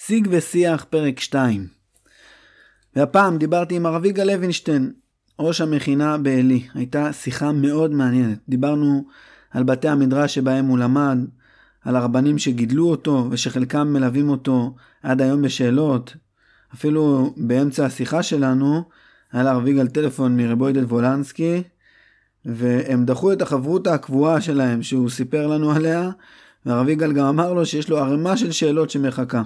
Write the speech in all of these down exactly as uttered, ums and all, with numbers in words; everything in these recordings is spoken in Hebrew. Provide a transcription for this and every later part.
שיג ושיח פרק שתיים. והפעם דיברתי עם הרב יגאל לוינשטיין, ראש המכינה בעלי. הייתה שיחה מאוד מעניינת. דיברנו על בתי המדרש שבהם הוא למד, על הרבנים שגידלו אותו ושחלקם מלווים אותו עד היום בשאלות. אפילו באמצע השיחה שלנו היה לרב יגאל טלפון מרב עודד וולנסקי, והם דחו את החברותה הקבועה שלהם שהוא סיפר לנו עליה, והרב יגאל גם אמר לו שיש לו ערימה של שאלות שמחכה.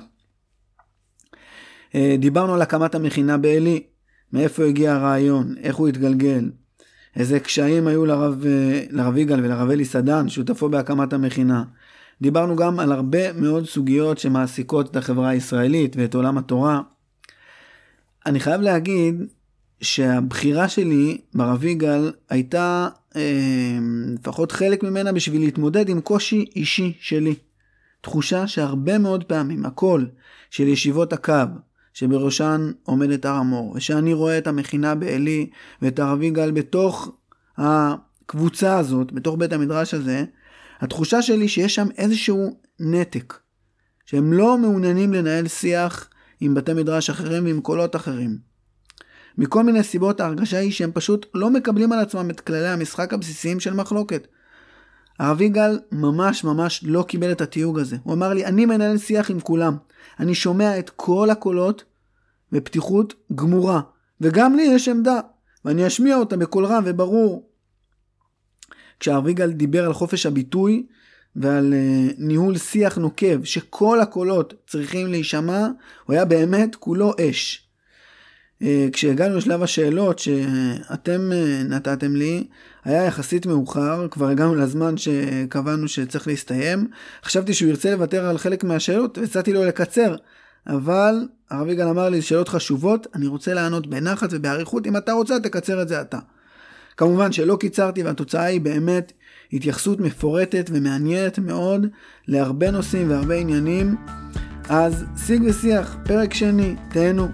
דיברנו על הקמת המכינה בעלי, מאיפה הגיע הרעיון, איך הוא התגלגל, איזה קשיים היו לרב, לרב יגאל ולרב אלי סדן, שותפו בהקמת המכינה. דיברנו גם על הרבה מאוד סוגיות שמעסיקות את החברה הישראלית ואת עולם התורה. אני חייב להגיד שהבחירה שלי ברב יגאל הייתה אה, לפחות חלק ממנה בשביל להתמודד עם קושי אישי שלי. תחושה שהרבה מאוד פעמים הכל של ישיבות הקו שבראשן עומדת הר המור, ושאני רואה את המכינה בעלי ואת הרב יגאל בתוך הקבוצה הזאת, בתוך בית המדרש הזה, התחושה שלי שיש שם איזשהו נתק, שהם לא מעוניינים לנהל שיח עם בתי מדרש אחרים ועם קולות אחרים. מכל מיני סיבות ההרגשה היא שהם פשוט לא מקבלים על עצמם את כללי המשחק הבסיסיים של מחלוקת. הרב יגאל ממש ממש לא קיבל את התיוג הזה. הוא אמר לי, אני מנהל שיח עם כולם. אני שומע את כל הקולות בפתיחות גמורה. וגם לי יש עמדה. ואני אשמיע אותה בקול רם וברור. כשהרב יגאל דיבר על חופש הביטוי ועל uh, ניהול שיח נוקב, שכל הקולות צריכים להישמע, הוא היה באמת כולו אש. Uh, כשהגענו לשלב השאלות שאתם uh, נתתם לי, היה יחסית מאוחר, כבר הגענו לזמן שקבענו שצריך להסתיים. חשבתי שהוא ירצה לוותר על חלק מהשאלות, והצעתי לו לקצר. אבל הרב יגאל אמר לי, שאלות חשובות, אני רוצה לענות בנחת ובעריכות, אם אתה רוצה תקצר את זה אתה. כמובן שלא קיצרתי, והתוצאה היא באמת התייחסות מפורטת ומעניינת מאוד להרבה נושאים והרבה עניינים. אז שיג ושיח, פרק שני, תהנו.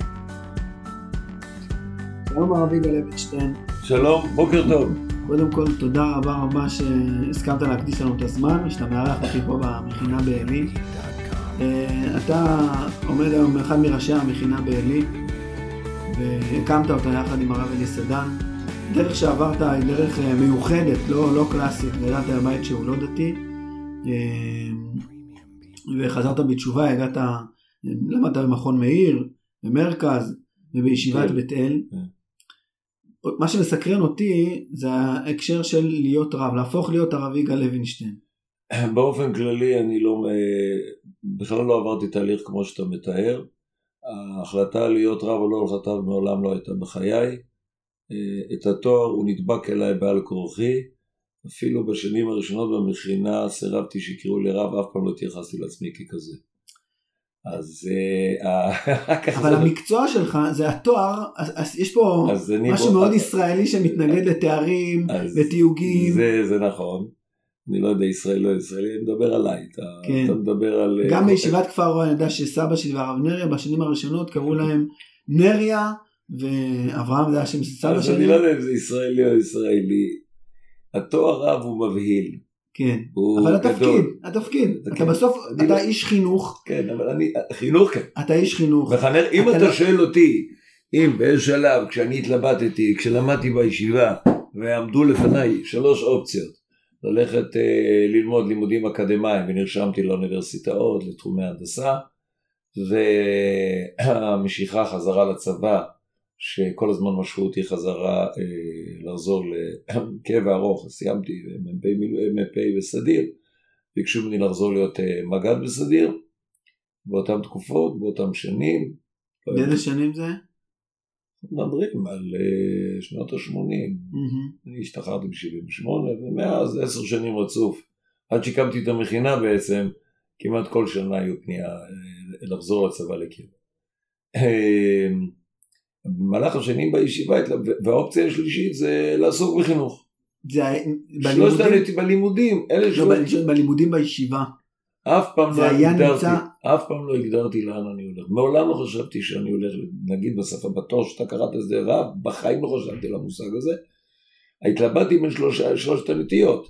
שלום הרב יגאל לוינשטיין. שלום, בוקר טוב. קודם כל תודה רבה רבה שהסכמת להקדיש לנו את הזמן, ושאתה מארח אותי פה במכינה בעלי. אתה עומד היום אחד מראשי המכינה בעלי, והקמת אותה יחד עם הרב אלי סדן. דרך שעברת היא דרך מיוחדת, לא, לא קלאסית, גדלת הבית שהוא לא דתי, וחזרת בתשובה, הגעת, למדת במכון מאיר, במרכז, ובישיבת בית אל. מה שמסקרן אותי, זה ההקשר של להיות רב, להפוך להיות הרב יגאל לוינשטיין. באופן כללי, אני לא, בכלל לא עברתי תהליך כמו שאתה מתאר. ההחלטה להיות רב או לא החלטה מעולם לא הייתה בחיי. את התואר הוא נדבק אליי בעל כורחי, אפילו בשנים הראשונות במכינה סירבתי שיקראו לי רב, אף פעם לא התייחסתי לעצמי ככזה. אז אבל המקצוע שלך זה התואר, אז יש פה משהו מאוד ישראלי שמתנגד לתארים ותיוגים. זה נכון, אני לא יודע ישראלי לא ישראלי, אני מדבר עליי, אתה מדבר על... גם בישיבת כפר רואה, אני יודע שסבא שלי והרב נריה בשנים הראשונות קראו להם נריה, ואברהם זה היה שם סבא שלי. אני לא יודע אם זה ישראלי או ישראלי. התואר רב הוא מבהיל. כן, אבל התפקיד, התפקיד. אתה בסוף, אתה איש חינוך. כן, אבל אני, חינוך כן. אתה איש חינוך. אם אתה שואל אותי, אם באיזה שלב, כשאני התלבטתי, כשלמדתי בישיבה, ועמדו לפניי שלוש אופציות, ללכת ללמוד לימודים אקדמיים, ונרשמתי לאוניברסיטאות, לתחומי הנדסה, והמשיכה חזרה לצבא, שכל הזמן משכו אותי חזרה אה, לחזור לקבע ארוך, סיימתי מ"פ בסדיר, ביקשו ממני לחזור להיות אה, מג"ד בסדיר, באותן תקופות, באותן שנים. באיזה שנים זה? מדברים על אה, שנות ה-שמונים, mm-hmm. אני השתחררתי ב-שבעים ושמונה, ומאז עשר שנים רצוף, עד שקמתי את המכינה בעצם, כמעט כל שנה היו פנייה אה, לחזור לצבא לקבע. אה, במהלך השנים בישיבה, והאופציה השלישית זה לעסוק בחינוך. זה שלושת עליתי בלימודים. לא, בלימודים בישיבה. אף פעם לא הגדרתי, אף פעם לא הגדרתי לאן אני הולך. מעולם לא חשבתי שאני הולך, נגיד בשפה בתור שאתה קראת את זה רב, בחיים לא חשבתי למושג הזה. התלבטתי בין שלושת הנטיות.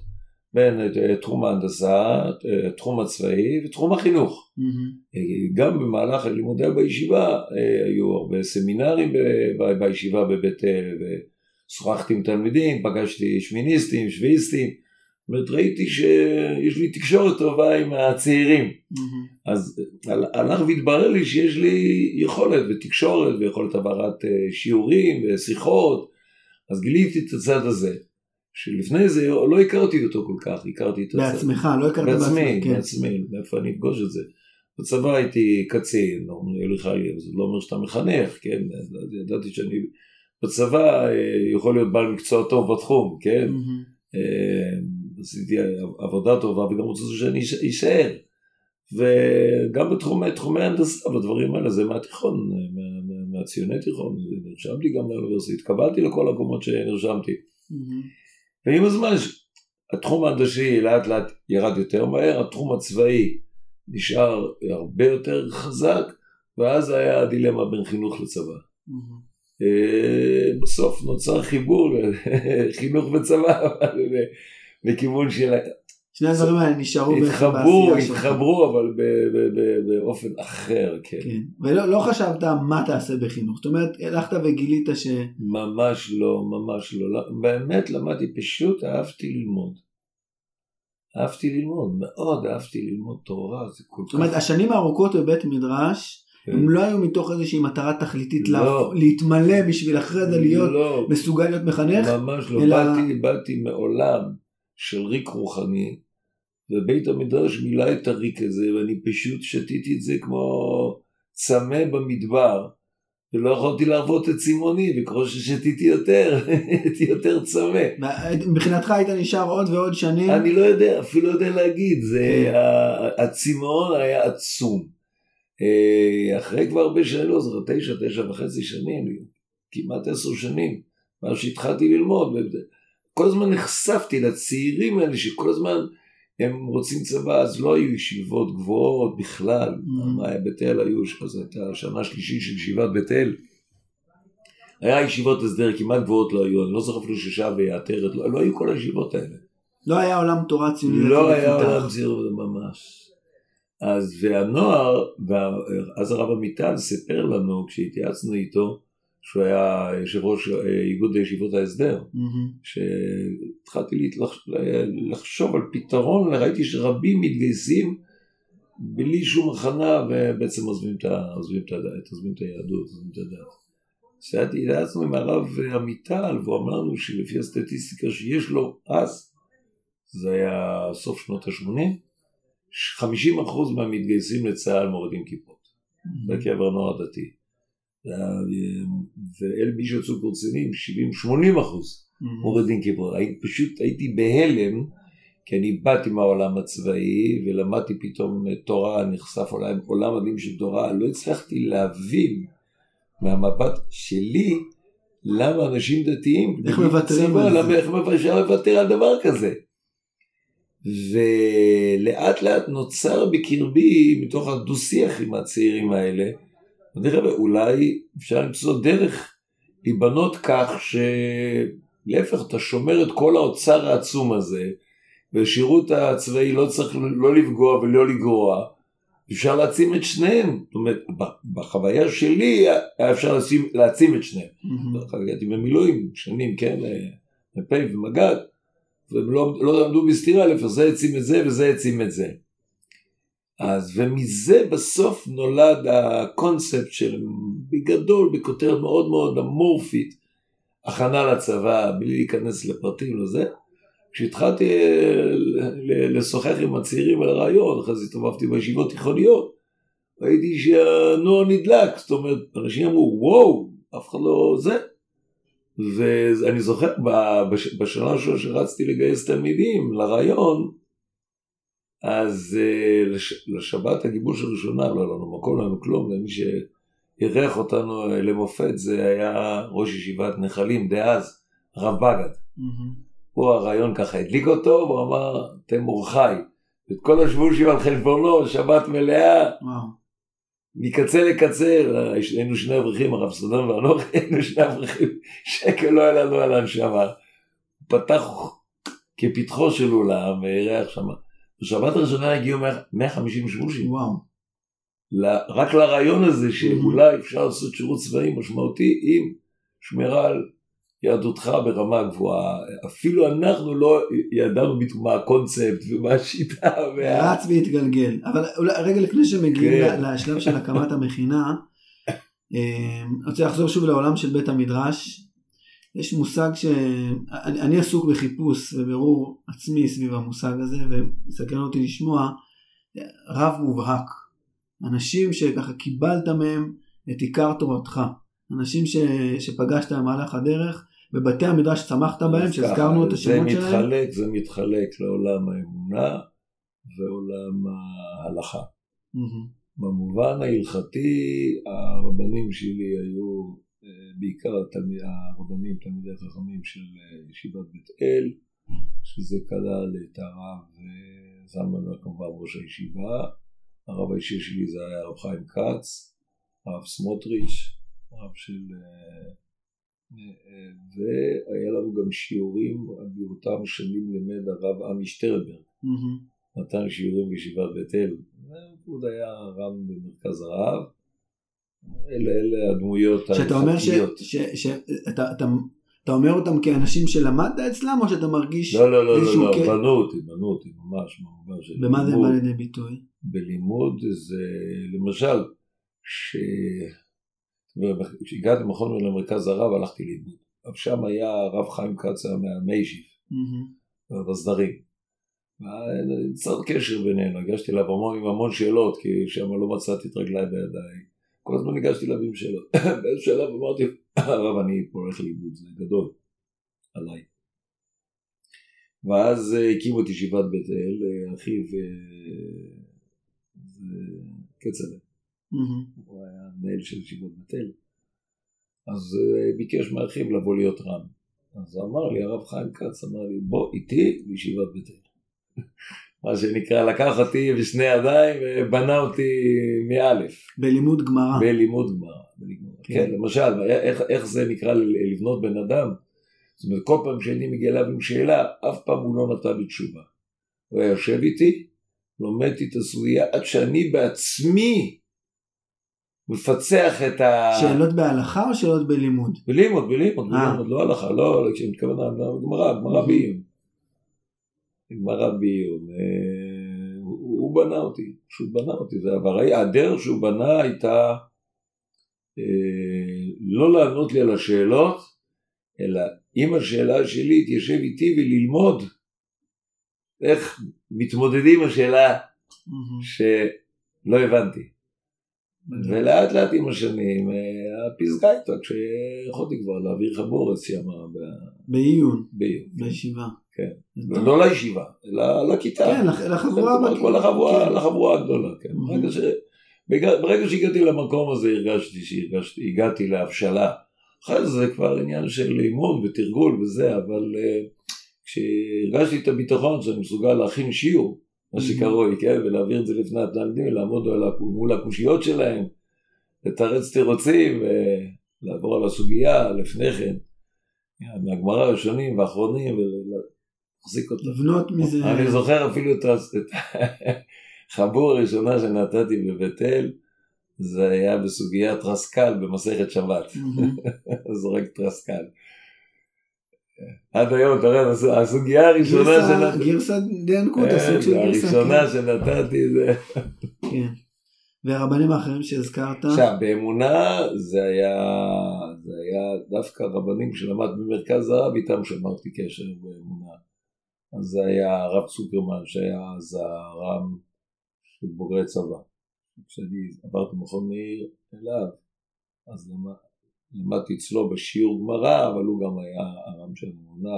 בין תחום ההנדסה, תחום הצבאי ותחום החינוך. Mm-hmm. גם במהלך הלימודי בישיבה היו הרבה סמינרים ב- בישיבה בבית אל, ושוחחתי עם תלמידים, פגשתי שמיניסטים, שביעיסטים, זאת ראיתי שיש לי תקשורת טובה עם הצעירים. Mm-hmm. אז הלך והתברר לי שיש לי יכולת ותקשורת ויכולת עברת שיעורים ושיחות, אז גיליתי את הצד הזה. שלפני זה לא הכרתי אותו כל כך, הכרתי את הצד. בעצמך, לא הכרת בעצמי, בעצמך, כן. בעצמי, מאיפה אני אפגוש את זה. בצבא הייתי קצין, אומרים לי חייל, זה לא אומר שאתה מחנך, כן, ידעתי שאני בצבא יכול להיות בעל מקצוע טוב בתחום, כן, עשיתי עבודה טובה וגם רוצה שאני אשאר, וגם בתחומי הנדסה, בדברים האלה, זה מהתיכון, מהציוני תיכון, נרשמתי גם לאוניברסיטה, התקבלתי לכל הקומות שנרשמתי. ועם הזמן, התחום ההנדסי לאט לאט ירד יותר מהר, התחום הצבאי נשאר הרבה יותר חזק, ואז היה הדילמה בין חינוך לצבא. בסוף נוצר חיבור חינוך וצבא, בכיוון של... שני הדברים האלה נשארו התחברו, התחברו, אבל באופן אחר, כן. ולא חשבת מה תעשה בחינוך, זאת אומרת, הלכת וגילית ש... ממש לא, ממש לא, באמת למדתי, פשוט אהבתי ללמוד. אהבתי ללמוד, מאוד אהבתי ללמוד תורה, זה כל כך... זאת אומרת, השנים הארוכות בבית מדרש, הם לא היו מתוך איזושהי מטרה תכליתית להתמלא בשביל אחרי זה להיות מסוגל להיות מחנך? ממש לא, באתי מעולם של ריק רוחני, ובית המדרש מילא את הריק הזה, ואני פשוט שתיתי את זה כמו צמא במדבר, ולא יכולתי להרבות את צימוני, וככל ששתיתי יותר, הייתי יותר צמא. מבחינתך היית נשאר עוד ועוד שנים? אני לא יודע, אפילו לא יודע להגיד, הצימון היה עצום. אחרי כבר הרבה שנים, לא, זה תשע, תשע וחצי שנים, כמעט עשר שנים, מה שהתחלתי ללמוד, כל הזמן נחשפתי לצעירים האלה, שכל הזמן הם רוצים צבא, אז לא היו ישיבות גבוהות בכלל, מה היה בית אל, היו, אז הייתה השנה השלישית של ישיבת בית אל, היה ישיבות הסדר, כמעט גבוהות לא היו, אני לא זוכר אפילו ששעה ויעתרת, לא, לא היו כל הישיבות האלה. לא היה עולם תורה ציוני. לא היה עולם ציוני ממש. אז והנוער, ואז הרב עמיטל סיפר לנו, כשהתייעצנו איתו, שהוא היה יושב ראש איגוד ישיבות ההסדר, שהתחלתי לחשוב על פתרון, ראיתי שרבים מתגייסים בלי שום הכנה, ובעצם עוזבים את היהדות, עוזבים את הדת. התייעצנו עם הרב עמיטל, והוא אמר לנו שלפי הסטטיסטיקה שיש לו אז, זה היה סוף שנות ה-שמונים, חמישים אחוז מהמתגייסים לצה"ל מורידים כיפות, בקרב הנוער הדתי. ואלה מי שיצאו קורצנים, שבעים שמונים אחוז מורידים כיפות. פשוט הייתי בהלם, כי אני באתי מהעולם הצבאי, ולמדתי פתאום תורה, נחשף עולם, עולם מדהים של תורה, לא הצלחתי להבין מהמבט שלי, למה אנשים דתיים, איך מוותרים על זה? איך אפשר לוותר על דבר כזה? ולאט לאט נוצר בקרבי, מתוך הדו-שיח עם הצעירים האלה, אולי אפשר למצוא דרך להיבנות כך שלהפך, אתה שומר את כל האוצר העצום הזה, והשירות הצבאי לא צריך לא לפגוע ולא לגרוע, אפשר להעצים את שניהם. זאת אומרת, בחוויה שלי היה אפשר להעצים, להעצים את שניהם. הגעתי במילואים שנים, כן, מ"פ ומג"ד, והם לא, לא עמדו בסתירה, לפעמים זה עצים את זה וזה עצים את זה. אז ומזה בסוף נולד הקונספט של בגדול, בכותרת מאוד מאוד אמורפית, הכנה לצבא, בלי להיכנס לפרטים לזה. כשהתחלתי לשוחח עם הצעירים על הרעיון, אחרי זה התובבתי בישיבות תיכוניות, ראיתי שהנוער נדלק, זאת אומרת, אנשים אמרו, וואו, אף אחד לא זה. ואני זוכר, בשנה שרצתי לגייס תלמידים לרעיון, אז לשבת הגיבוש הראשונה, לא לנו מקום, לא לנו כלום, ומי שהירח אותנו למופת, זה היה ראש ישיבת נחלים דאז, הרב בגד. פה הרעיון ככה הדליק אותו, והוא אמר, אתם אורחי, את כל השבושים על חשבונו, שבת מלאה, מקצה לקצה, היינו שני אברכים, הרב סודן ואנוכי, היינו שני אברכים, שקל לא היה לנו על הנשמה, הוא פתח כפתחו של אולם, ואירח שם. בשבת הראשונה הגיעו מאה וחמישים שבושים. וואו. רק לרעיון הזה שאולי אפשר לעשות שירות צבאי משמעותי עם שמירה על יהדותך ברמה גבוהה. אפילו אנחנו לא ידענו בדיוק מה הקונספט ומה השיטה. רץ והתגלגל. אבל רגע לפני שמגיעים לשלב של הקמת המכינה, אני רוצה לחזור שוב לעולם של בית המדרש. יש מושג שאני עסוק בחיפוש וברור עצמי סביב המושג הזה, ומסקרן אותי לשמוע רב מובהק. אנשים שככה קיבלת מהם את עיקר תורתך. אנשים ש... שפגשת במהלך הדרך, בבתי המדרש צמחת בהם, שהזכרנו את השמות שלהם. זה מתחלק, זה מתחלק לעולם האמונה ועולם ההלכה. Mm-hmm. במובן ההלכתי, הרבנים שלי היו בעיקר התלמיד, הרבנים, תלמידי חכמים של ישיבת בית אל, שזה כלל את הרב זלמן כמובן ראש הישיבה, הרב האישי שלי זה היה הרב חיים כץ, הרב סמוטריץ', הרב של... והיה לנו גם שיעורים, באותם שנים לימד הרב עמי שטרנברג, mm-hmm. נתן שיעורים בישיבת בית אל, הוא היה רב במרכז הרב, אלה, אלה הדמויות ההלכתיות. שאתה אומר ש... ש... שאתה, אתה, אתה אומר אותם כאנשים שלמדת אצלם, או שאתה מרגיש... לא, לא, לא, לא, כ... בנו אותי, בנו אותי, ממש, ממש. במה זה בא לידי ביטוי? בלימוד זה, למשל, ש... כשהגעתי מכון למרכז הרב, הלכתי לאיבוד. אבל שם היה הרב חיים כץ מהמיישיב, בסדרים. נצר קשר בינינו, הגשתי אליו המון עם המון שאלות, כי שם לא מצאתי את רגליי בידיי. כל הזמן הגשתי אליו עם שאלות. באיזו שאלה אמרתי, הרב, אני פה הולך לאיבוד, זה גדול עליי. ואז הקימו את ישיבת בית אל, אחיו קצלה. הוא היה מנהל של ישיבת בית אל. אז ביקש מאחיו לבוא להיות רם. אז אמר לי, הרב חיים כץ, אמר לי, בוא איתי לישיבת בית אל. מה שנקרא, לקח אותי בשני ידיים ובנה אותי מאלף. בלימוד גמרא. בלימוד גמרא. כן. כן, למשל, איך, איך זה נקרא לבנות בן אדם? זאת אומרת, כל פעם שאני מגיע אליו עם שאלה, אף פעם הוא לא נתן לי תשובה. הוא היה יושב איתי, לומדתי את הסוגיה, עד שאני בעצמי מפצח את ה... שאלות בהלכה או שאלות בלימוד? בלימוד, בלימוד, בלימוד, לא הלכה, לא, כשמתכוון גמרא, גמרא בעיון. גמרא בעיון. הוא בנה אותי, פשוט בנה אותי. הדרך שהוא בנה הייתה לא לענות לי על השאלות, אלא אם השאלה שלי תיישב איתי וללמוד איך מתמודדים השאלה שלא הבנתי. ולאט לאט עם השנים הפסגה הייתה כשיכולתי כבר להעביר חבורס שם בעיון, בעיון, בישיבה. כן, לא לישיבה, אלא לכיתה. כן, לחבורה. כל החבורה הגדולה, כן. ברגע שהגעתי למקום הזה הרגשתי שהגעתי להבשלה. אחרי זה כבר עניין של אימון ותרגול וזה, אבל כשהרגשתי את הביטחון שאני מסוגל להכין שיעור, מה שקרוי, כן, ולהעביר את זה לפני התלמידים, לעמוד מול הקושיות שלהם, לתרץ תירוצים, ולעבור על הסוגיה לפני כן, מהגמרא הראשונים והאחרונים, ולהחזיק אותה. לבנות מזה... אני זוכר אפילו את החבור הראשונה שנתתי בבית אל, זה היה בסוגיית רסקל במסכת שבת. זורק טרסקל. עד היום, תראה, הסוגיה הראשונה שנתתי... גרסת דנקות, הסוג של גרסה. הראשונה שנתתי זה... כן. והרבנים האחרים שהזכרת? עכשיו, באמונה זה היה, זה היה דווקא רבנים שלמד במרכז הרב, איתם שמרתי קשר באמונה. אז זה היה הרב צוקרמן, שהיה אז הרם של בוגרי צבא. כשאני עברתי מכון מאיר אליו, אז למד... למדתי אצלו בשיעור גמרא, אבל הוא גם היה הרם של אמונה,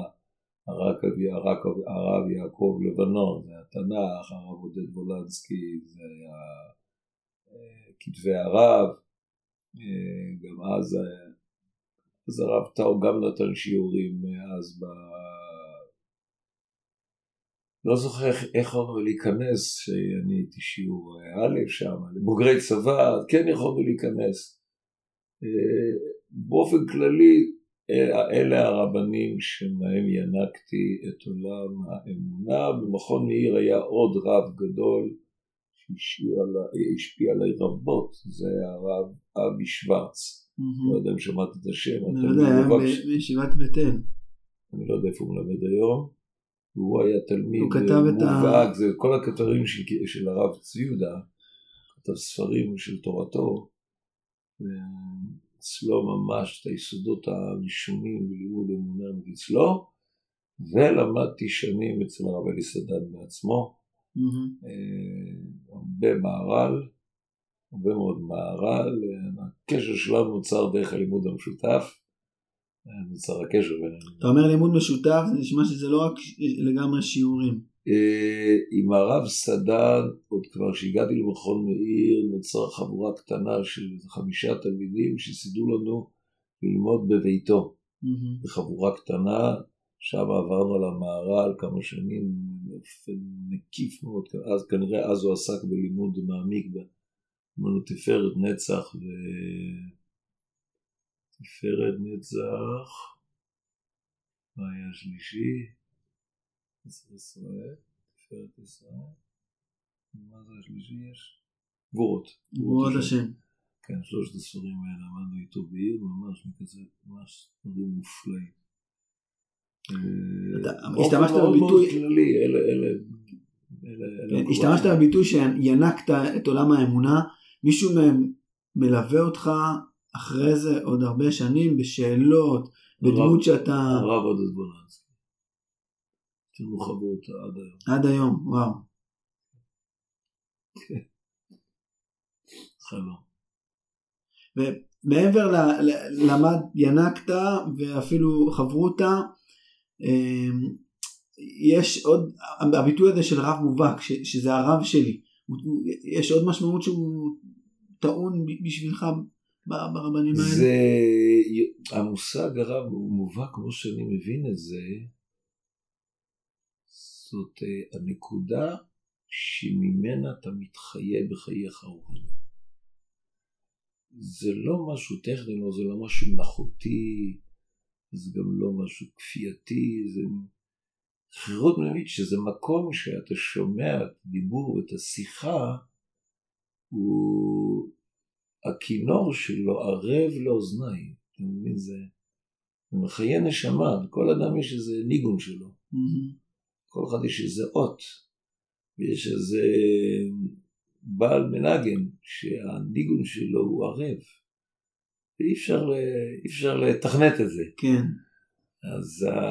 הרב יעקב לבנון, זה היה תנ"ך, הרב עודד וולנסקי, זה היה כתבי הרב, גם אז, אז הרב טאו גם נתן שיעורים אז ב... לא זוכר איך יכולנו להיכנס, שאני הייתי שיעור א' שם, לבוגרי צבא, כן יכולנו להיכנס. באופן כללי אלה הרבנים שמהם ינקתי את עולם האמונה. במכון מאיר היה עוד רב גדול שהשפיע עליי רבות, זה הרב אבי שוורץ. לא יודע אם שמעת את השם. אני לא יודע, היה בישיבת בית אל. אני לא יודע איפה הוא מלמד היום. והוא היה תלמיד מובהק, זה כל הכתרים של הרב צבי יהודה, כתב ספרים של תורתו, ואצלו ממש את היסודות הראשונים בלימוד אמונה אצלו, ולמדתי שנים אצל הרב אלי סדן בעצמו, הרבה מערל, הרבה מאוד מערל, הקשר שלנו נוצר דרך הלימוד המשותף, נוצר הקשר בינינו. אתה אומר לימוד משותף, זה נשמע שזה לא רק לגמרי שיעורים. עם הרב סדן, עוד כבר שהגעתי למכון מאיר, נוצרה חבורה קטנה של חמישה תלמידים שסידרו לנו ללמוד בביתו. בחבורה קטנה, שם עברנו על המערל כמה שנים, מקיף מאוד, אז כנראה אז הוא עסק בלימוד מעמיק, אמרנו תפארת נצח ו... תפארת נצח, מה היה השלישי? נצח ישראל, תפארת ישראל, מה זה השלישי יש? גבורות. גבורות השם. כן, שלושת הספרים האלה, עמדנו איתו בעיר, ממש מכזה, ממש דברים מופלאים. השתמשת בביטוי, השתמשת בביטוי שינקת את עולם האמונה, מישהו מהם מלווה אותך אחרי זה עוד הרבה שנים בשאלות, בדמות שאתה... הרב עודד בולנסקי. תראו חברות עד היום. עד היום, וואו. חלום. ומעבר למד ינקת ואפילו חברותה, יש עוד, הביטוי הזה של רב מובהק, שזה הרב שלי, יש עוד משמעות שהוא טעון בשבילך ברבנים האלה? זה, המושג הרב מובהק, כמו שאני מבין את זה, זאת הנקודה שממנה אתה מתחיה בחייך הרוחניים. זה לא משהו טכני, לא, זה לא משהו מלאכותי, זה גם לא משהו כפייתי, זה חירות פנימית, שזה מקום שאתה שומע את הדיבור ואת השיחה, הוא... הכינור שלו ערב לאוזניים, אתה מבין, זה מחיה נשמה, כל אדם יש איזה ניגון שלו, mm-hmm. כל אחד יש איזה אות, ויש איזה בעל מנגן שהניגון שלו הוא ערב, ואי אפשר, אי אפשר לתכנת את זה. כן. אז ה...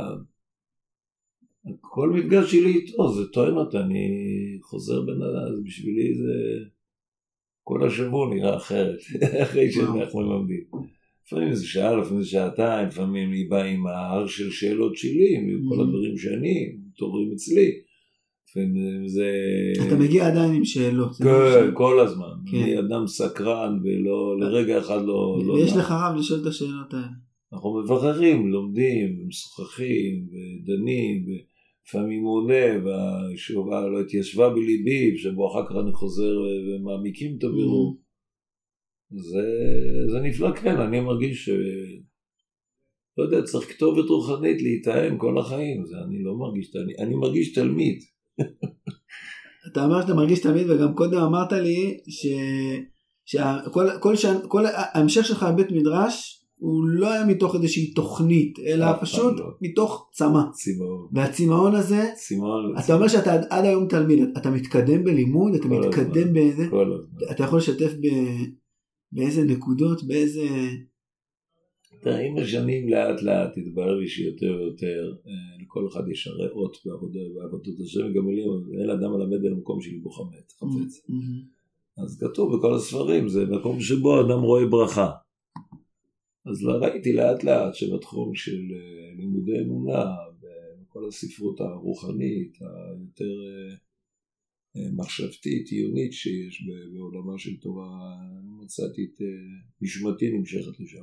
כל מפגש שלי איתו, זה טוען אותה, אני חוזר בין אז בשבילי זה... כל השבוע נראה אחרת, אחרי שאנחנו לומדים. לפעמים זה שעה, לפעמים זה שעתיים, לפעמים היא באה עם ההר של שאלות שלי, עם כל הדברים שאני, תורים אצלי. לפעמים זה... אתה מגיע עדיין עם שאלות. כן, כל הזמן. אני אדם סקרן ולא, לרגע אחד לא... ויש לך רב לשאול את השאלות האלה. אנחנו מבררים, לומדים, משוחחים, ודנים, לפעמים הוא עונה, והשובה לא התיישבה בליבי, שבו אחר כך אני חוזר ומעמיקים את הבירור. זה, זה נפלא, כן, אני מרגיש ש... לא יודע, צריך כתובת רוחנית להתאם כל החיים, זה אני לא מרגיש, אני, אני מרגיש תלמיד. אתה אומר שאתה מרגיש תלמיד, וגם קודם אמרת לי ש... שכל, כל ש... כל ההמשך שלך בבית מדרש, הוא לא היה מתוך איזושהי תוכנית, אלא פשוט לא. מתוך צמא. צימאון. והצימאון הזה, צימאון, אתה צימאון. אומר שאתה עד היום תלמיד, אתה מתקדם בלימוד, אתה מתקדם באיזה, אתה יכול לשתף ב... באיזה נקודות, באיזה... תראה, עם השנים לאט לאט התברר לי שיותר ויותר, לכל אחד יש הרעות בעבודות השם, גם לי, אין אדם מלמד על המקום שלי בו חמץ, חפץ. אז כתוב בכל הספרים, זה מקום שבו אדם רואה ברכה. אז לא ראיתי לאט לאט שבתחום של לימודי אמונה, בכל הספרות הרוחנית, היותר מחשבתית, עיונית שיש בעולמה של תורה, מצאתי את נשמתי נמשכת לשם.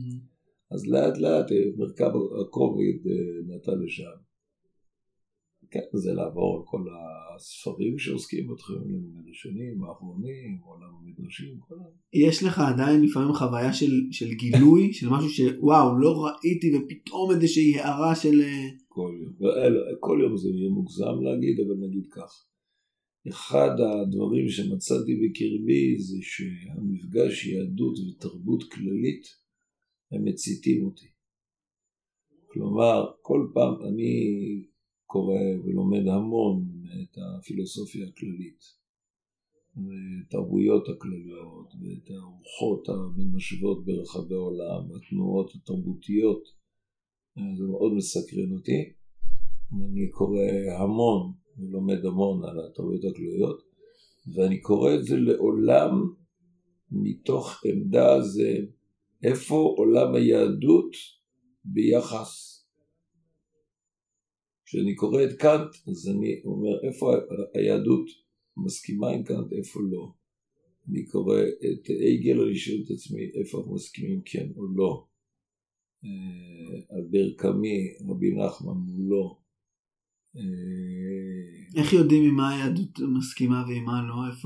אז לאט לאט מרכב הכובד נטע לשם. כן, זה לעבור על כל הספרים שעוסקים בתחומים הראשונים, האחרונים, עולם המדרשים, כל זה. יש לך עדיין לפעמים חוויה של, של גילוי, של משהו שוואו, לא ראיתי, ופתאום איזושהי הערה של... כל יום, כל יום זה יהיה מוגזם להגיד, אבל נגיד כך. אחד הדברים שמצאתי בקרבי זה שהמפגש יהדות ותרבות כללית, הם מציתים אותי. כלומר, כל פעם אני קורא ולומד המון את הפילוסופיה הכללית, ותרבויות הכלליות, ואת הרוחות המנשבות ברחבי העולם, והתנועות התרבותיות, זה מאוד מסקרן אותי. אני קורא המון ולומד המון על התרבויות הכלליות, ואני קורא את זה לעולם מתוך עמדה זה איפה עולם היהדות ביחס. כשאני קורא את קאנט, אז אני אומר איפה היהדות מסכימה עם קאנט, איפה לא. אני קורא את אייגל, אני שואל את עצמי איפה אנחנו מסכימים כן או לא. אלבר קאמי, רבי נחמן לא. איך יודעים עם מה היהדות מסכימה ועם מה לא? איפה?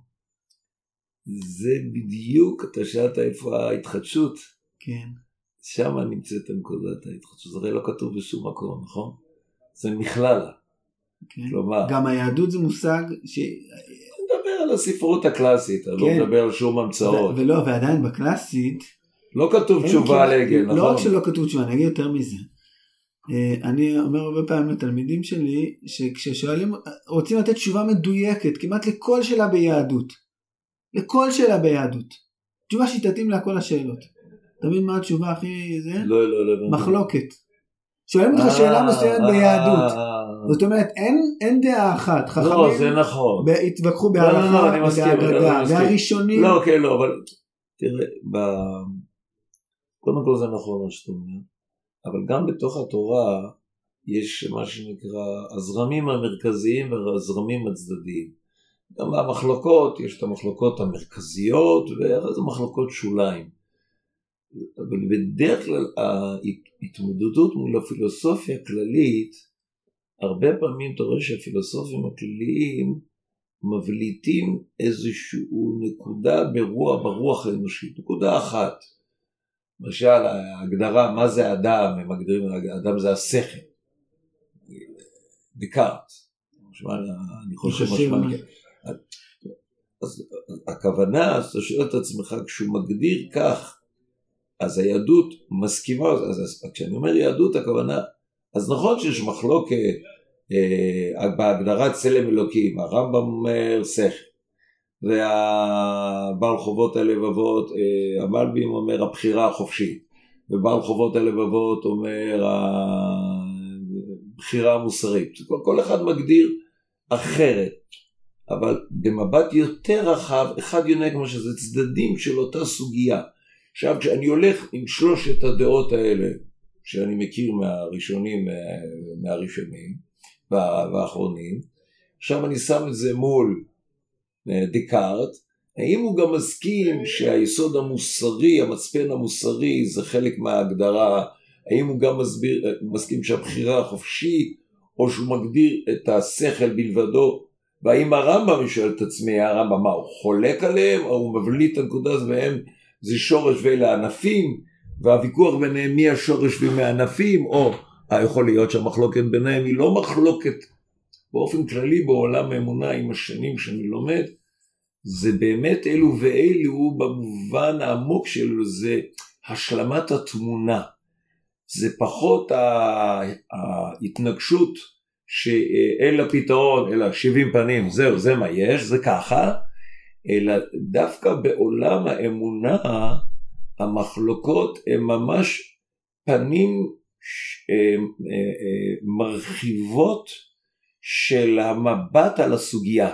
זה בדיוק, אתה שאלת איפה ההתחדשות. כן. שם נמצאת נקודת ההתחדשות. זה הרי לא כתוב בשום מקום, נכון? זה מכללה. כן. כלומר, גם היהדות זה מושג ש... אני מדבר על הספרות הקלאסית, אני כן. לא מדבר על שום המצאות. ו- ולא, ועדיין בקלאסית... לא כתוב תשובה על עגל, נכון? לא רק שלא כתוב תשובה, אני אגיד יותר מזה. אני אומר הרבה פעמים לתלמידים שלי, שכששואלים, רוצים לתת תשובה מדויקת, כמעט לכל שאלה ביהדות. לכל שאלה ביהדות. תשובה שתתאים לה כל השאלות. תבין מה התשובה הכי זה? לא, לא, לא. מחלוקת. שואלים אותך שאלה מסוימת ביהדות. זאת אומרת, אין דעה אחת. לא, זה נכון. התווכחו בהלכה, בהגדה, והראשונים. לא, כן, לא, אבל תראה, קודם כל זה נכון מה שאתה אומר. אבל גם בתוך התורה יש מה שנקרא הזרמים המרכזיים והזרמים הצדדיים. גם במחלוקות יש את המחלוקות המרכזיות ואיזה מחלוקות שוליים. אבל בדרך כלל ההתמודדות מול הפילוסופיה הכללית, הרבה פעמים אתה רואה שהפילוסופים הכלליים מבליטים איזושהי נקודה ברוח, ברוח האנושית, נקודה אחת. למשל, ההגדרה, מה זה אדם, הם מגדירים, אדם זה השכל. דקארט. אני חושב משמע. אז הכוונה, אז אתה שואל את עצמך, כשהוא מגדיר כך, אז היהדות מסכימה, אז, אז כשאני אומר יהדות, הכוונה, אז נכון שיש מחלוקת, אה, בהגדרת צלם אלוקים, הרמב"ם אומר שכל. והבעל חובות הלבבות, המלבים אומר הבחירה החופשית, ובעל חובות הלבבות אומר הבחירה המוסרית. כל, כל אחד מגדיר אחרת, אבל במבט יותר רחב, אחד יונה כמו שזה צדדים של אותה סוגיה. עכשיו כשאני הולך עם שלושת הדעות האלה, שאני מכיר מהראשונים, מהראשונים והאחרונים, עכשיו אני שם את זה מול דקארט, האם הוא גם מסכים שהיסוד המוסרי, המצפן המוסרי זה חלק מההגדרה, האם הוא גם מסביר, מסכים שהבחירה החופשית, או שהוא מגדיר את השכל בלבדו, והאם הרמב"ם משואל את עצמי, הרמב"ם מה, הוא חולק עליהם, או הוא מבליט את הנקודה הזאת, והם זה שורש ואלה ענפים, והוויכוח ביניהם מי השורש ומי הענפים, או יכול להיות שהמחלוקת ביניהם היא לא מחלוקת, באופן כללי בעולם האמונה עם השנים שאני לומד, זה באמת אלו ואלו במובן העמוק שלו, זה השלמת התמונה. זה פחות ההתנגשות שאל הפתרון, אלא שבעים פנים, זהו, זה מה יש, זה ככה, אלא דווקא בעולם האמונה, המחלוקות הן ממש פנים מרחיבות, של המבט על הסוגיה.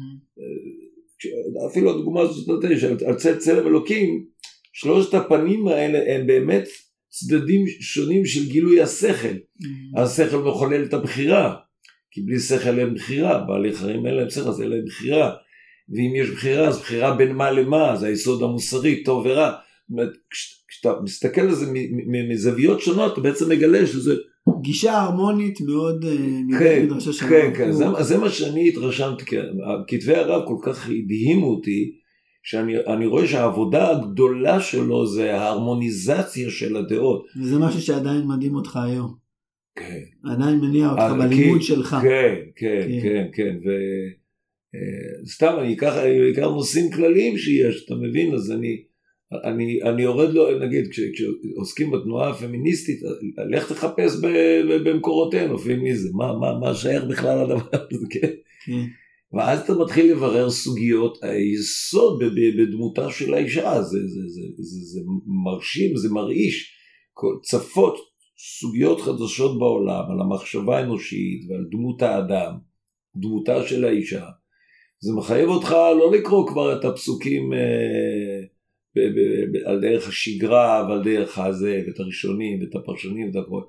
אפילו הדוגמה הזאת על צל צלם אלוקים, שלושת הפנים האלה הם באמת צדדים שונים של גילוי השכל. השכל מחולל את הבחירה, כי בלי שכל אין בחירה, בעלי חיים אין להם שכל, אז אין להם בחירה, ואם יש בחירה אז בחירה בין מה למה, זה היסוד המוסרי, טוב ורע. כשאתה מסתכל על זה מזוויות שונות, אתה בעצם מגלה שזה גישה הרמונית מאוד כן, כן, כן, זה, זה מה שאני התרשמתי, כתבי הרב כל כך הדהימו אותי, שאני רואה שהעבודה הגדולה שלו זה ההרמוניזציה של הדעות. וזה משהו שעדיין מדהים אותך היום. כן. עדיין מניע אותך בלימוד שלך. כן, כן, כן, כן, וסתם אני אקח נושאים כלליים שיש, אתה מבין, אז אני, אני, אני יורד לו, נגיד, כשעוסקים בתנועה הפמיניסטית, לך תחפש במקורותינו, מי זה, מה, מה, מה שייך בכלל הדבר הזה, כן? כן. ואז אתה מתחיל לברר סוגיות היסוד בדמותה של האישה, זה, זה, זה, זה, זה מרשים, זה מרעיש, צפות סוגיות חדשות בעולם, על המחשבה האנושית ועל דמות האדם, דמותה של האישה. זה מחייב אותך לא לקרוא כבר את הפסוקים אה, ב, ב, ב, על דרך השגרה ועל דרך הזה, ואת הראשונים ואת הפרשנים ואת הכל.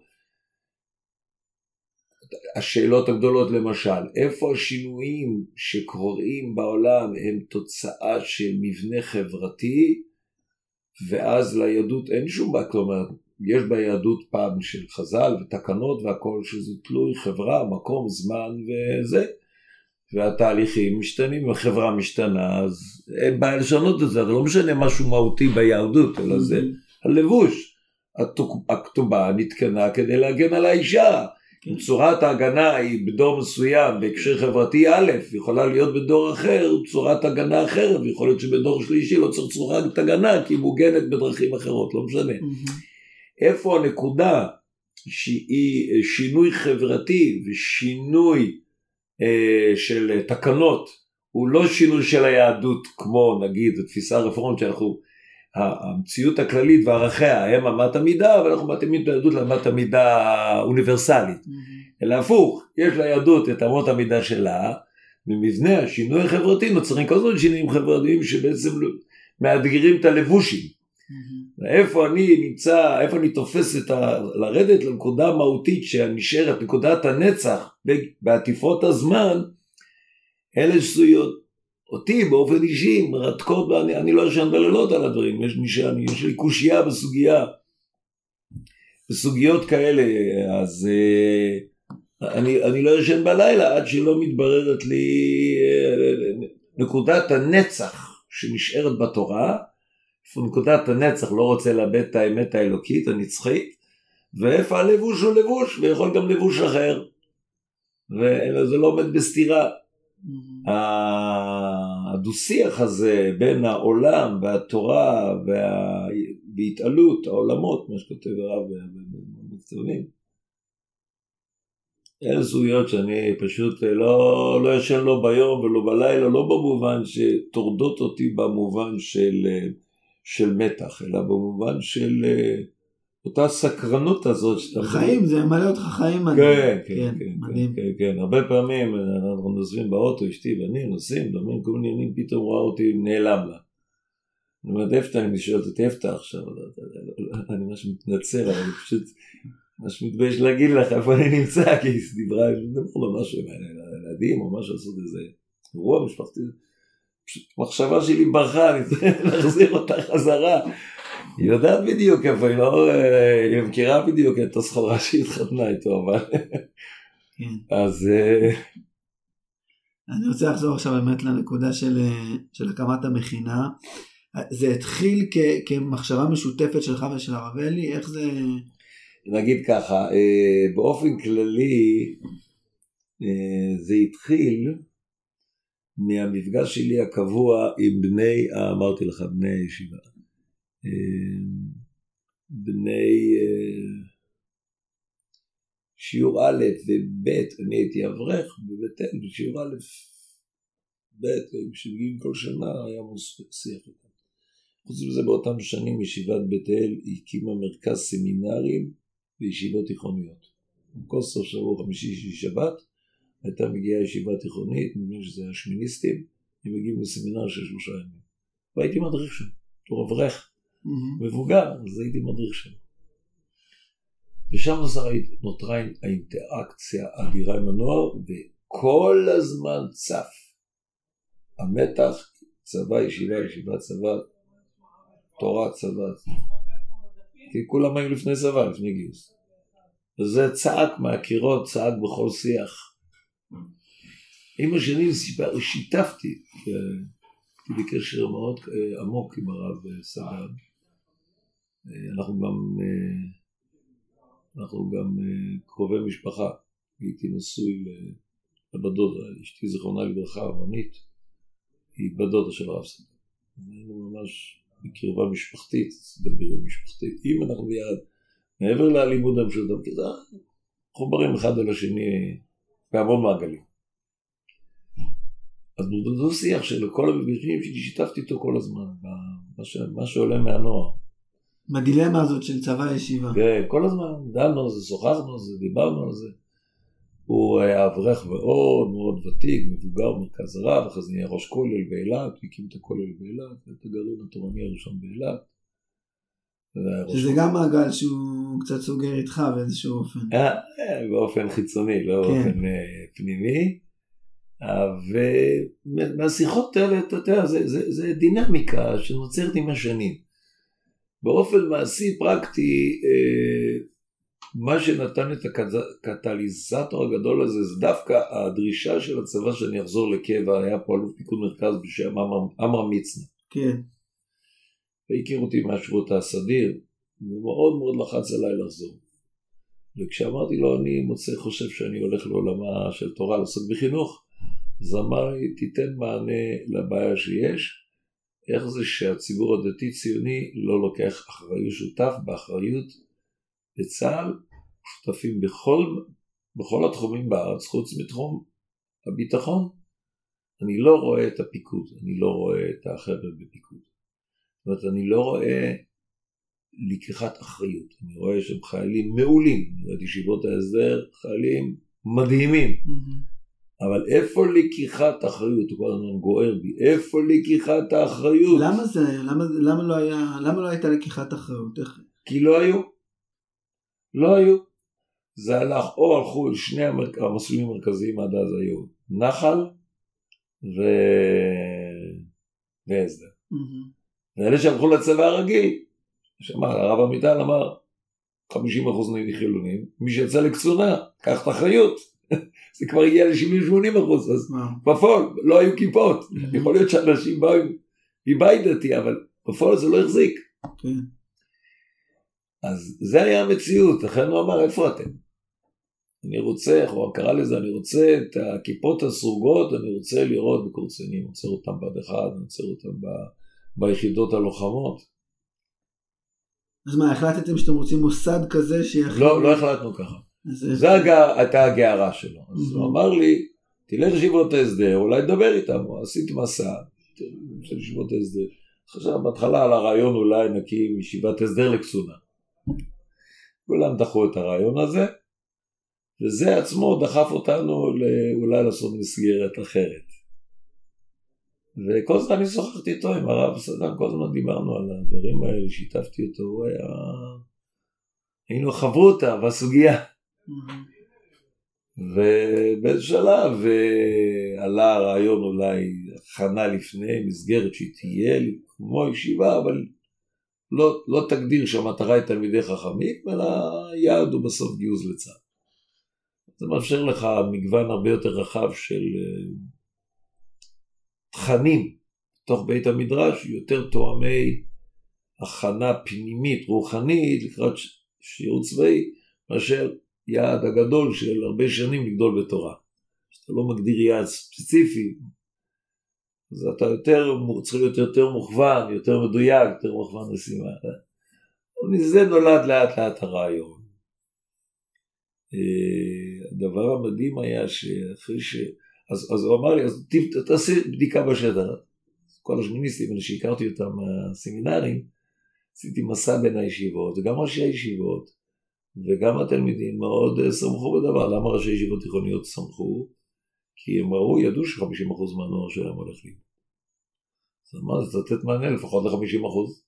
השאלות הגדולות למשל, איפה השינויים שקורים בעולם הם תוצאה של מבנה חברתי, ואז ליהדות אין שום בעיה, כלומר, יש ביהדות פעם של חז"ל ותקנות והכל שזה תלוי חברה, מקום, זמן וזה, והתהליכים משתנים, החברה משתנה, אז אין בעיה לשנות את זה, זה לא משנה משהו מהותי ביהדות, אלא זה הלבוש, הכתובה נתקנה כדי להגן על האישה, צורת ההגנה היא בדור מסוים, בהקשר חברתי א', יכולה להיות בדור אחר, צורת הגנה אחרת, ויכול להיות שבדור שלישי לא צריך צורת הגנה, כי היא מוגנת בדרכים אחרות, לא משנה. איפה הנקודה שהיא שינוי חברתי ושינוי אה, של תקנות, הוא לא שינוי של היהדות, כמו נגיד, התפיסה הרפורמית שאנחנו, המציאות הכללית וערכיה הם אמת המידה, ואנחנו מתאימים את היהדות לאמת המידה האוניברסלית. Mm-hmm. אלא הפוך, יש ליהדות את אמות המידה שלה, במבנה השינוי החברתי נוצרים כל הזמן שינויים חברתיים שבעצם מאתגרים את הלבושים. Mm-hmm. איפה אני נמצא, איפה אני תופס את ה... לרדת לנקודה המהותית שנשארת, נקודת הנצח, בעטיפות הזמן, אלה שסויות. אותי באופן אישי מרתקות, ואני, אני לא ישן בלילות על הדברים, יש, נשאר, יש לי קושייה בסוגיה, בסוגיות כאלה, אז אה, אני, אני לא ישן בלילה עד שלא מתבררת לי אה, נקודת הנצח שנשארת בתורה, איפה נקודת הנצח לא רוצה לאבד את האמת האלוקית הנצחית, ואיפה הלבוש הוא לבוש, ויכול גם לבוש אחר, וזה לא עומד בסתירה. הדו-שיח הזה בין העולם והתורה וההתעלות, העולמות, מה שכותב הרב במקצוענים, אלה סוגיות שאני פשוט לא, לא ישן לא ביום ולא בלילה, לא במובן שתורדות אותי במובן של, של מתח, אלא במובן של אותה סקרנות הזאת שאתה... חיים, זה מלא אותך חיים. כן, כן, כן, כן, כן, הרבה פעמים אנחנו נוסעים באוטו, אשתי ואני נוסעים, דומים כל מיני עניינים, פתאום רואה אותי נעלם לה. אני אומרת, איפה אני שואלת אותי, איפה עכשיו? אני ממש מתנצל, אבל אני פשוט ממש מתבייש להגיד לך איפה אני נמצא, כי היא דיברה, דמור לו משהו עם הילדים או משהו, לעשות איזה אירוע משפחתי, פשוט מחשבה שלי ברכה, אני צריך להחזיר אותה חזרה. היא יודעת בדיוק איפה, היא לא, היא מכירה בדיוק את הסחורה שהיא התחתנה איתו, אבל... כן. אז... אני רוצה לחזור עכשיו באמת לנקודה של, של הקמת המכינה. זה התחיל כ, כמחשבה משותפת שלך ושל הרב אלי, איך זה... נגיד ככה, באופן כללי, זה התחיל מהמפגש שלי הקבוע עם בני, אמרתי לך, בני הישיבה. בני שיעור א' וב', אני הייתי אברך בבית אל, בשיעור א' ב', כשמגיעים כל שנה היה מוסיח אותם. חוץ מזה באותם שנים ישיבת בית אל הקימה מרכז סמינרים וישיבות תיכוניות. כל סוף שבוע חמישי שישי שבת הייתה מגיעה ישיבה תיכונית, נדמה שזה השמיניסטים, הם מגיעים לסמינר של שלושה ימים. והייתי מדריך שם, תור אברך. מבוגר, אז הייתי מדריך שם. ושם נותרה האינטראקציה האדירה עם הנוער, וכל הזמן צף המתח, צבא, ישיבה, ישיבה, צבא, תורה, צבא. כי כולם היו לפני צבא, לפני גיוס. זה צעק מהקירות, צעק בכל שיח. עם השנים שיתפתי, הייתי בקשר מאוד עמוק עם הרב סדן. אנחנו גם, אנחנו גם קרובי משפחה. הייתי נשוי לבדודה, אשתי זיכרונה לברכה, רונית, היא בדודה של הרב סדן. היינו ממש בקרבה משפחתית, דבירה משפחתית. אם אנחנו ביחד, מעבר ללימוד המשותף, כי זה חוברים אחד על השני בהמון מעגלים. אז בודדו שיח של כל המפגשים ששיתפתי איתו כל הזמן, מה, ש... מה שעולה מהנוער. בדילמה הזאת של צבא ישיבה. כן, כל הזמן דנו על זה, שוחחנו על זה, דיברנו על זה. הוא היה אברך מאוד מאוד ותיק, מבוגר מרכז הרב, אחרי זה נהיה ראש כולל באילת, הקים את הכולל באילת, את הגרעין התורני הראשון באילת. שזה גם מעגל שהוא קצת סוגר איתך באיזשהו אופן. באופן חיצוני, לא באופן פנימי. ומהשיחות האלה, אתה יודע, זה, זה, זה דינמיקה שנוצרת עם השנים. באופן מעשי, פרקטי, מה שנתן את הקטליזטור הגדול הזה, זה דווקא הדרישה של הצבא שאני אחזור לקבע, היה פה אלוף פיקוד מרכז בשם אמר מצנע. כן. והכיר אותי מהשירות הסדיר, הוא מאוד מאוד לחץ עליי לחזור. וכשאמרתי לו, אני מוצא חושב שאני הולך לעולמה של תורה, לעסוק בחינוך, אז אמר לי, תיתן מענה לבעיה שיש, איך זה שהציבור הדתי ציוני לא לוקח אחריות, שותף באחריות לצה"ל, שותפים בכל, בכל התחומים בארץ, חוץ מתחום הביטחון. אני לא רואה את הפיקוד, אני לא רואה את החבר'ה בפיקוד. זאת אומרת, אני לא רואה לקיחת אחריות, אני רואה שהם חיילים מעולים, אני רואה את ישיבות ההסדר, חיילים מדהימים, mm-hmm. אבל איפה לקיחת אחריות? הוא כל הזמן גוער בי, איפה לקיחת האחריות? למה זה? למה, למה לא היה, למה לא הייתה לקיחת אחריות? איך? כי לא היו. לא היו. זה הלך, או הלכו שני המרק... המסלולים המרכזיים עד אז היו, נחל ו... והסדר. Mm-hmm. ואלה שהלכו לצבא הרגיל, שמע, הרב עמיטל אמר, חמישים אחוז נהיים חילונים, מי שיצא לקצונה, קח את האחריות. זה כבר הגיע ל-שבעים שמונים אחוז, אז בפועל לא היו כיפות. יכול להיות שאנשים באו מבית דתי, אבל בפועל זה לא החזיק. אז זה היה המציאות, לכן הוא אמר, איפה אתם? אני רוצה, הוא קרא לזה, אני רוצה את הכיפות הסרוגות, אני רוצה לראות בקורצנים, אני רוצה אותם בעד אחד, אני רוצה אותם ביחידות הלוחמות. אז מה, החלטתם שאתם רוצים מוסד כזה שיחליט? לא, לא החלטנו ככה. זה הייתה הגערה שלו. אז הוא אמר לי, תלך לישיבות ההסדר, אולי תדבר איתם, עשית מסע של ישיבות ההסדר. חשב בהתחלה על הרעיון אולי נקים ישיבת הסדר לקצונה. כולם דחו את הרעיון הזה, וזה עצמו דחף אותנו אולי לעשות מסגרת אחרת. וכל זמן אני שוחחתי איתו עם הרב סדן, כל זמן דיברנו על הדברים האלה, שיתפתי אותו, הוא היה... היינו חברותה בסוגיה. ובאיזה שלב עלה הרעיון אולי הכנה לפני מסגרת שהיא תהיה כמו ישיבה, אבל לא, לא תגדיר שהמטרה היא תלמידי חכמים, אלא יעד הוא בסוף גיוס לצה"ל. זה מאפשר לך מגוון הרבה יותר רחב של תכנים תוך בית המדרש, יותר תואמי הכנה פנימית, רוחנית, לקראת שיעור צבאי, מאשר יעד הגדול של הרבה שנים לגדול בתורה. שאתה לא מגדיר יעד ספציפי, אז אתה יותר, צריך להיות יותר מוכוון, יותר מדויק, יותר מוכוון לשימה. מזה נולד לאט לאט הרעיון. הדבר המדהים היה שאחרי ש... אז, אז הוא אמר לי, אז תעשה בדיקה בשטח. כל השמיניסטים, אלה שהכרתי אותם מהסמינרים, עשיתי מסע בין הישיבות, וגם ראשי הישיבות, וגם התלמידים מאוד סמכו בדבר. למה ראשי ישיבות תיכוניות סמכו? כי הם ראו, ידעו ש-חמישים אחוז מהנוער שלהם הולך לי. אז אמר, זה לתת מענה לפחות ל-חמישים אחוז.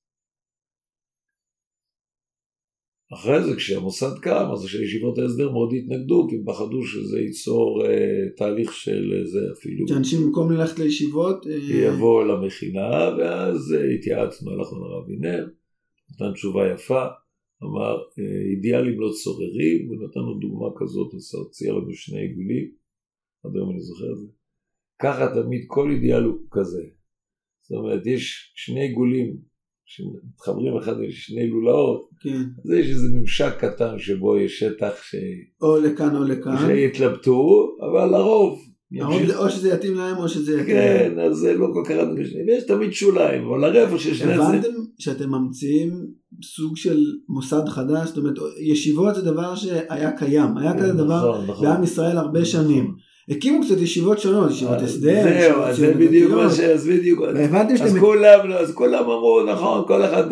אחרי זה, כשהמוסד קם, אז הישיבות ההסדר מאוד התנגדו, כי הם פחדו שזה ייצור אה, תהליך של זה אפילו. שאנשים במקום ללכת לישיבות... אה... יבואו למכינה, ואז אה, התייעצנו, הלכנו לרב אבינר, נתן תשובה יפה, אמר, אידיאלים לא צוררים, ונתנו דוגמה כזאת, עשה הוציאה לנו שני עיגולים, עד היום אני זוכר את זה. ככה תמיד כל אידיאל הוא כזה. זאת אומרת, יש שני עיגולים שמתחברים אחד לשני לולאות, כן. אז יש איזה ממשק קטן שבו יש שטח ש... או לכאן או לכאן. שיתלבטו, אבל לרוב... ימשיך... או שזה יתאים להם או שזה יתאים כן, להם. אז זה לא כל כך רב בשני, ויש תמיד שוליים, אבל הרבע שיש לזה... הבנתם שאתם ממציאים סוג של מוסד חדש, זאת אומרת, ישיבות זה דבר שהיה קיים, היה כזה דבר בעם ישראל הרבה שנים. הקימו קצת ישיבות שונות, ישיבות הסדר. זהו, אז זה בדיוק מה ש... אז בדיוק... אז כולם, אז כולם אמרו, נכון, כל אחד...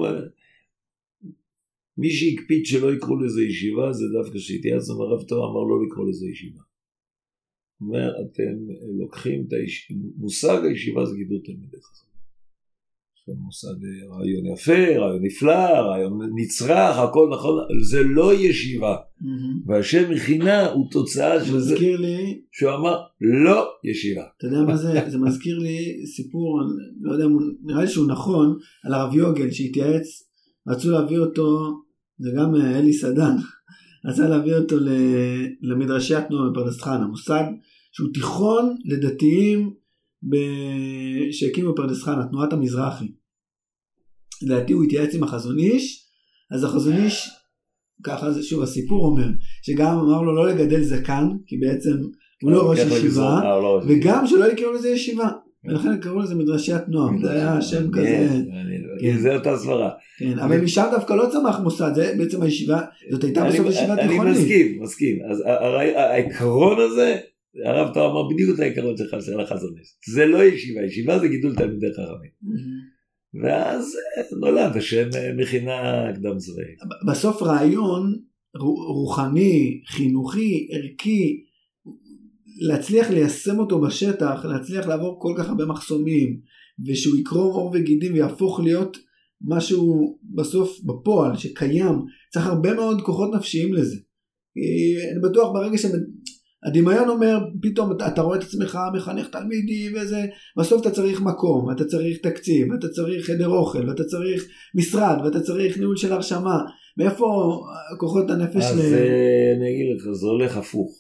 מי שהקפיד שלא יקראו לזה ישיבה, זה דווקא שהתייעצנו עם הרב תורה, אמר לא לקרוא לזה ישיבה. אומר, אתם לוקחים את מושג הישיבה, זה גידול תלמידי חכמים. מושג רעיון יפה, רעיון נפלא, רעיון נצרך, הכל נכון, זה לא ישיבה. והשם מכינה הוא תוצאה של זה. מזכיר לי... שהוא אמר, לא ישיבה. אתה יודע מה זה? זה מזכיר לי סיפור, לא יודע, נראה לי שהוא נכון, על הרב יוגל שהתייעץ, רצו להביא אותו, זה גם אלי סדן, רצה להביא אותו למדרשי התנועה בפרדס חנה, מוסד שהוא תיכון לדתיים שהקימו בפרדס חנה, תנועת המזרחי. לדעתי הוא התייעץ עם החזון איש, אז החזון איש, ככה זה שוב הסיפור אומר, שגם אמר לו לא לגדל זקן, כי בעצם הוא לא ראש ישיבה, וגם שלא יקראו לזה ישיבה. ולכן קראו לזה מדרשי התנועה, זה היה השם כזה. זה אותה סברה. אבל משם דווקא לא צמח מוסד, זה בעצם הישיבה, זאת הייתה בסוף ישיבה תיכונית. אני מסכים, מסכים. אז העיקרון הזה, הרב תורה אמר בדיוק את העיקרון שלך של החזון איש. זה לא ישיבה, ישיבה זה גידול תלמידי חכמים. ואז נולד השם מכינה קדם צבאית. בסוף רעיון רוחני, חינוכי, ערכי, להצליח ליישם אותו בשטח, להצליח לעבור כל כך הרבה מחסומים, ושהוא יקרום עור וגידים ויהפוך להיות משהו בסוף בפועל שקיים, צריך הרבה מאוד כוחות נפשיים לזה. אני בטוח ברגע שהדמיון אומר, פתאום אתה רואה את עצמך מחנך תלמידי וזה, בסוף אתה צריך מקום, אתה צריך תקציב, אתה צריך חדר אוכל, ואתה צריך משרד, ואתה צריך ניהול של הרשמה, מאיפה כוחות הנפש? אז ל... אני אגיד לך, זה הולך הפוך.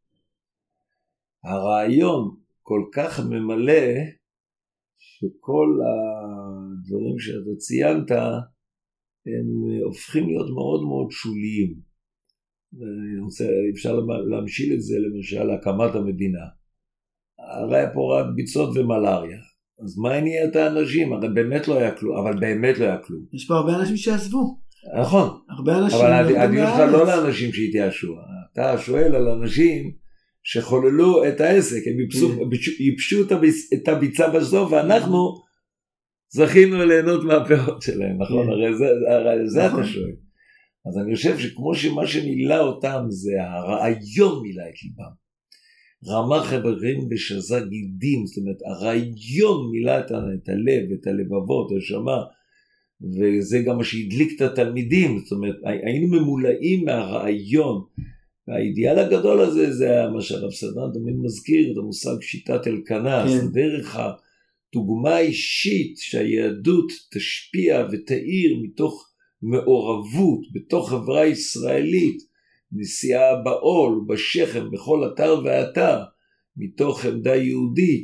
הרעיון כל כך ממלא, שכל הדברים שאתה ציינת, הם הופכים להיות מאוד מאוד שוליים. אני רוצה, אפשר להמשיל את זה למשל להקמת המדינה. הרי היה פה רק ביצות ומלאריה. אז מה הניע את האנשים? הרי באמת לא היה כלום, אבל באמת לא היה כלום. יש פה הרבה אנשים שעזבו. נכון. הרבה אנשים. אבל הדיון שלך לא לאנשים שהתייאשו. אתה שואל על אנשים שחוללו את העסק, הם ייבשו את הביצה בסוף, ואנחנו זכינו ליהנות מהפירות שלהם, נכון? הרי זה אתה שואל. אז אני חושב שכמו שמה שמילא אותם זה הרעיון מילא את ליבם. רמה חברים ושזה גידים, זאת אומרת הרעיון מילא את הלב, את הלבבות, השמה, וזה גם מה שהדליק את התלמידים, זאת אומרת היינו ממולאים מהרעיון, והאידיאל הגדול הזה זה מה שהרב סדן תמיד מזכיר, את המושג שיטת אלקנה, כן. זה דרך הדוגמה האישית שהיהדות תשפיע ותאיר מתוך מעורבות בתוך חברה ישראלית, נסיעה בעול, בשכם, בכל אתר ואתר, מתוך עמדה יהודית,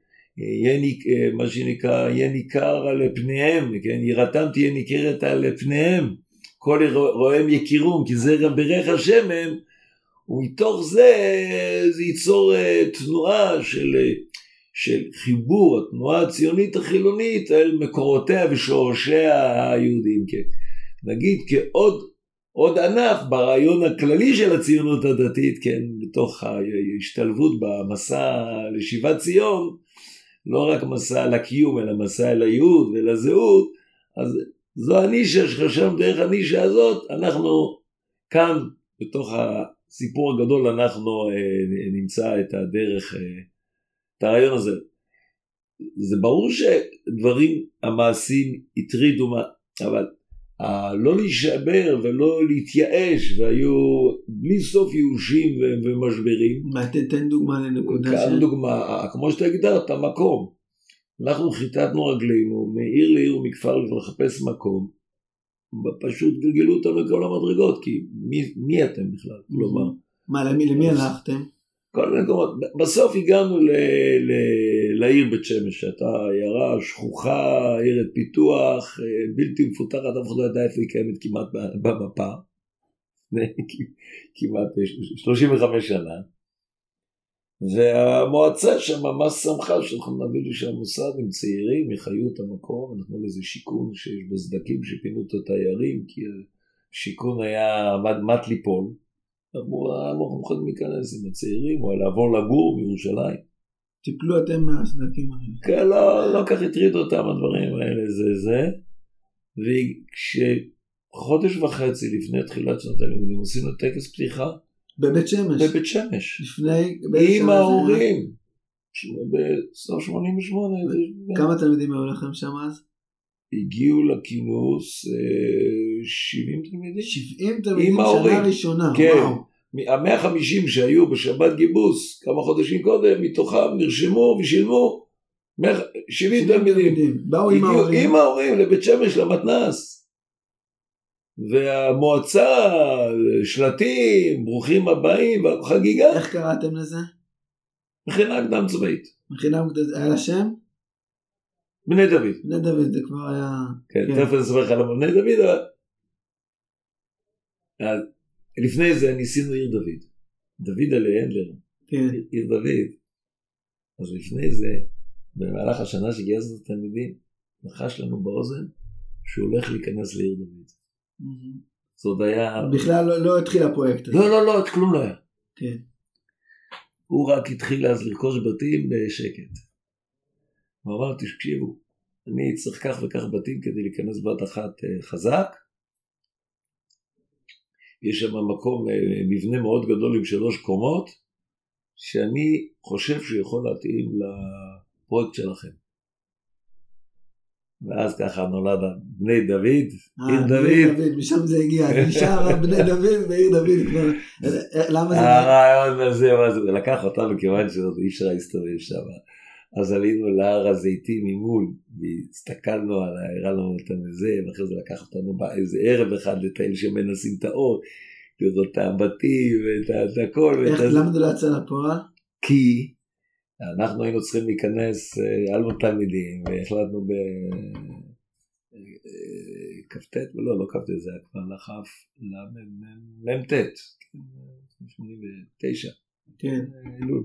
שיהיה מה שנקרא, יהיה ניכר על פניהם, כן? יראתם תהיה ניכרת על פניהם, כל רואיהם יכירום, כי זה ברך השם הם, ומתוך זה, זה ייצור תנועה של, של חיבור, התנועה הציונית החילונית, אל מקורותיה ושורשיה היהודיים, כן? נגיד כעוד עוד ענף ברעיון הכללי של הציונות הדתית, כן, בתוך ההשתלבות במסע לשיבת ציון, לא רק מסע לקיום, אלא מסע אל הייעוד ולזהות, אז זו הנישה שחשב דרך הנישה הזאת, אנחנו כאן בתוך הסיפור הגדול, אנחנו אה, נמצא את הדרך, אה, את הרעיון הזה. זה ברור שדברים המעשים הטרידו, אבל לא להישבר ולא להתייאש, והיו בלי סוף ייאושים ומשברים. מה, תתן דוגמה לנקודה כאן ש... דוגמה, כמו שאתה הגדרת, מקום. אנחנו חיטטנו רגלינו מעיר לעיר ומכפר לחפש מקום, פשוט גלגלו אותנו לכל המדרגות, כי מי, מי אתם בכלל? כלומר, מה, למי, למי הלכתם? כל מיני מקומות. בסוף הגענו ל, ל, לעיר בית שמש, שהייתה עיירה שכוחה, עיירת פיתוח, בלתי מפותחת, אף אחד לא ידע איפה היא קיימת כמעט במפה, כמעט שלושים וחמש שנה, והמועצה שם ממש שמחה שאנחנו נביא לשם מוסד עם צעירים, יחיו את המקום, אנחנו לזה שיקון שיש בו סדקים שפינו את התיירים, כי השיקון היה מת ליפול, אנחנו מוכנים להיכנס עם הצעירים, או לעבור לגור בירושלים. טיפלו אתם מהסדקים האלה. כן, לא, לא כך הטריד אותם הדברים האלה, זה זה, וכשחודש וחצי לפני תחילת שנת הלימודים, עשינו טקס פתיחה, בבית שמש. בבית שמש. לפני... עם ההורים. בסוף שמונים ושמונה. כמה תלמידים היו לכם שם אז? הגיעו לכינוס שבעים תלמידים. שבעים תלמידים שנה ראשונה. כן. ה-מאה וחמישים שהיו בשבת גיבוס כמה חודשים קודם, מתוכם נרשמו ושילמו שבעים תלמידים. באו עם ההורים. עם ההורים לבית שמש למתנ"ס. והמועצה, שלטים, ברוכים הבאים, חגיגה. איך קראתם לזה? מכינה קדם צבאית. מכינה קדם, היה לה שם? בני דוד. בני דוד, זה כבר היה... כן, תכף אני אספר לך על בני דוד, אבל... לפני זה ניסינו עיר דוד. דוד עלי הנדלר. כן. עיר דוד. אז לפני זה, במהלך השנה שגייסנו את התלמידים, נחש לנו באוזן, שהוא הולך להיכנס לעיר דוד. זאת היה... בכלל לא, לא התחיל הפרויקט הזה. לא, לא, לא, כלום לא היה. כן. הוא רק התחיל אז לרכוש בתים בשקט. הוא אמר, תקשיבו, אני צריך כך וכך בתים כדי להיכנס בת אחת חזק. יש שם מקום, מבנה מאוד גדול עם שלוש קומות, שאני חושב שהוא יכול להתאים לפרויקט שלכם. ואז ככה נולד בני דוד, עיר דוד. משם זה הגיע, נשאר בני דוד ועיר דוד. למה זה? הרעיון הזה, זה לקח אותנו כיוון שזאת אי אפשר להסתובב שם. אז עלינו להר הזיתים ממול, והסתכלנו על הראינו אותם לזה, ואחרי זה לקח אותנו באיזה ערב אחד לטייל שמנסים את האור, לראות את הבתים ואת הכל. למה זה לא יצא לפועל? כי אנחנו היינו צריכים להיכנס, אלנו תלמידים, והחלטנו בכ"ט, לא, לא כ"ט, זה היה כבר לחף, למ"ט, שמונים ותשע, כן, אלול,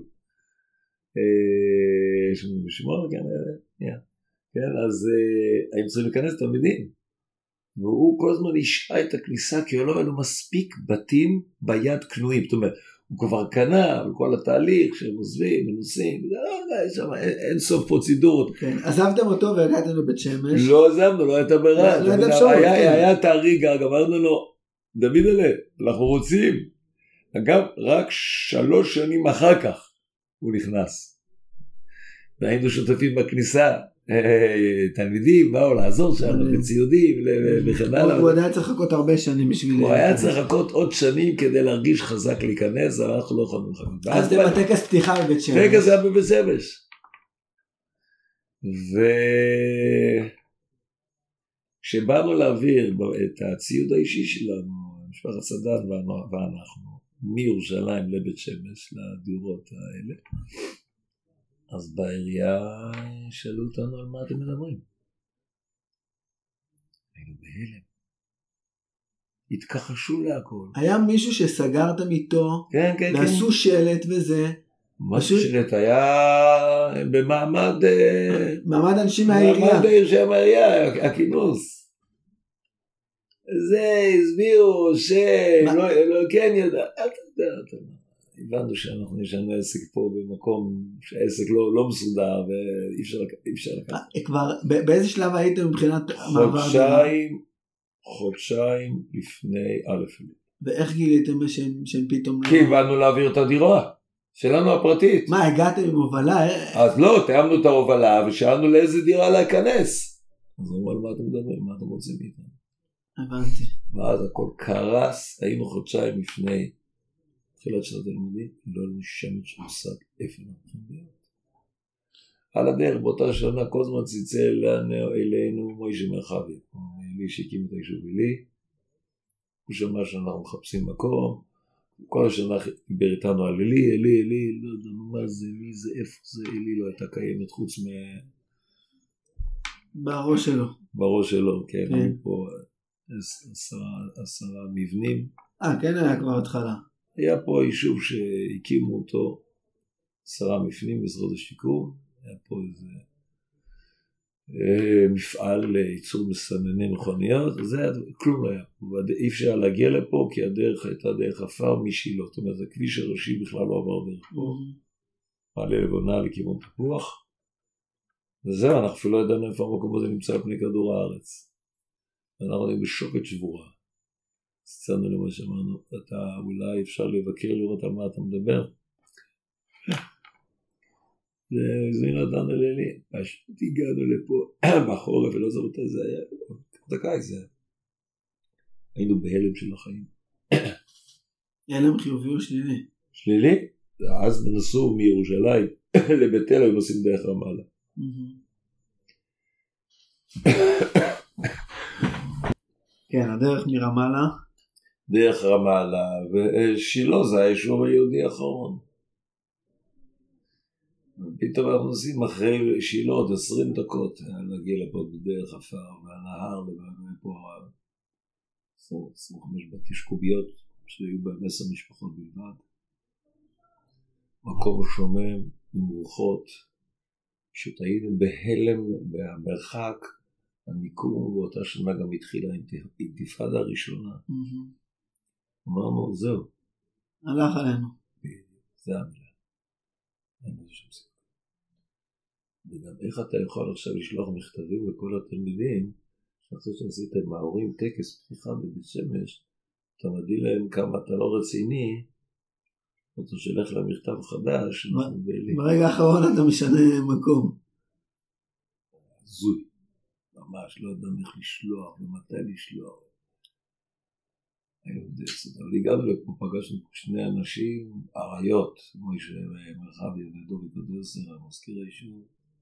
שמונים ושמונה, כן, אז היינו צריכים להיכנס תלמידים, והוא כל הזמן השעה את הכניסה, כי לא היה לו מספיק בתים ביד קנויים, זאת אומרת, הוא כבר קנה, וכל התהליך שהם עוזבים, מנוסים, יש שם אין סוף פרוצידורות. כן, עזבתם אותו והגעתם לבית שמש? לא עזבנו, לא הייתה ברירה. לא הייתה אפשרות. היה תאריך, אמרנו לו, דוד אלה, אנחנו רוצים. אגב, רק שלוש שנים אחר כך הוא נכנס. והיינו שותפים בכניסה, תלמידים באו לעזור שם, בציודים, וכן הלאה. הוא היה צריך לחכות הרבה שנים בשביל... הוא היה צריך לחכות עוד שנים כדי להרגיש חזק להיכנס, אבל אנחנו לא יכולנו לחכות. אז זה בטקס פתיחה בבית שמש. טקס היה בבית שמש. וכשבאנו להעביר את הציוד האישי שלנו, משפחת סדן ואנחנו, מירושלים לבית שמש, לדירות האלה, אז בעירייה שאלו אותנו על מה אתם מדברים. היינו בהלם. התכחשו להכל. היה מישהו שסגרתם איתו, כן, כן, ועשו כן. שלט וזה. משהו שלט היה במעמד... מעמד אנשים מהעירייה. מעמד האנשי מהעירייה, הכינוס. זה הסבירו ש... לא כן ידע. אתה יודע, אתה יודע. הבנו שאנחנו יש לנו עסק פה במקום שהעסק לא, לא מסודר ואי אפשר, אפשר לקחת. כבר, באיזה שלב הייתם מבחינת המעבר? חודשיים, חודשיים לפני א' אלול. ואיך גיליתם שהם, שהם פתאום... כי הבנו להעביר את הדירה שלנו הפרטית. מה, הגעתם עם הובלה? אז לא, תאמנו את ההובלה ושאלנו לאיזה דירה להיכנס. אז אמרו על מה אתם מדברים, מה אתם רוצים מאיתנו? הבנתי. ואז הכל קרס, היינו חודשיים לפני תחילת שנת הלימודים, לא היה לנו שמץ של מושג איפה אנחנו צריכים להיות. על הדרך באותה שנה כל הזמן צלצל אלינו מוישה מרחבי, אלי שהקים את היישוב אלי, הוא שמע שאנחנו מחפשים מקום, כל השנה דיבר איתנו על אלי, אלי, אלי, לא יודענו מה זה, מי זה, איפה זה, אלי לא הייתה קיימת חוץ מ... בראש שלו. בראש שלו, כן, היו פה עשרה, עשרה מבנים. אה, כן היה כבר התחלה. היה פה יישוב שהקימו אותו, עשרה מבנים בעזרת השיקום, היה פה איזה מפעל לייצור מסנני מכוניות, זה כלום לא היה פה, אי אפשר להגיע לפה כי הדרך הייתה דרך עפר משילה, זאת אומרת הכביש הראשי בכלל לא עבר דרך פה, מעלה לבונה לכיוון תפוח, וזהו, אנחנו אפילו לא ידענו איפה המקום הזה נמצא על פני כדור הארץ, ואנחנו היינו בשוקת שבורה, הצענו למה שאמרנו, אתה אולי אפשר לבקר לראות על מה אתה מדבר, וזה נתן אלילי, פשוט הגענו לפה בחורף ולא זו אותה, זה היה, דקה זה היה. היינו בהלם של החיים. הלם חיובי או שלילי? שלילי? אז נסעו מירושלים לבית אל, היו נוסעים דרך רמאללה. כן, הדרך מרמאללה. דרך רמאללה, ושילה זה היישוב היהודי האחרון. פתאום אנחנו נוסעים אחרי שילה עוד עשרים דקות להגיע לפה בדרך עפר והנהר ופה עשרים וחמש בתשקוביות שהיו בהם עשר משפחות בלבד, מקום שומם עם רוחות, כשהיינו בהלם במרחק המיקום, באותה שנה גם התחילה האינתיפאדה הראשונה. אמרנו זהו, הלך עלינו, זה המילה, אין לזה שם סיפור. וגם איך אתה יכול עכשיו לשלוח מכתבים לכל התלמידים, שאחרי שעשית עם ההורים טקס פתיחה בבית שמש, אתה מדהים להם כמה אתה לא רציני, אתה שולח להם מכתב חדש, ברגע האחרון אתה משנה מקום. זוי, ממש לא יודע איך לשלוח ומתי לשלוח. אבל הגענו לפה, פגשנו שני אנשים, עריות, מוישה מרחבי ודובי קודרסר, המזכיר היישוב,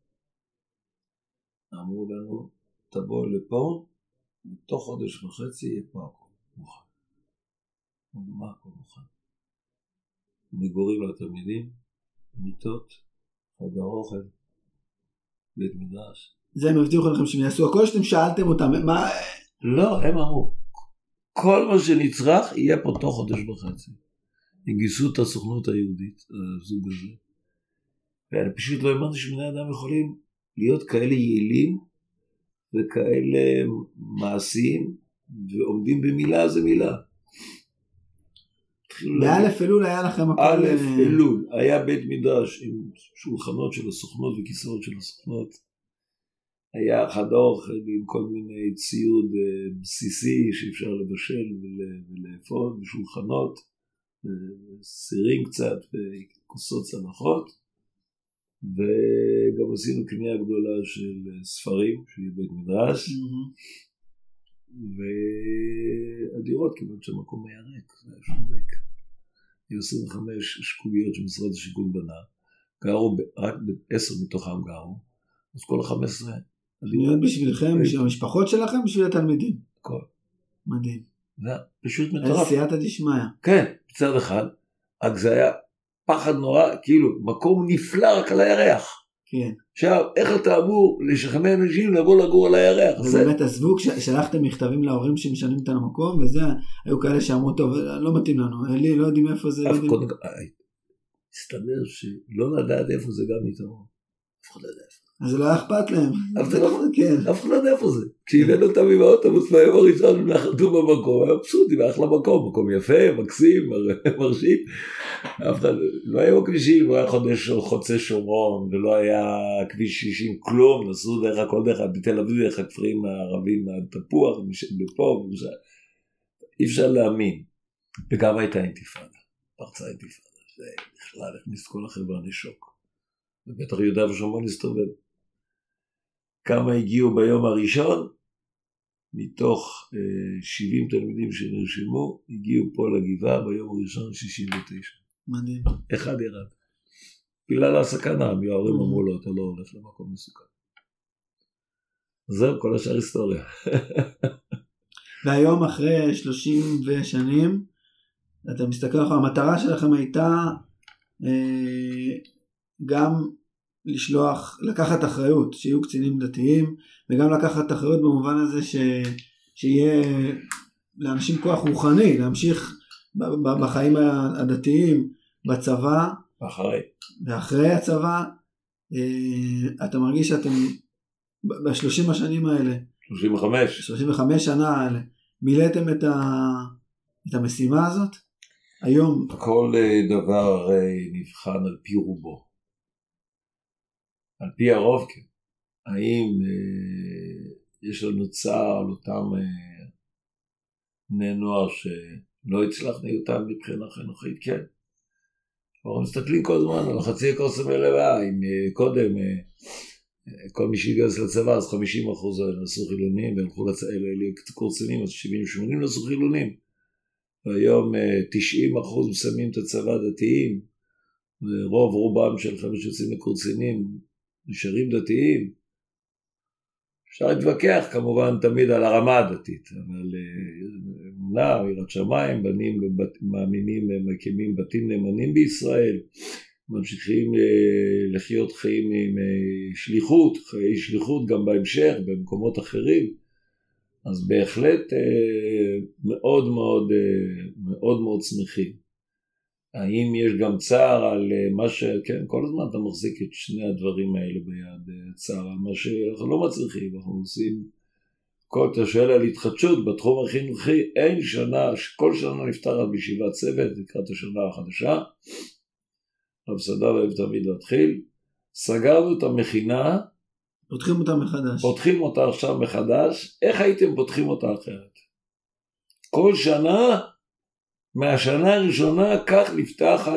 אמרו לנו, תבואו לפה, בתוך חודש וחצי יהיה פה הכל מוכן. אמרו, מה הכל מוכן? מגורים לתלמידים, מיטות, חדר אוכל, בית מדרש. זה הם הבטיחו לכם שהם יעשו הכל, שאתם שאלתם אותם, מה... לא, הם אמרו, כל מה שנצרך יהיה פה תוך חודש וחצי. הם גייסו את הסוכנות היהודית, הזוג הזה. ואני פשוט לא האמנתי שבני אדם יכולים להיות כאלה יעילים, וכאלה מעשיים, ועומדים במילה זה מילה. באלף אלול היה לכם הכל... אלף אלול, היה בית מדרש עם שולחנות של הסוכנות וכיסאות של הסוכנות. היה חדר אוכל עם כל מיני ציוד בסיסי שאפשר לבשל ולאפות, ושולחנות, סירים קצת וכוסות צנחות, וגם עשינו קנייה גדולה של ספרים, שהיא בית מדרש, והדירות כיוון שהמקום היה ריק, זה היה שום ריק. היו עשרים וחמש שקוביות שמשרד השיכון בנה, גרו, רק עשר מתוכם גרו, אז כל ה-חמש עשרה בנויות בשבילכם, בשביל המשפחות שלכם, בשביל התלמידים. הכל. מדהים. זה פשוט מטורף. איזה סייעתא דשמיא. כן, בצד אחד, רק זה היה פחד נורא, כאילו, מקום נפלא רק על הירח. כן. עכשיו, איך אתה אמור לשכנע אנשים לבוא לגור על הירח? ובאמת עזבו, כששלחתם מכתבים להורים שמשנים את המקום, וזה, היו כאלה שאמרו, טוב, לא מתאים לנו, אלי, לא יודעים איפה זה. הסתבר שלא לדעת איפה זה גם יתרון. אף אחד לא יודע איפה. אז זה לא היה אכפת להם. אף אחד לא יודע איפה זה. כשהבאנו אותם עם האוטובוס ביום הראשון, הם נחתו במקום, היה פשוטים, היה אחלה מקום, מקום יפה, מקסים, מרשים. אף אחד, לא היה כבישים, לא היה חוצה שומרון, ולא היה כביש שישים, כלום, נסעו דרך הכל דרך, בתל אביב דרך הכפרים הערבים, מהתפוח, לפה, אי אפשר להאמין. וגם הייתה אינתיפאדה, פרצה אינתיפאדה, זה בכלל הכניס כל החברה לשוק. ובטח יהודה ושומרון הסתובב. כמה הגיעו ביום הראשון? מתוך אה, שבעים תלמידים שנרשמו, הגיעו פה לגבעה ביום הראשון שישים ותשע. מדהים. אחד ירד. בגלל הסכנה, ההורים אמרו לו, אתה לא הולך למקום מסוכן. זהו, כל השאר היסטוריה. והיום אחרי שלושים שנים, אתה מסתכל לך, המטרה שלכם הייתה אה, גם לשלוח, לקחת אחריות, שיהיו קצינים דתיים, וגם לקחת אחריות במובן הזה ש, שיהיה לאנשים כוח רוחני, להמשיך בחיים הדתיים, בצבא, אחרי. ואחרי הצבא, אתה מרגיש שאתם ב-שלושים השנים האלה, שלושים וחמש. שלושים וחמש שנה האלה, מילאתם את, ה, את המשימה הזאת? היום. כל דבר נבחן על פי רובו. על פי הרוב, כן. האם יש לנו צער על אותם בני נוער שלא הצלחנו אותם מבחינה חינוכית? כן. אנחנו מסתכלים כל הזמן על חצי הכוס המלאה, אם קודם כל מי שהתגייס לצבא אז חמישים אחוז נעשו חילונים והלכו לקורסים, אז שבעים שמונים נעשו חילונים, והיום תשעים אחוז מסיימים את הצבא דתיים, ורוב רובם של חבר'ה שיוצאים לקורסים נשארים דתיים. אפשר להתווכח כמובן תמיד על הרמה הדתית, אבל אמונה, יראת שמיים, בנים מאמינים ומקימים בתים נאמנים בישראל, ממשיכים לחיות חיים עם שליחות, חיי שליחות גם בהמשך במקומות אחרים. אז בהחלט מאוד מאוד מאוד מאוד שמחים. האם יש גם צער על מה ש... כן, כל הזמן אתה מחזיק את שני הדברים האלה ביד, צער על מה שאנחנו לא מצליחים, אנחנו עושים, כל אתה שואל על התחדשות בתחום החינוכי, אין שנה, כל שנה נפתחת בישיבת צוות, לקראת השנה החדשה, רב סדר אוהב תמיד להתחיל, סגרנו את המכינה, פותחים אותה מחדש. פותחים אותה עכשיו מחדש, איך הייתם פותחים אותה אחרת? כל שנה, מהשנה הראשונה כך נפתחת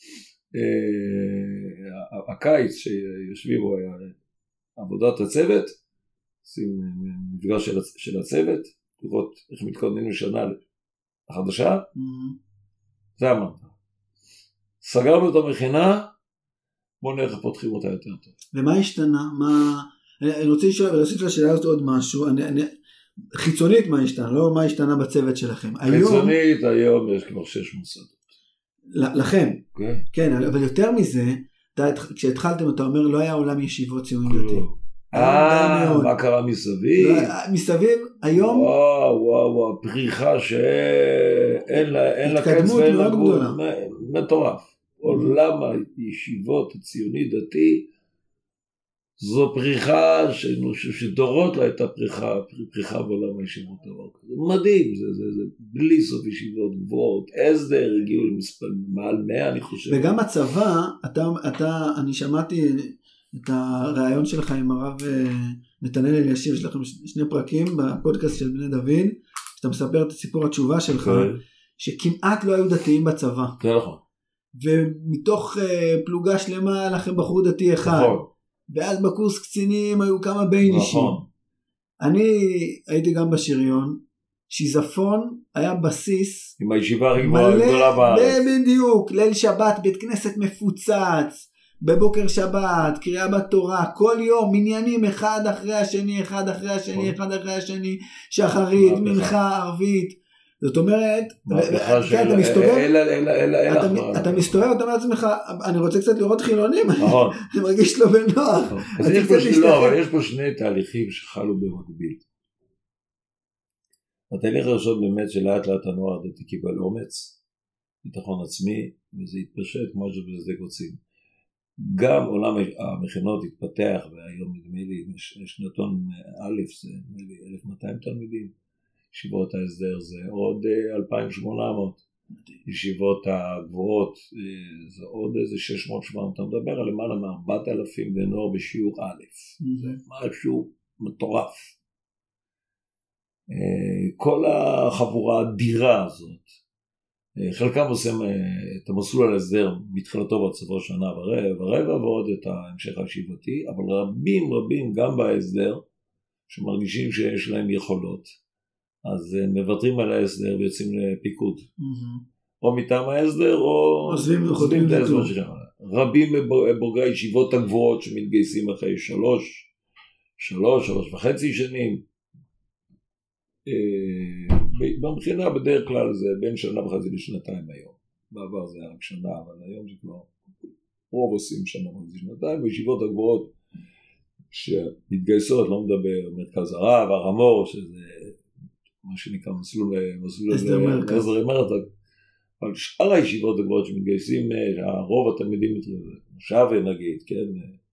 אה, הקיץ שיושבים בו היה עבודת הצוות, עושים מפגש של, של הצוות, לראות איך מתכוננים לשנה החדשה, mm-hmm. זה אמרת. סגרנו את המכינה, בואו נראה איך פותחים אותה יותר טוב. ומה השתנה? מה... אני רוצה לשאול, ולהוסיף לשאלה הזאת עוד משהו, אני... אני... חיצונית מה השתנה, לא מה השתנה בצוות שלכם. חיצונית היום, היום יש כבר שש מוסדות. לכם? כן. כן, אבל יותר מזה, כשהתחלתם אתה אומר לא היה עולם ישיבות ציונים דתי. אה, מה קרה מסביב? מסביב היום? וואו וואו וואו, פריחה שאין לה קץ ואין לה גבול. מטורף. עולם הישיבות הציוני דתי, זו פריחה שדורות לה את הפריחה, פריחה בעולם הישיבות דבר כזה. מדהים, זה, זה, זה בלי סוף ישיבות גבוהות, הסדר הגיעו למספר, מעל מאה אני חושב. וגם הצבא, אתה, אתה, אני שמעתי את הרעיון שלך עם הרב נתנאל אלישיב, יש לכם שני פרקים בפודקאסט של בני דוד, שאתה מספר את סיפור התשובה שלך, שכמעט לא היו דתיים בצבא. זה נכון. ומתוך פלוגה שלמה לכם בחור דתי אחד. נכון. ואז בקורס קצינים היו כמה בין אישים. נכון. אני הייתי גם בשריון, שיזפון היה בסיס עם הישיבה הגדולה בארץ. בדיוק, ליל שבת, בית כנסת מפוצץ, בבוקר שבת, קריאה בתורה, כל יום, מניינים אחד אחרי השני, אחד אחרי השני, אחד אחרי השני, שחרית, מנחה, ערבית. זאת אומרת, אתה מסתובב, אתה מסתובב, אתה אומר לעצמך, אני רוצה קצת לראות חילונים, אני מרגיש לא בנוח. אבל יש פה שני תהליכים שחלו במקביל. התהליך הראשון באמת שלאט לאט הנוער הדתי קיבל אומץ, ביטחון עצמי, וזה התפשט כמו שבזה קוצים. גם עולם המכינות התפתח, והיום נדמה לי, שנתון א' זה נדמה לי אלף ומאתיים תלמידים, ישיבות ההסדר זה עוד אלפיים ושמונה מאות, ישיבות הגבוהות זה עוד איזה שש מאות שבע מאות, אתה מדבר על למעלה מ-ארבעת אלפים בני נוער בשיעור א', זה משהו מטורף. כל החבורה האדירה הזאת, חלקם עושים את המסלול ההסדר מתחילתו בצבא שנה ורבע, ועוד את ההמשך הישיבתי, אבל רבים רבים גם בהסדר, שמרגישים שיש להם יכולות, אז מוותרים על ההסדר ויוצאים לפיקוד. Mm-hmm. או מטעם ההסדר, או עוזבים את ההסדר שלהם. רבים בבוגרי הישיבות הגבוהות שמתגייסים אחרי שלוש, שלוש, שלוש וחצי שנים. במכינה בדרך כלל זה בין שנה וחצי לשנתיים היום. בעבר זה היה רק שנה, אבל היום זה כבר רוב עושים שנה וחצי שנתיים, בישיבות הגבוהות שמתגייסות, לא מדבר, מרכז הרב, הרמור, שזה מה שנקרא מסלול, מסלול עזרי מרתק, אבל שאר הישיבות הגבוהות שמתגייסים, הרוב התלמידים, מושבי נגיד, כן,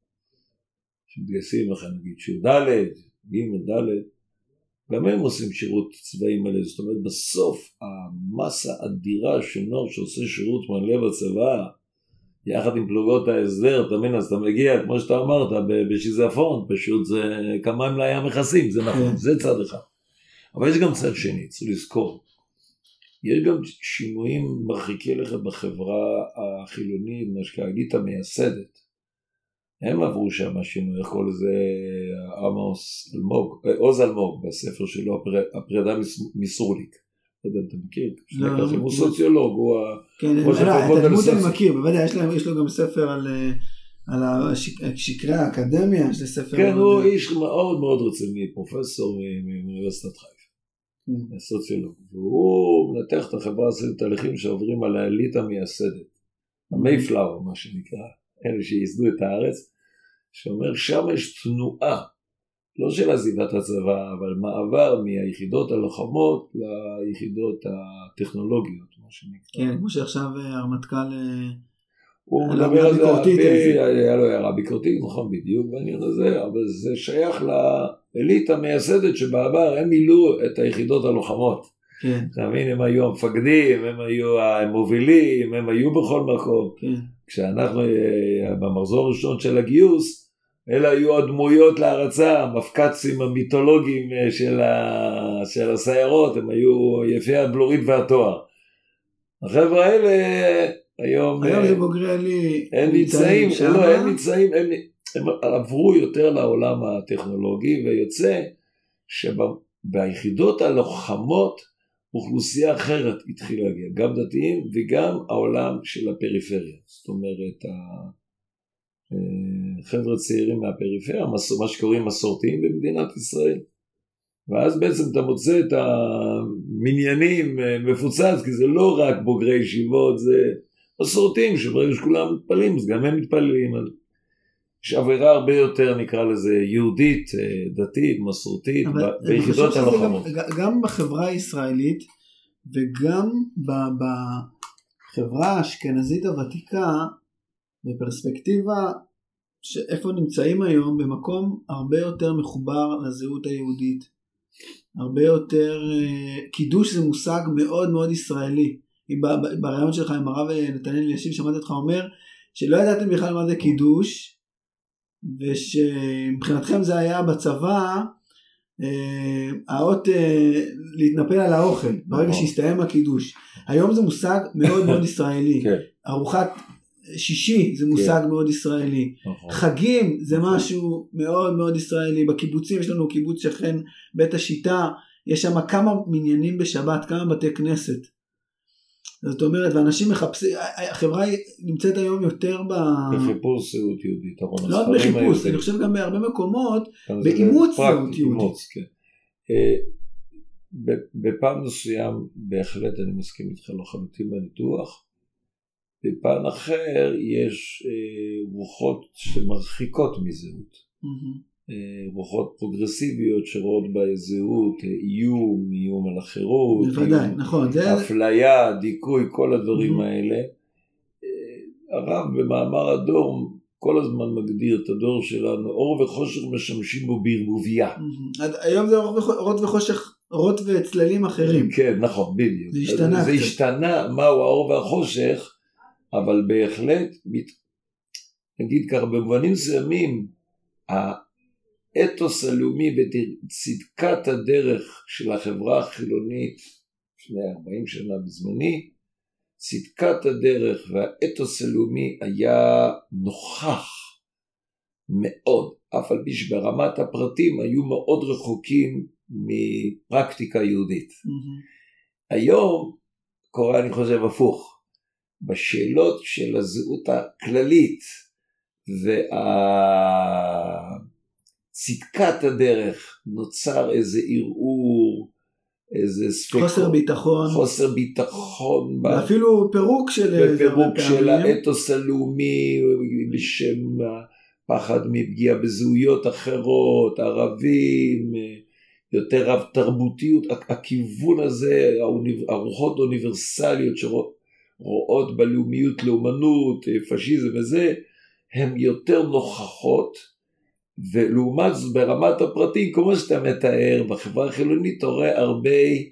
שמתגייסים לכן נגיד שיעור ד', ג' ד', גם הם עושים שירות צבאי מלא, זאת אומרת בסוף המסה אדירה של נוער שעושה שירות מלא בצבא, יחד עם פלוגות ההסדר, תמיד אז אתה מגיע, כמו שאתה אמרת, בשיזפון, פשוט זה כמה לים מכסים, זה נכון, זה צד אחד. אבל יש גם צד שני, צריך לזכור. יש גם שינויים מרחיקי לכת בחברה החילונית, מה שקראית המייסדת. הם עברו שם השינוי, איך כל זה עמוס אלמוג, עוז אלמוג, בספר שלו, הפרידה מסורליק. לא יודע אם אתה מכיר, הוא סוציולוג, הוא ראש הפרקות על סוציולוג. אני מכיר, בוודאי, יש לו גם ספר על שקרי האקדמיה, יש לו ספר... כן, הוא איש מאוד מאוד רציני, פרופסור מאוניברסיטת חיפה, סוציולוג, והוא מנתח את החברה של תהליכים שעוברים על האליטה המייסדת, המייפלאור, מה שנקרא, אלה שייסדו את הארץ, שאומר שם יש תנועה, לא של עזיבת הצבא, אבל מעבר מהיחידות הלוחמות ליחידות הטכנולוגיות, מה שנקרא. כן, כמו שעכשיו הרמטכ"ל... הוא מדבר על זה, היה לו הערה ביקורתית, נכון בדיוק בעניין הזה, אבל זה שייך לאליטה המייסדת שבעבר הם מילאו את היחידות הלוחמות. כן. אתה מבין, הם היו המפקדים, הם היו המובילים, הם היו בכל מקום. כן. כשאנחנו במחזור הראשון של הגיוס, אלה היו הדמויות להרצה, המפקצים המיתולוגיים של, ה... של הסיירות, הם היו יפי הבלורית והתואר. החבר'ה האלה היום... היום זה בוגרי עלי... הם נמצאים, לא, הם נמצאים, הם, הם עברו יותר לעולם הטכנולוגי, ויוצא שביחידות הלוחמות, אוכלוסייה אחרת התחילה להגיע, גם דתיים וגם העולם של הפריפריה. זאת אומרת, חבר'ה צעירים מהפריפריה, מה שקוראים מסורתיים במדינת ישראל. ואז בעצם אתה מוצא את המניינים מפוצץ, כי זה לא רק בוגרי ישיבות, זה מסורתיים שברגע שכולם מתפללים, אז גם הם מתפללים. יש עבירה הרבה יותר, נקרא לזה, יהודית, דתית, מסורתית, ביחידות הלוחמות. גם, גם בחברה הישראלית, וגם בחברה האשכנזית הוותיקה, בפרספקטיבה, שאיפה נמצאים היום, במקום הרבה יותר מחובר לזהות היהודית. הרבה יותר, קידוש זה מושג מאוד מאוד ישראלי. ברעיון שלך עם הרב נתנאל אלישיב, שמעתי אותך אומר, שלא ידעתם בכלל מה זה קידוש, ושמבחינתכם זה היה בצבא, האות להתנפל על האוכל, ברגע שהסתיים הקידוש. היום זה מושג מאוד מאוד ישראלי. ארוחת שישי זה מושג מאוד ישראלי. חגים זה משהו מאוד מאוד ישראלי. בקיבוצים יש לנו קיבוץ שכן בית השיטה, יש שם כמה מניינים בשבת, כמה בתי כנסת. זאת אומרת, ואנשים מחפשים, החברה נמצאת היום יותר ב... בחיפוש זהות יהודית. לא רק בחיפוש, אני חושב גם בהרבה מקומות, באימוץ זהות יהודית. בפעם מסוים, בהחלט אני מסכים איתך לחלוטין בניתוח, בפעם אחר יש רוחות שמרחיקות מזהות. רוחות פרוגרסיביות שרואות בזהות, איום, איום על החירות, בוודאי, נכון, אפליה, דיכוי, כל הדברים האלה. הרב במאמר הדור כל הזמן מגדיר את הדור שלנו, אור וחושך משמשים בו בערבוביה. היום זה אורות וחושך, אורות וצללים אחרים. כן, נכון, בדיוק. זה השתנה. זה השתנה, מהו האור והחושך, אבל בהחלט, נגיד כך, במובנים מסוימים, האתוס הלאומי וצדקת הדרך של החברה החילונית, לפני ארבעים שנה בזמני, צדקת הדרך והאתוס הלאומי היה נוכח מאוד, אף על פי שברמת הפרטים היו מאוד רחוקים מפרקטיקה יהודית. Mm-hmm. היום קורה, אני חושב, הפוך. בשאלות של הזהות הכללית והצדקת הדרך נוצר איזה ערעור איזה ספק, חוסר ביטחון, חוסר ביטחון, ואפילו פירוק של, ופירוק של האתוס הלאומי, בשם פחד מפגיעה בזהויות אחרות, ערבים, יותר רב תרבותיות, הכיוון הזה, הרוחות אוניברסליות שרואות בלאומיות, לאומנות, פשיזם וזה, הן יותר נוכחות, ולעומת זאת ברמת הפרטים, כמו שאתה מתאר, בחברה החילונית אתה רואה הרבה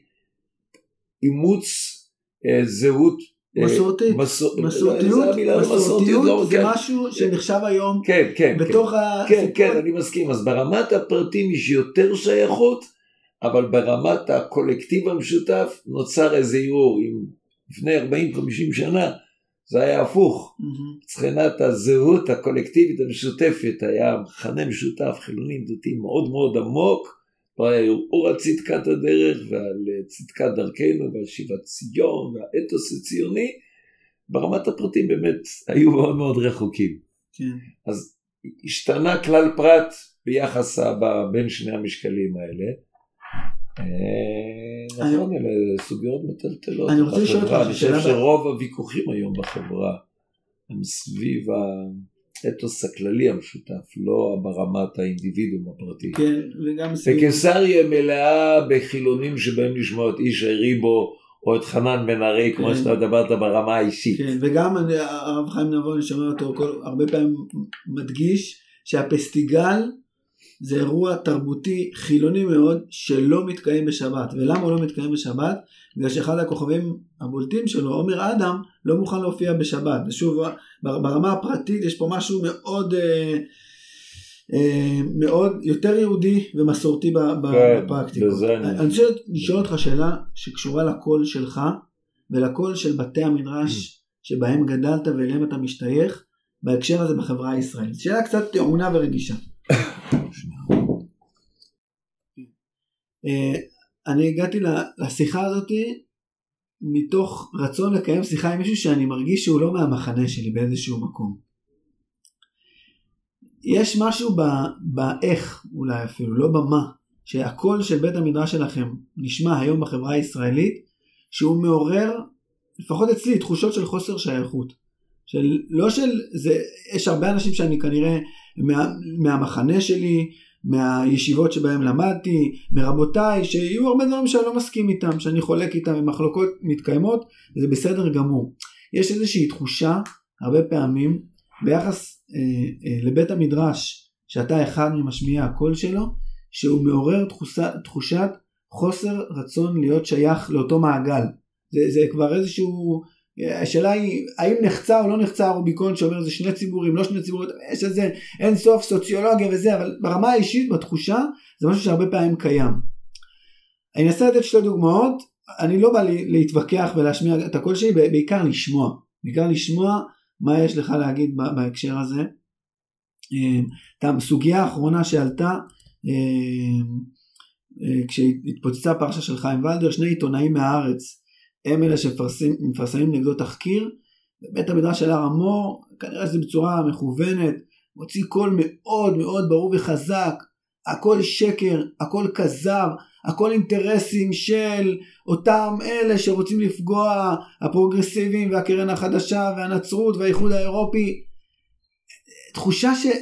אימוץ זהות מסורתית, מסור... מסורתיות, מסורתיות זה משהו שנחשב היום כן, כן, בתוך כן, הסיפור. כן, כן, אני מסכים. אז ברמת הפרטים יש יותר שייכות, אבל ברמת הקולקטיב המשותף נוצר איזה ערעור. אם לפני ארבעים חמישים שנה זה היה הפוך. מבחינת הזהות הקולקטיבית המשותפת היה מכנה משותף חילונים דתיים מאוד מאוד עמוק, לא היה ערעור על צדקת הדרך ועל צדקת דרכנו ועל שיבת ציון והאתוס הציוני. ברמת הפרטים באמת היו מאוד מאוד רחוקים. כן. אז השתנה כלל פרט ביחס בין שני המשקלים האלה. נכון, אלה סוגיות מטלטלות בחברה. אני חושב שרוב הוויכוחים היום בחברה הם סביב האתוס הכללי המשותף, לא ברמת האינדיבידום הפרטי. כן, וגם סביב... וקיסריה מלאה בחילונים שבהם לשמוע את איש הריבו או את חנן בן ארי, כמו שאתה מדברת ברמה האישית. כן, וגם הרב חיים נבון, אני שומע אותו הרבה פעמים מדגיש שהפסטיגל זה אירוע תרבותי חילוני מאוד שלא מתקיים בשבת. ולמה הוא לא מתקיים בשבת? בגלל שאחד הכוכבים הבולטים שלו, עומר אדם, לא מוכן להופיע בשבת. ושוב, ברמה הפרטית יש פה משהו מאוד, אה, אה, מאוד יותר יהודי ומסורתי בפרקטיקות. אני רוצה לשאול אותך שאלה שקשורה לקול שלך, ולקול של בתי המדרש שבהם גדלת ואליהם אתה משתייך, בהקשר הזה בחברה הישראלית. שאלה קצת טעונה ורגישה. אני הגעתי לשיחה הזאת מתוך רצון לקיים שיחה עם מישהו שאני מרגיש שהוא לא מהמחנה שלי באיזשהו מקום. יש משהו באיך, אולי אפילו לא במה, שהקול של בית המדרש שלכם נשמע היום בחברה הישראלית, שהוא מעורר, לפחות אצלי, תחושות של חוסר שייכות. של, לא של, זה, יש הרבה אנשים שאני כנראה מה, מהמחנה שלי, מהישיבות שבהם למדתי, מרבותיי, שיהיו הרבה דברים שאני לא מסכים איתם, שאני חולק איתם, ומחלוקות מתקיימות, וזה בסדר גמור. יש איזושהי תחושה, הרבה פעמים, ביחס אה, אה, לבית המדרש, שאתה אחד ממשמיעי הקול שלו, שהוא מעורר תחושה, תחושת חוסר רצון להיות שייך לאותו מעגל. זה, זה כבר איזשהו... השאלה היא, האם נחצה או לא נחצה רוביקון שאומר זה שני ציבורים, לא שני ציבורים, יש איזה אין סוף סוציולוגיה וזה, אבל ברמה האישית, בתחושה, זה משהו שהרבה פעמים קיים. אני אנסה לתת שתי דוגמאות, אני לא בא להתווכח ולהשמיע את הקול שלי, בעיקר לשמוע, בעיקר לשמוע מה יש לך להגיד בהקשר הזה. הסוגיה האחרונה שעלתה, כשהתפוצצה פרשה של חיים ולדר, שני עיתונאים מהארץ, הם אלה שמפרסמים נגדו תחקיר, בית המדרש של הר המור, כנראה שזה בצורה מכוונת, מוציא קול מאוד מאוד ברור וחזק, הכל שקר, הכל כזב, הכל אינטרסים של אותם אלה שרוצים לפגוע, הפרוגרסיביים והקרן החדשה והנצרות והאיחוד האירופי. תחושה ש...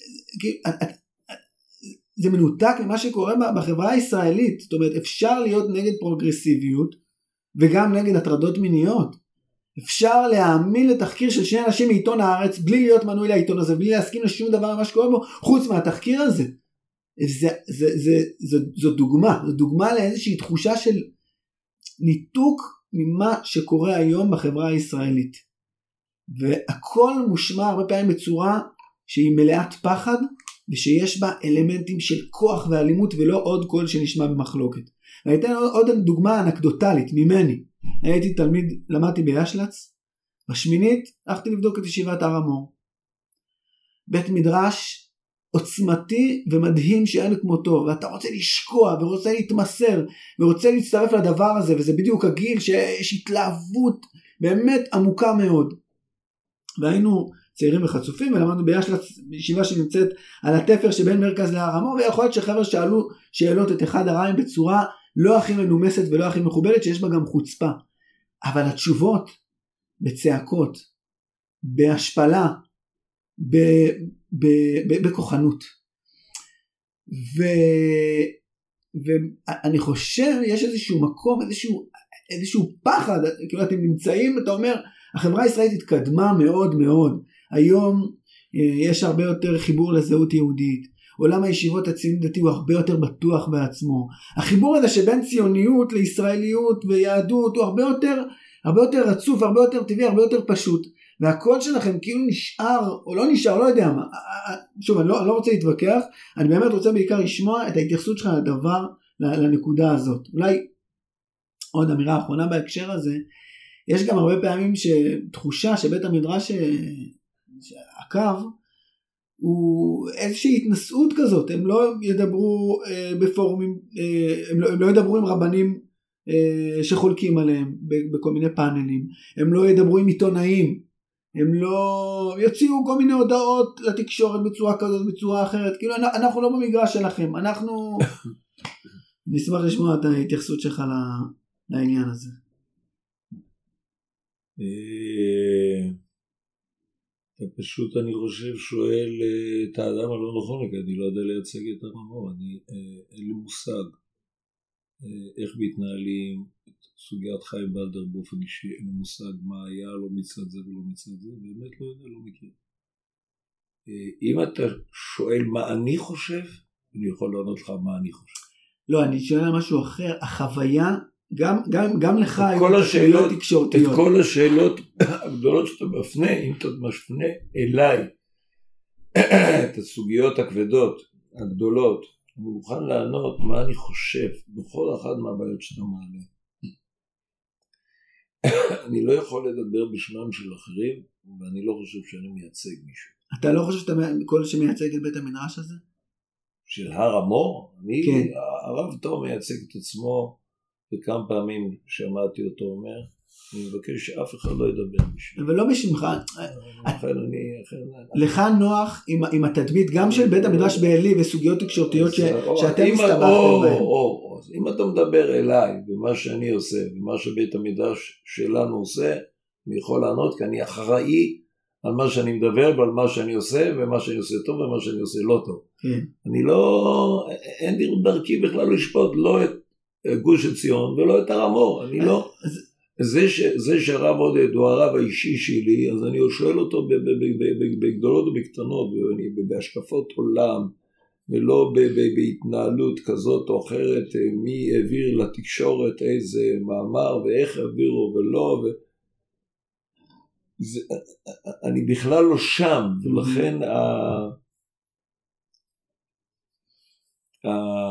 זה מנותק ממה שקורה בחברה הישראלית, זאת אומרת אפשר להיות נגד פרוגרסיביות, וגם נגד הטרדות מיניות. אפשר להאמין לתחקיר של שני אנשים מעיתון הארץ, בלי להיות מנוי לעיתון הזה, בלי להסכים לשום דבר מה שקורה בו, חוץ מהתחקיר הזה. זה, זה, זה, זה, זו דוגמה, זו דוגמה לאיזושהי תחושה של ניתוק ממה שקורה היום בחברה הישראלית. והכל מושמע הרבה פעמים בצורה שהיא מלאת פחד, ושיש בה אלמנטים של כוח ואלימות, ולא עוד קול שנשמע במחלוקת. אני אתן עוד דוגמה אנקדוטלית ממני. הייתי תלמיד, למדתי בישלץ, בשמינית הלכתי לבדוק את ישיבת הר המור. בית מדרש עוצמתי ומדהים שאין כמותו, ואתה רוצה לשקוע ורוצה להתמסר ורוצה להצטרף לדבר הזה, וזה בדיוק הגיל שיש התלהבות באמת עמוקה מאוד. והיינו צעירים וחצופים, ולמדנו בישלץ ישיבה שנמצאת על התפר שבין מרכז להר המור, ויכול להיות שחבר'ה שאלו שאלות את אחד הרעים בצורה לא הכי מנומסת ולא הכי מכובדת, שיש בה גם חוצפה. אבל התשובות, בצעקות, בהשפלה, ב, ב, ב, בכוחנות. ו, ואני חושב, יש איזשהו מקום, איזשהו, איזשהו פחד, כאילו אתם נמצאים, אתה אומר, החברה הישראלית התקדמה מאוד מאוד. היום יש הרבה יותר חיבור לזהות יהודית. עולם הישיבות הציונות דתי הוא הרבה יותר בטוח בעצמו. החיבור הזה שבין ציוניות לישראליות ויהדות הוא הרבה יותר, הרבה יותר רצוף, הרבה יותר טבעי, הרבה יותר פשוט. והקול שלכם כאילו נשאר, או לא נשאר, לא יודע מה. שוב, אני לא, אני לא רוצה להתווכח, אני באמת רוצה בעיקר לשמוע את ההתייחסות שלך לדבר, לנקודה הזאת. אולי עוד אמירה האחרונה בהקשר הזה, יש גם הרבה פעמים שתחושה שבית המדרש שעקב, הוא איזושהי התנסות כזאת, הם לא ידברו אה, בפורומים, אה, הם, לא, הם לא ידברו עם רבנים אה, שחולקים עליהם בכל מיני פאנלים, הם לא ידברו עם עיתונאים, הם לא יוציאו כל מיני הודעות לתקשורת בצורה כזאת, בצורה אחרת, כאילו אנחנו לא במגרש שלכם, אנחנו נשמח לשמוע את ההתייחסות שלך לעניין הזה. אתה פשוט, אני חושב, שואל את האדם הלא נכון, כי אני לא יודע לייצג את הרמו, אני, אין לי מושג איך מתנהלים את סוגיית חיים בלדר באופן אישי, אין לי מושג מה היה, לא מצד זה ולא מצד זה, באמת לא יודע, לא מכיר. אם אתה שואל מה אני חושב, אני יכול לענות לך מה אני חושב. לא, אני שואל על משהו אחר, החוויה, גם, גם, גם לך את כל השאלות, את כל השאלות הגדולות שאתה מפנה, אם אתה מפנה אליי את הסוגיות הכבדות, הגדולות, אני מוכן לענות מה אני חושב בכל אחד מהבעיות שאתה מעלה. אני לא יכול לדבר בשמם של אחרים, ואני לא חושב שאני מייצג מישהו. אתה לא חושב שאתה כל שמייצג את בית המדרש הזה? של הר המור? אני, כן. הרב טוב מייצג את עצמו, וכמה פעמים שמעתי אותו אומר, אני מבקש שאף אחד לא ידבר בשביל. אבל לא בשמך. לכן אני... לך נוח עם התדמית גם של בית המדרש בעלי וסוגיות תקשורתיות שאתם מסתבכתם בהן. אם אתה מדבר אליי ומה שאני עושה ומה שבית המדרש שלנו עושה, אני יכול לענות כי אני אחראי על מה שאני מדבר ועל מה שאני עושה ומה שאני עושה טוב ומה שאני עושה לא טוב. אני לא... אין לי דרכי בכלל לשפוט לא את גוש עציון ולא את הר המור. אני לא... זה, ש, זה שהרב עודד הוא הרב האישי שלי, אז אני שואל אותו בגדולות ובקטנות, בהשקפות עולם, ולא בהתנהלות כזאת או אחרת, מי העביר לתקשורת איזה מאמר, ואיך העבירו ולא, ו... זה, אני בכלל לא שם, ולכן ה... ה...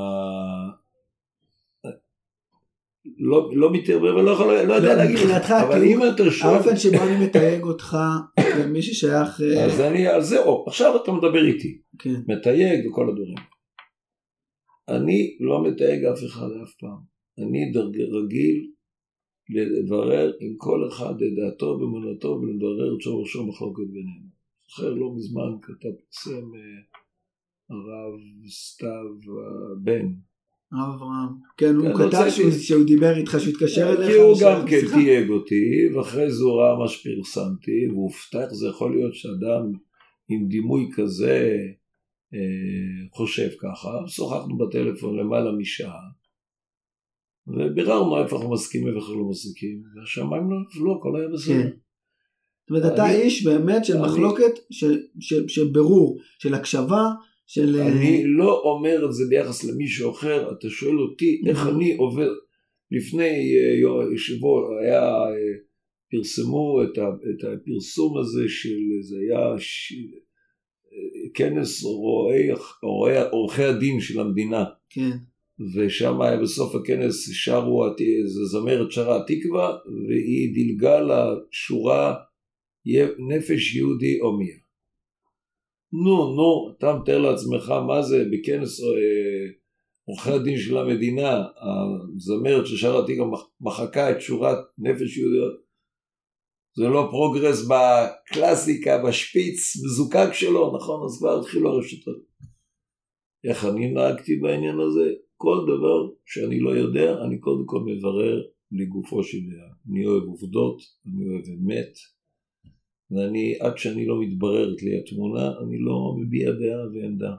לא, לא מתערבב ולא יכול, לא יודע להגיד לך, אבל אם אתה שואל... האופן שבו אני מתייג אותך למי ששייך... אז אני, אז זהו, עכשיו אתה מדבר איתי, מתייג וכל הדברים. אני לא מתייג אף אחד אף פעם, אני רגיל לברר עם כל אחד את דעתו ומונתו, ולברר את שורשו מחלוקת בינינו. אחר לא מזמן כתב פרסם הרב סתיו בן, הרב אברהם, כן, הוא כתב שהוא דיבר איתך, שהוא התקשר אליך. כי הוא גם כן תייג אותי, ואחרי זה הוא ראה מה שפרסמתי, והוא הופתח, זה יכול להיות שאדם עם דימוי כזה חושב ככה, שוחחנו בטלפון למעלה משעה, וביררנו איפה אנחנו מסכימים ואיפה לא מסכים, והשמיים לא נפלו, הכל היה בסדר. זאת אומרת, אתה איש באמת של מחלוקת, של בירור, של הקשבה, של... אני לא אומר את זה ביחס למישהו אחר, אתה שואל אותי איך אני עובר, לפני שבוע היה, פרסמו את הפרסום הזה של, זה היה ש... כנס עורכי הדין של המדינה, כן. ושם היה בסוף הכנס שרו, זמרת שרה התקווה, והיא דילגה לשורה נפש יהודי הומיה. נו, נו, אתה מתאר לעצמך מה זה בכנס עורכי הדין של המדינה, הזמרת ששרה התקווה מחקה את שורת נפש יהודי, זה לא פרוגרס בקלאסיקה, בשפיץ, בזוקק שלו, נכון? אז כבר התחילו הרשתות. איך אני נהגתי בעניין הזה? כל דבר שאני לא יודע, אני קודם כל מברר לגופו של דבר. אני אוהב עובדות, אני אוהב אמת, ואני, עד שאני לא מתבררת לי התמונה, אני לא מביע דעה ועמדה.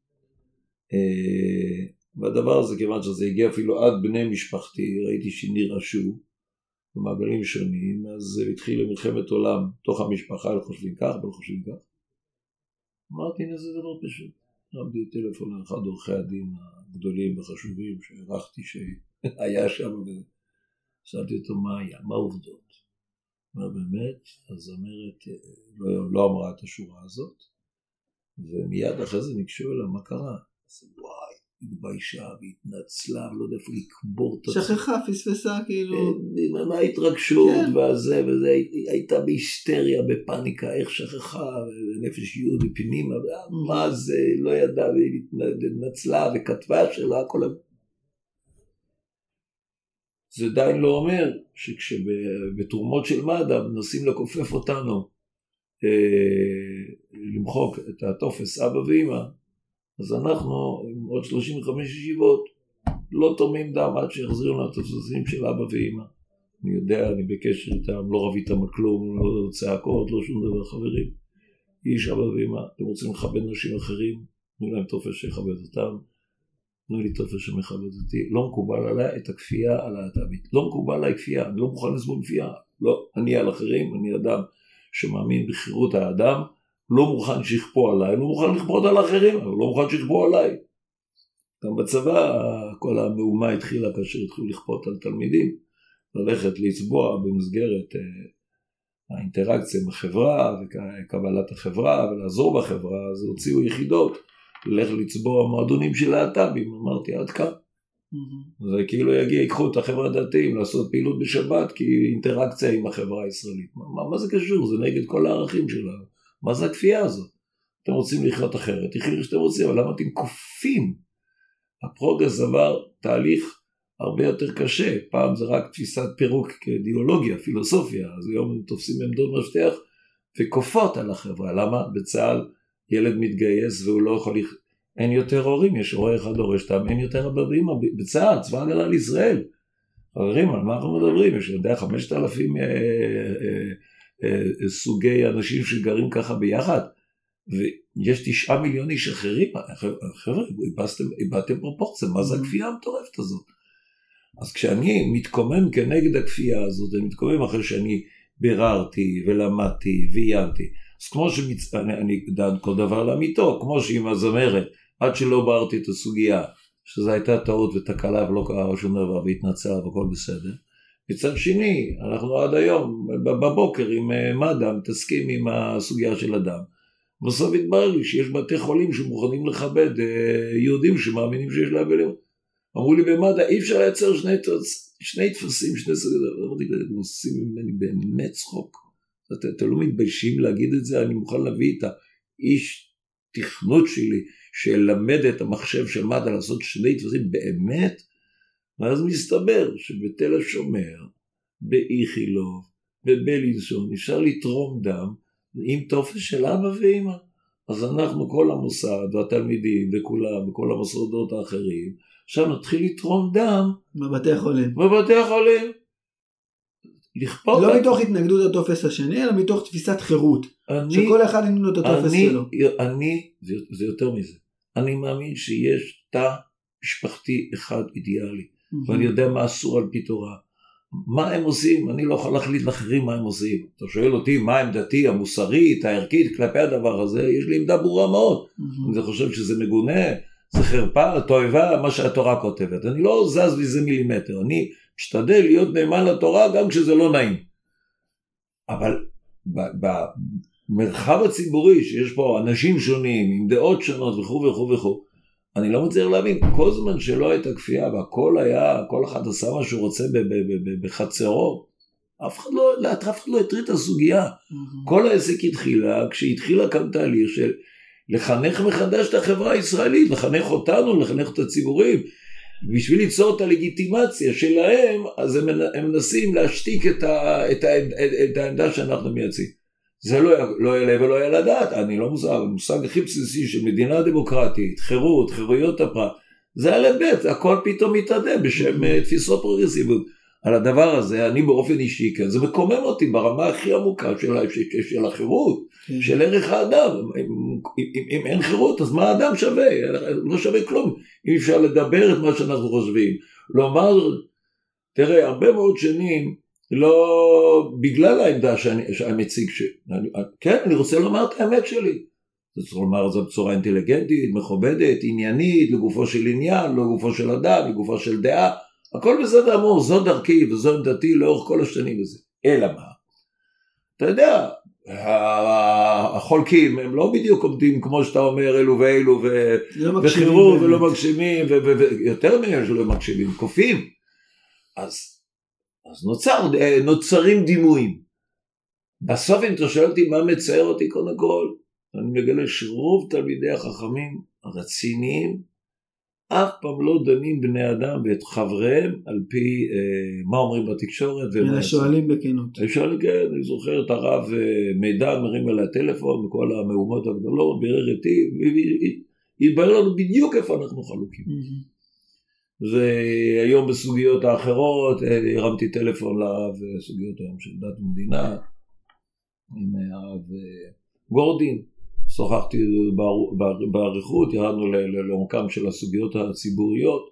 והדבר הזה, כיוון שזה הגיע אפילו עד בני משפחתי, ראיתי שנרעשו במעגלים שונים, אז התחילה מלחמת עולם, תוך המשפחה, לא חושבים כך, לא חושבים כך. אמרתי, הנה זה דבר פשוט. רמתי טלפון לאחד עורכי הדין הגדולים וחשובים, שהערכתי שהיה שם, שאלתי אותו מה היה, מה העובדות. מה באמת, הזמרת לא, לא אמרה את השורה הזאת, ומיד אחרי זה נקשו אליה, מה קרה? אז וואי, התביישה והתנצלה, ולא יודע איפה לקבור את עצמה. שכחה, פספסה כאילו. מה ההתרגשות, והזה, וזה, הייתה בהיסטריה, בפניקה, איך שכחה, נפש יהודי פנימה, מה זה, לא ידעה, והתנצלה, וכתבה שלה, הכל... זה עדיין לא אומר שכשבתרומות של מד"א מנסים לקופף אותנו אה, למחוק את התופס אבא ואמא, אז אנחנו עם עוד שלושים וחמש ישיבות לא תורמים דם עד שיחזירו לנו את התופסים של אבא ואמא. אני יודע, אני בקשר איתם, לא רב איתם כלום, לא צעקות, לא שום דבר. חברים, איש אבא ואמא, אתם רוצים לכבד נשים אחרים, תנו להם תופס שיכבד אותם, תנו לי תופס שמכבד אותי. לא מקובל עליי את הכפייה על הלהט"בית. לא מקובל עליי כפייה, אני לא מוכן לסבול כפייה. לא, אני על אחרים, אני אדם שמאמין בחירות האדם, לא מוכן שיכפו עליי, לא מוכן לכפות על אחרים, אבל לא מוכן שיכפו עליי. גם בצבא, כל המהומה התחילה כאשר התחילו לכפות על תלמידים, ללכת לצבוע במסגרת אה, האינטראקציה עם החברה, וקבלת החברה, ולעזור בחברה, אז הוציאו יחידות, ללכת לצבוע מועדונים של להט"בים, אמרתי עד כאן. Mm-hmm. זה כאילו יגיע, ייקחו את החברה הדתיים לעשות פעילות בשבת, כי אינטראקציה עם החברה הישראלית. מה, מה, מה זה קשור? זה נגד כל הערכים שלנו. מה זה הכפייה הזאת? אתם רוצים לחיות אחרת, תחיו שאתם רוצים, אבל למה אתם כופים? הפרוגרס עבר תהליך הרבה יותר קשה. פעם זה רק תפיסת פירוק כאידיאולוגיה, פילוסופיה, אז היום הם תופסים עמדות מפתח וכופות על החברה. למה? בצה"ל ילד מתגייס והוא לא יכול... אין יותר הורים, יש הורה אחד הורה שתם, אין יותר אבא ואמא בצה"ל, צבא הגנה לישראל. חברים, על מה אנחנו מדברים? יש יודע חמשת אלפים אה, אה, אה, סוגי אנשים שגרים ככה ביחד, ויש תשעה מיליון איש אחרים. חבר'ה, איבדתם פרופורציה, מה זה הכפייה המטורפת הזאת? אז כשאני מתקומם כנגד הכפייה הזאת, אני מתקומם אחרי שאני ביררתי ולמדתי ועיינתי, אז כמו שאני דן כל דבר לאמיתו, כמו שעם הזמרת, עד שלא בררתי את הסוגיה, שזו הייתה טעות ותקלה ולא קרה שום דבר והתנצלה והכל בסדר. מצד שני, אנחנו עד היום, בבוקר עם מד"א, מתעסקים עם הסוגיה של אדם. בסוף התברר לי שיש בתי חולים שמוכנים לכבד יהודים שמאמינים שיש להם בלימוד. אמרו לי במד"א, אי אפשר לייצר שני, שני תפסים, שני סוגים. אמרתי, אתם עושים ממני באמת צחוק. אתם, אתם לא מתביישים להגיד את זה, אני מוכן להביא את האיש תכנות שלי, שלמד את המחשב של מד"א לעשות שני תפסים באמת, ואז מסתבר שבתל השומר, באיכילוב, בבלינסון, אפשר לתרום דם, עם טופס של אבא ואמא. אז אנחנו, כל המוסד, והתלמידים, וכולם, וכל המוסדות האחרים, עכשיו נתחיל לתרום דם. בבתי החולים. בבתי החולים. לכפות. לא מתוך התנגדות לטופס השני, אלא מתוך תפיסת חירות. אני, שכל אחד ייתנו לו את הטופס אני, שלו. אני, זה, זה יותר מזה. אני מאמין שיש תא משפחתי אחד אידיאלי. Mm-hmm. ואני יודע מה אסור על פי תורה. מה הם עושים? אני לא יכול להחליט לאחרים מה הם עושים. אתה שואל אותי מה עמדתי המוסרית, הערכית, כלפי הדבר הזה, יש לי עמדה ברורה מאוד. Mm-hmm. אני חושב שזה מגונה, זה חרפה, תועבה, מה שהתורה כותבת. אני לא זז מזה מילימטר. אני משתדל להיות נאמן לתורה גם כשזה לא נעים. אבל במרחב הציבורי שיש פה אנשים שונים, עם דעות שונות וכו' וכו' וכו', אני לא מצליח להבין, כל זמן שלא הייתה כפייה, והכל היה, כל אחד עשה מה שהוא רוצה בחצרו, אף אחד לא, לאט אף אחד לא הטריד את הסוגיה. Mm-hmm. כל העסק התחילה, כשהתחילה כאן תהליך של לחנך מחדש את החברה הישראלית, לחנך אותנו, לחנך את הציבורים, בשביל ליצור את הלגיטימציה שלהם, אז הם, הם מנסים להשתיק את, ה, את, ה, את, את העמדה שאנחנו מייצאים. זה לא, לא יעלה ולא יעלה לדעת, אני לא מושג, המושג הכי בסיסי של מדינה דמוקרטית, חירות, חירויות הפרט, זה על הבית, הכל פתאום מתעדה בשם תפיסות פרוגרסיביות. על הדבר הזה, אני באופן אישי, כן, זה מקומם אותי ברמה הכי עמוקה של, של, של החירות, כן. של ערך האדם. אם, אם, אם אין חירות, אז מה האדם שווה? לא שווה כלום. אם אפשר לדבר את מה שאנחנו חושבים. לומר, תראה, הרבה מאוד שנים, לא בגלל העמדה שאני, שאני מציג, שאני, כן, אני רוצה לומר את האמת שלי. צריך לומר את זה בצורה אינטליגנטית, מכובדת, עניינית, לגופו של עניין, לגופו של אדם, לגופו של דעה. הכל בסדר אמור, זו דרכי וזו עמדתי לאורך כל השנים הזה. אלא מה? אתה יודע, החולקים הם לא בדיוק עומדים כמו שאתה אומר, אלו ואלו, וחירור ולא מקשימים, ויותר מהם שלא מקשיבים, קופים. אז נוצרים דימויים. בסוף אם אתה שואל אותי מה מצער אותי קודם כל, אני מגלה שרוב תלמידי החכמים הרציניים, אף פעם לא דנים בני אדם ואת חבריהם על פי אה, מה אומרים בתקשורת. אלא שואלים בכנות. שואלים, כן, אני זוכר את הרב אה, מידע, מרים אליי הטלפון, וכל המהומות הגדולות, בירר איתי, והתברר לנו בדיוק איפה אנחנו חלוקים. Mm-hmm. והיום בסוגיות האחרות, אה, הרמתי טלפון לרב, סוגיות היום של דת ומדינה, עם הרב אה, גורדין, שוחחתי בעריכות, ירדנו לעומקם של הסוגיות הציבוריות,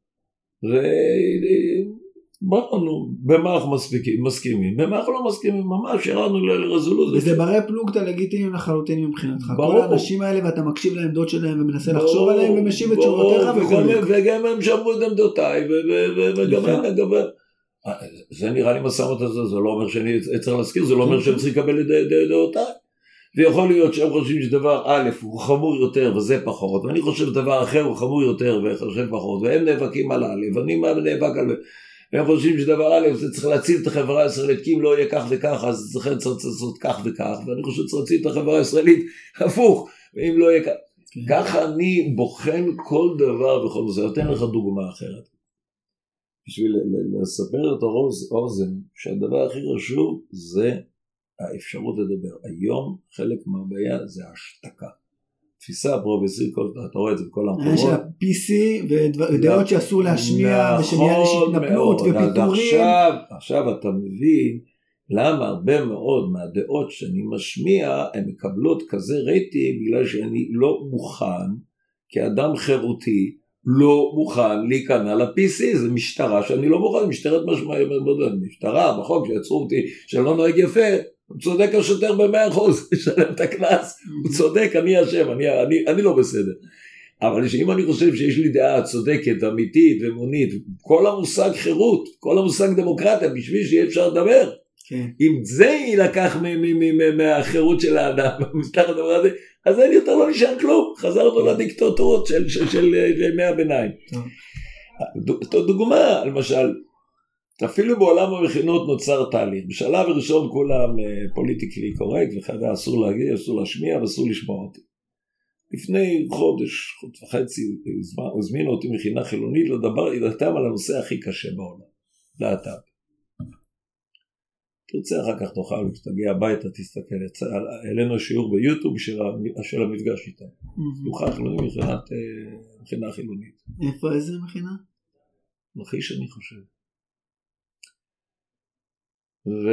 ובאנו, במה אנחנו מסכימים, במה אנחנו לא מסכימים, ממש ירדנו לרזולוציה. וזה ברי פלוגתא לגיטימיים לחלוטין מבחינתך, כל האנשים האלה ואתה מקשיב לעמדות שלהם ומנסה לחשוב עליהם ומשיב את תשובותיך וחולק. וגם הם שמרו את עמדותיי, וגם הם לגבי... זה נראה לי מסורת הזה, זה לא אומר שאני צריך להזכיר, זה לא אומר שאני צריך לקבל את דעותיי. ויכול להיות שהם חושבים שדבר א' הוא חמור יותר וזה פחות, ואני חושב שדבר אחר הוא חמור יותר וחושב פחות, והם נאבקים על א', ואני נאבק על ב', והם חושבים שדבר א' זה צריך להציל את החברה הישראלית, כי אם לא יהיה כך וכך, אז צריך לעשות כך וכך, ואני חושב שצריך להציל את החברה הישראלית הפוך, ואם לא יהיה כך. ככה אני בוחן כל דבר בכל נושא. אתן לך דוגמה אחרת. בשביל לספר את האוזן, שהדבר הכי חשוב זה האפשרות לדבר. היום חלק מהבעיה זה השתקה. תפיסה פרוגרסיבית, אתה רואה את זה בכל המקומות. יש ה-פי סי ודעות שאסור להשמיע, ושנהיה יש התנפלות ופיתורים. עכשיו אתה מבין למה הרבה מאוד מהדעות שאני משמיע, הן מקבלות כזה רייטינג, בגלל שאני לא מוכן, כאדם חירותי, לא מוכן להיכנע ל-פי סי, זה משטרה שאני לא מוכן, משטרת משטרה, בחוק שיצרו אותי, שלא נוהג יפה, הוא צודק השוטר במאה אחוז, ישלם את הכנס, הוא צודק, אני אשם, אני, אני, אני לא בסדר. אבל שאם אני חושב שיש לי דעה צודקת, אמיתית ומונית, כל המושג חירות, כל המושג דמוקרטיה, בשביל שיהיה אפשר לדבר, כן. אם זה יילקח מהחירות של האדם, אז אין יותר לא נשאר כלום, חזרנו לדיקטטורות של, של, של ימי הביניים. דוגמה, למשל, אפילו בעולם המכינות נוצר תהליך, בשלב הראשון כולם פוליטיקלי קורקט, ואחרי אסור להגיד, אסור להשמיע ואסור לשמוע אותי. לפני חודש, חודש וחצי, הזמינו אותי מכינה חילונית לדבר איתם על הנושא הכי קשה בעולם, להט"ב. תרצה אחר כך תוכל, כשתגיע הביתה, תסתכל, אלינו שיעור ביוטיוב של המפגש איתם. שלוחה חילונית, מכינה חילונית. איפה, איזה מכינה? מכיש אני חושב. ו...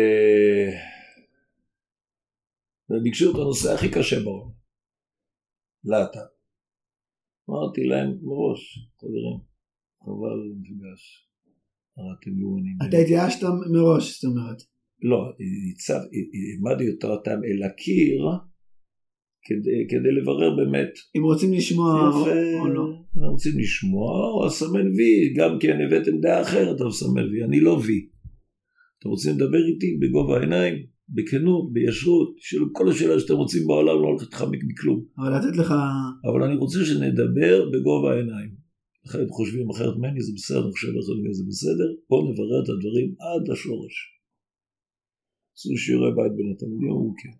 וביקשו את הנושא הכי קשה בעולם. להט"ב. אמרתי להם מראש, חברים, חבל מפגש. אתה התייאשת מראש, זאת אומרת. לא, העמדתי אותם אל הקיר כדי, כדי לברר באמת אם רוצים לשמוע או לא. אם רוצים לשמוע או אסמן וי, גם כן הבאתם דעה אחרת או אסמן וי, אני לא וי. אתם רוצים לדבר איתי בגובה העיניים, בכנות, בישרות, של כל השאלה שאתם רוצים בעולם לא הולכת לחמק מכלום. אבל לתת לך... אבל אני רוצה שנדבר בגובה העיניים. אחרת חושבים אחרת ממני זה בסדר, אני חושב אחרת ממני זה בסדר, בואו נברר את הדברים עד לשורש. עשו שיעורי בית בין התלמידים, הוא כן.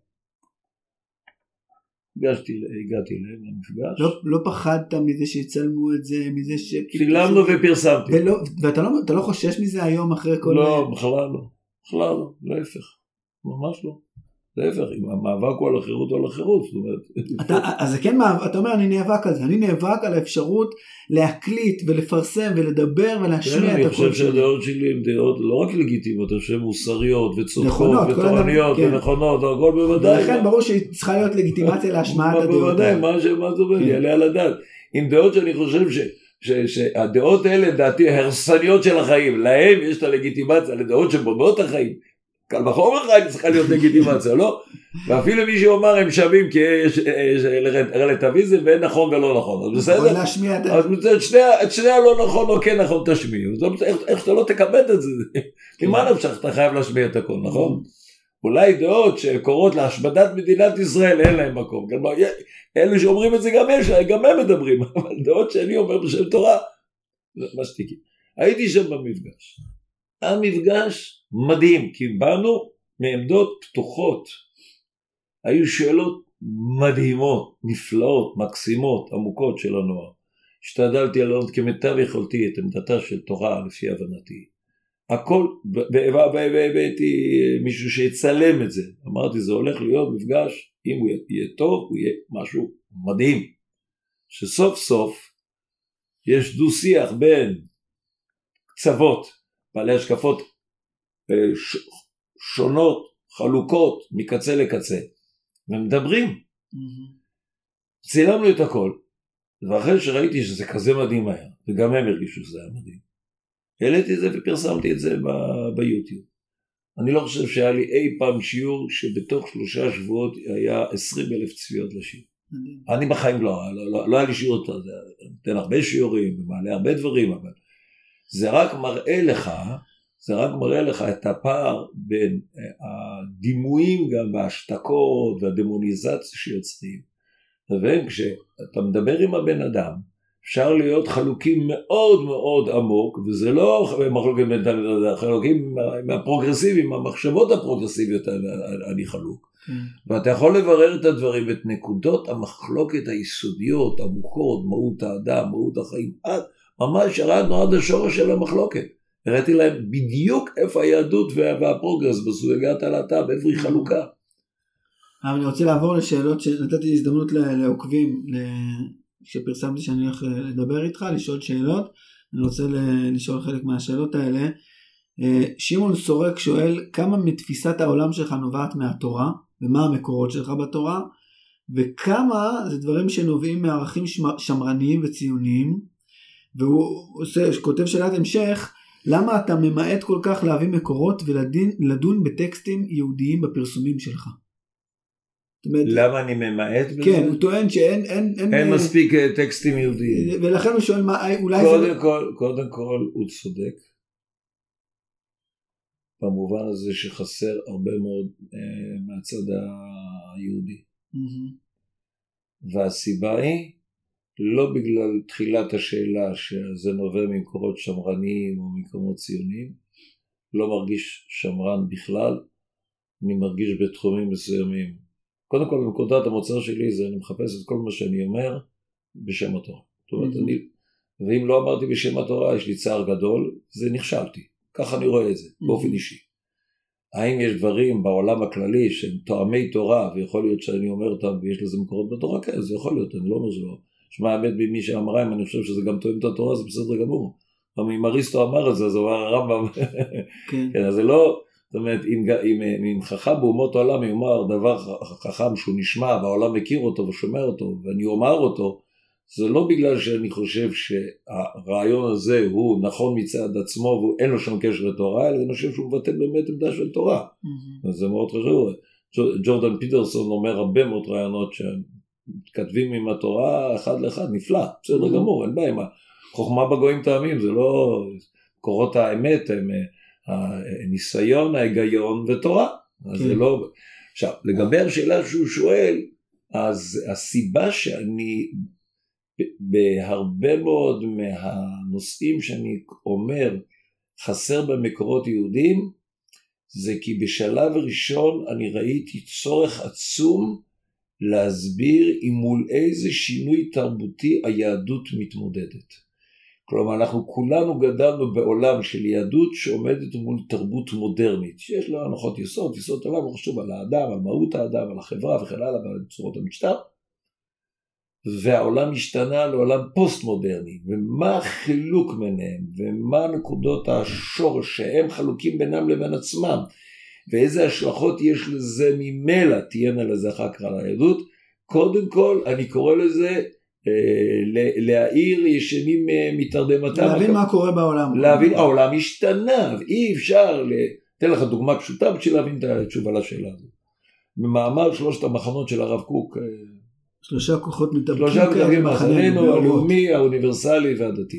הגעתי, הגעתי אליהם למפגש. לא, לא פחדת מזה שיצלמו את זה, מזה ש... צילמנו ופרסמתי. ולא, ואתה לא, אתה לא חושש מזה היום אחרי כל... לא, בכלל לא. בכלל לא, להפך. ממש לא. להפך, אם המאבק הוא על החירות או על החירות, זאת אומרת... אתה, אז זה כן, אתה אומר, אני נאבק על זה, אני נאבק על האפשרות להקליט ולפרסם ולדבר ולהשמיע את אני הקול חושב שהדעות שלי הן דעות לא רק לגיטימיות, אני חושב מוסריות וצודקות ותורניות ונכונות, הכל בוודאי. ולכן ברור שהיא צריכה להיות לגיטימציה להשמעת הדעות. בוודאי, מה זאת אומרת, יעלה על הדעת. עם דעות שאני חושב ש... שהדעות האלה דעתי הרסניות של החיים, להם יש את הלגיטימציה לדעות שבונות החיים, קל וחומר חיים צריכה להיות לגיטימציה, לא? ואפילו מי שאומר הם שווים כי יש רלטיביזם ואין נכון ולא נכון, אז בסדר? אז את שני הלא נכון או כן נכון תשמיע, איך שאתה לא תקבל את זה, כי מה נמשך אתה חייב להשמיע את הכל, נכון? אולי דעות שקורות להשמדת מדינת ישראל אין להם מקום, אלו שאומרים את זה גם יש, גם הם מדברים, אבל דעות שאני אומר בשם תורה, משתיקים. הייתי שם במפגש, המפגש מדהים, כי באנו מעמדות פתוחות, היו שאלות מדהימות, נפלאות, מקסימות, עמוקות של הנוער, השתדלתי לענות כמיטב יכולתי את עמדתה של תורה לפי הבנתי, הכל, והבאתי מישהו שיצלם את זה, אמרתי זה הולך להיות מפגש, אם הוא יהיה טוב הוא יהיה משהו מדהים, שסוף סוף יש דו שיח בין קצוות, בעלי השקפות שונות, חלוקות מקצה לקצה, ומדברים, צילמנו את הכל, ואחרי שראיתי שזה כזה מדהים היה, וגם הם הרגישו שזה היה מדהים, העליתי את זה ופרסמתי את זה ביוטיוב. אני לא חושב שהיה לי אי פעם שיעור שבתוך שלושה שבועות היה עשרים אלף צפיות לשיעור. אני בחיים לא, לא, לא היה לי שיעור, אני נותן הרבה שיעורים, ומעלה הרבה דברים, אבל זה רק מראה לך, זה רק מראה לך את הפער בין הדימויים גם בהשתקות והדמוניזציה שיוצרים. ובין כשאתה מדבר עם הבן אדם, אפשר להיות חלוקים מאוד מאוד עמוק, וזה לא מחלוקים מנטלית, חלוקים עם הפרוגרסיביים, המחשבות הפרוגרסיביות אני חלוק. ואתה יכול לברר את הדברים, את נקודות המחלוקת היסודיות, עמוקות, מהות האדם, מהות החיים, עד, ממש ירדנו עד השורש של המחלוקת. הראיתי להם בדיוק איפה היהדות והפרוגרס בסוגת הלהט"ב, איפה היא חלוקה. אבל אני רוצה לעבור לשאלות שנתתי הזדמנות לעוקבים, שפרסמתי שאני הולך לדבר איתך, לשאול שאלות. אני רוצה לשאול חלק מהשאלות האלה. שמעון סורק שואל, כמה מתפיסת העולם שלך נובעת מהתורה, ומה המקורות שלך בתורה, וכמה זה דברים שנובעים מערכים שמרניים וציוניים, והוא עושה, כותב שאלת המשך, למה אתה ממעט כל כך להביא מקורות ולדון בטקסטים יהודיים בפרסומים שלך? למה אני ממעט בזה? כן, הוא טוען שאין אין, אין, אין מספיק טקסטים יהודיים. ולכן הוא שואל מה, אולי קודם זה... כל, קודם כל הוא צודק, במובן הזה שחסר הרבה מאוד אה, מהצד היהודי. Mm-hmm. והסיבה היא, לא בגלל תחילת השאלה שזה נובע ממקורות שמרניים או ממקומות ציוניים, לא מרגיש שמרן בכלל, אני מרגיש בתחומים מסוימים. קודם כל, בנקודת המוצר שלי זה, אני מחפש את כל מה שאני אומר בשם התורה. זאת אומרת, mm-hmm. אני, ואם לא אמרתי בשם התורה, יש לי צער גדול, זה נכשלתי. ככה אני רואה את זה, mm-hmm. באופן אישי. האם יש דברים בעולם הכללי שהם תואמי תורה, ויכול להיות שאני אומר אותם ויש לזה מקורות בתורה? כן, זה יכול להיות, אני לא אומר שלא. שמע, האמת במי שאמרה, אם אני חושב שזה גם תואם את התורה, זה בסדר גמור. אבל אם אריסטו אמר את זה, זה אומר הרמב"ם. כן. כן, אז זה לא... זאת אומרת, אם, אם, אם חכם באומות העולם יאמר דבר חכם שהוא נשמע והעולם מכיר אותו ושומע אותו ואני אומר אותו, זה לא בגלל שאני חושב שהרעיון הזה הוא נכון מצד עצמו ואין לו שום קשר לתורה, אלא אני חושב שהוא מבטא באמת עמדה של תורה. Mm-hmm. אז זה מאוד חשוב. ג'ורדן פיטרסון אומר הרבה מאוד רעיונות שכתבים עם התורה אחד לאחד, נפלא, בסדר mm-hmm. גמור, אין בעיה. חוכמה בגויים טעמים, זה לא קורות האמת, הם... הניסיון, ההיגיון ותורה. אז זה לא... עכשיו, לגבי השאלה שהוא שואל, אז הסיבה שאני בהרבה מאוד מהנושאים שאני אומר חסר במקורות יהודים, זה כי בשלב ראשון אני ראיתי צורך עצום להסביר עם מול איזה שינוי תרבותי היהדות מתמודדת. כלומר, אנחנו כולנו גדלנו בעולם של יהדות שעומדת מול תרבות מודרנית, שיש לה הנחות יסוד, יסוד עולם, חשוב על האדם, על מהות האדם, על החברה וכן הלאה, ועל צורות המשטר. והעולם השתנה לעולם פוסט-מודרני, ומה החילוק ביניהם, ומה נקודות השורש שהם חלוקים בינם לבין עצמם, ואיזה השלכות יש לזה ממילא, תהיינה לזה אחר כך על היהדות. קודם כל, אני קורא לזה, להעיר ישנים מתרדמתם. להבין מה קורה בעולם. להבין, העולם השתנה, ואי אפשר, תן לך דוגמה פשוטה, בשביל להבין את התשובה לשאלה הזאת. במאמר שלושת המחנות של הרב קוק, שלושה כוחות מתאבקים. שלושה מתאבקים מחננו, הלאומי, האוניברסלי והדתי.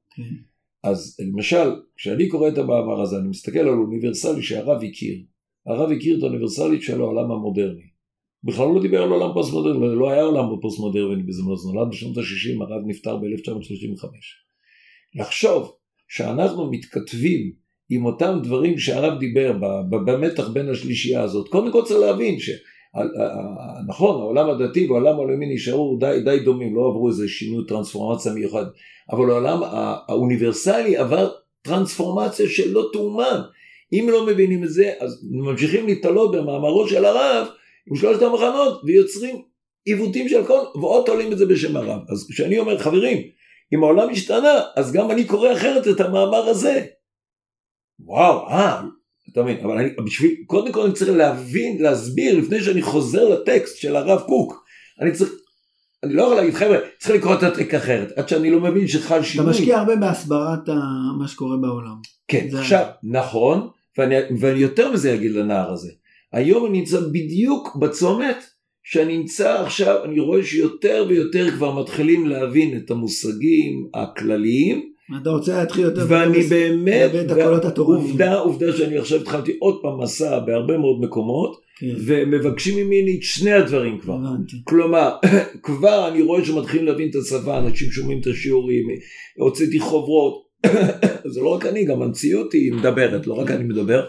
אז למשל, כשאני קורא את המאמר הזה, אני מסתכל על האוניברסלי שהרב הכיר. הרב הכיר את האוניברסלית של העולם המודרני. בכלל לא דיבר על עולם פוסט-מודרני, לא היה עולם פוסט-מודרני בזמן, אז נולד בשנות ה-שישים, הרב נפטר ב-אלף תשע מאות שלושים וחמש. לחשוב שאנחנו מתכתבים עם אותם דברים שהרב דיבר במתח בין השלישייה הזאת, קודם כל צריך להבין ש... נכון, העולם הדתי והעולם הלאומי נשארו די, די דומים, לא עברו איזה שינוי טרנספורמציה מיוחד, אבל העולם האוניברסלי עבר טרנספורמציה שלא תאומן. אם לא מבינים את זה, אז ממשיכים להתעלות במאמרו של הרב עם שלושת המחנות ויוצרים עיוותים של כל, ועוד תולים את זה בשם הרב. אז כשאני אומר, חברים, אם העולם השתנה, אז גם אני קורא אחרת את המאמר הזה. וואו, אה, אתה מבין, אבל אני, בשביל, קודם כל אני צריך להבין, להסביר, לפני שאני חוזר לטקסט של הרב קוק, אני צריך, אני לא יכול להגיד, חבר'ה, צריך לקרוא את הטקסט אחרת, עד שאני לא מבין שחל שינוי. אתה משקיע הרבה בהסברת מה שקורה בעולם. כן, עכשיו, נכון, ואני, ואני יותר מזה אגיד לנער הזה, היום אני נמצא בדיוק בצומת, שאני נמצא עכשיו, אני רואה שיותר ויותר כבר מתחילים להבין את המושגים הכלליים, אתה רוצה להתחיל יותר ואני באמת, עובדה, עובדה שאני עכשיו התחלתי עוד פעם מסע בהרבה מאוד מקומות, ומבקשים ממני את שני הדברים כבר. כלומר, כבר אני רואה שמתחילים להבין את השפה, אנשים שומעים את השיעורים, הוצאתי חוברות, זה לא רק אני, גם המציאות היא מדברת, לא רק אני מדבר,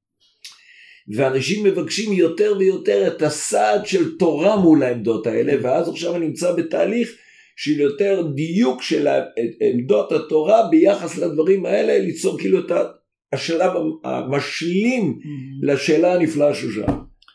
ואנשים מבקשים יותר ויותר את הסעד של תורה מול העמדות האלה, ואז עכשיו אני נמצא בתהליך, של יותר דיוק של עמדות התורה ביחס לדברים האלה, ליצור כאילו את השלב המשלים לשאלה הנפלאה שהוא שאל.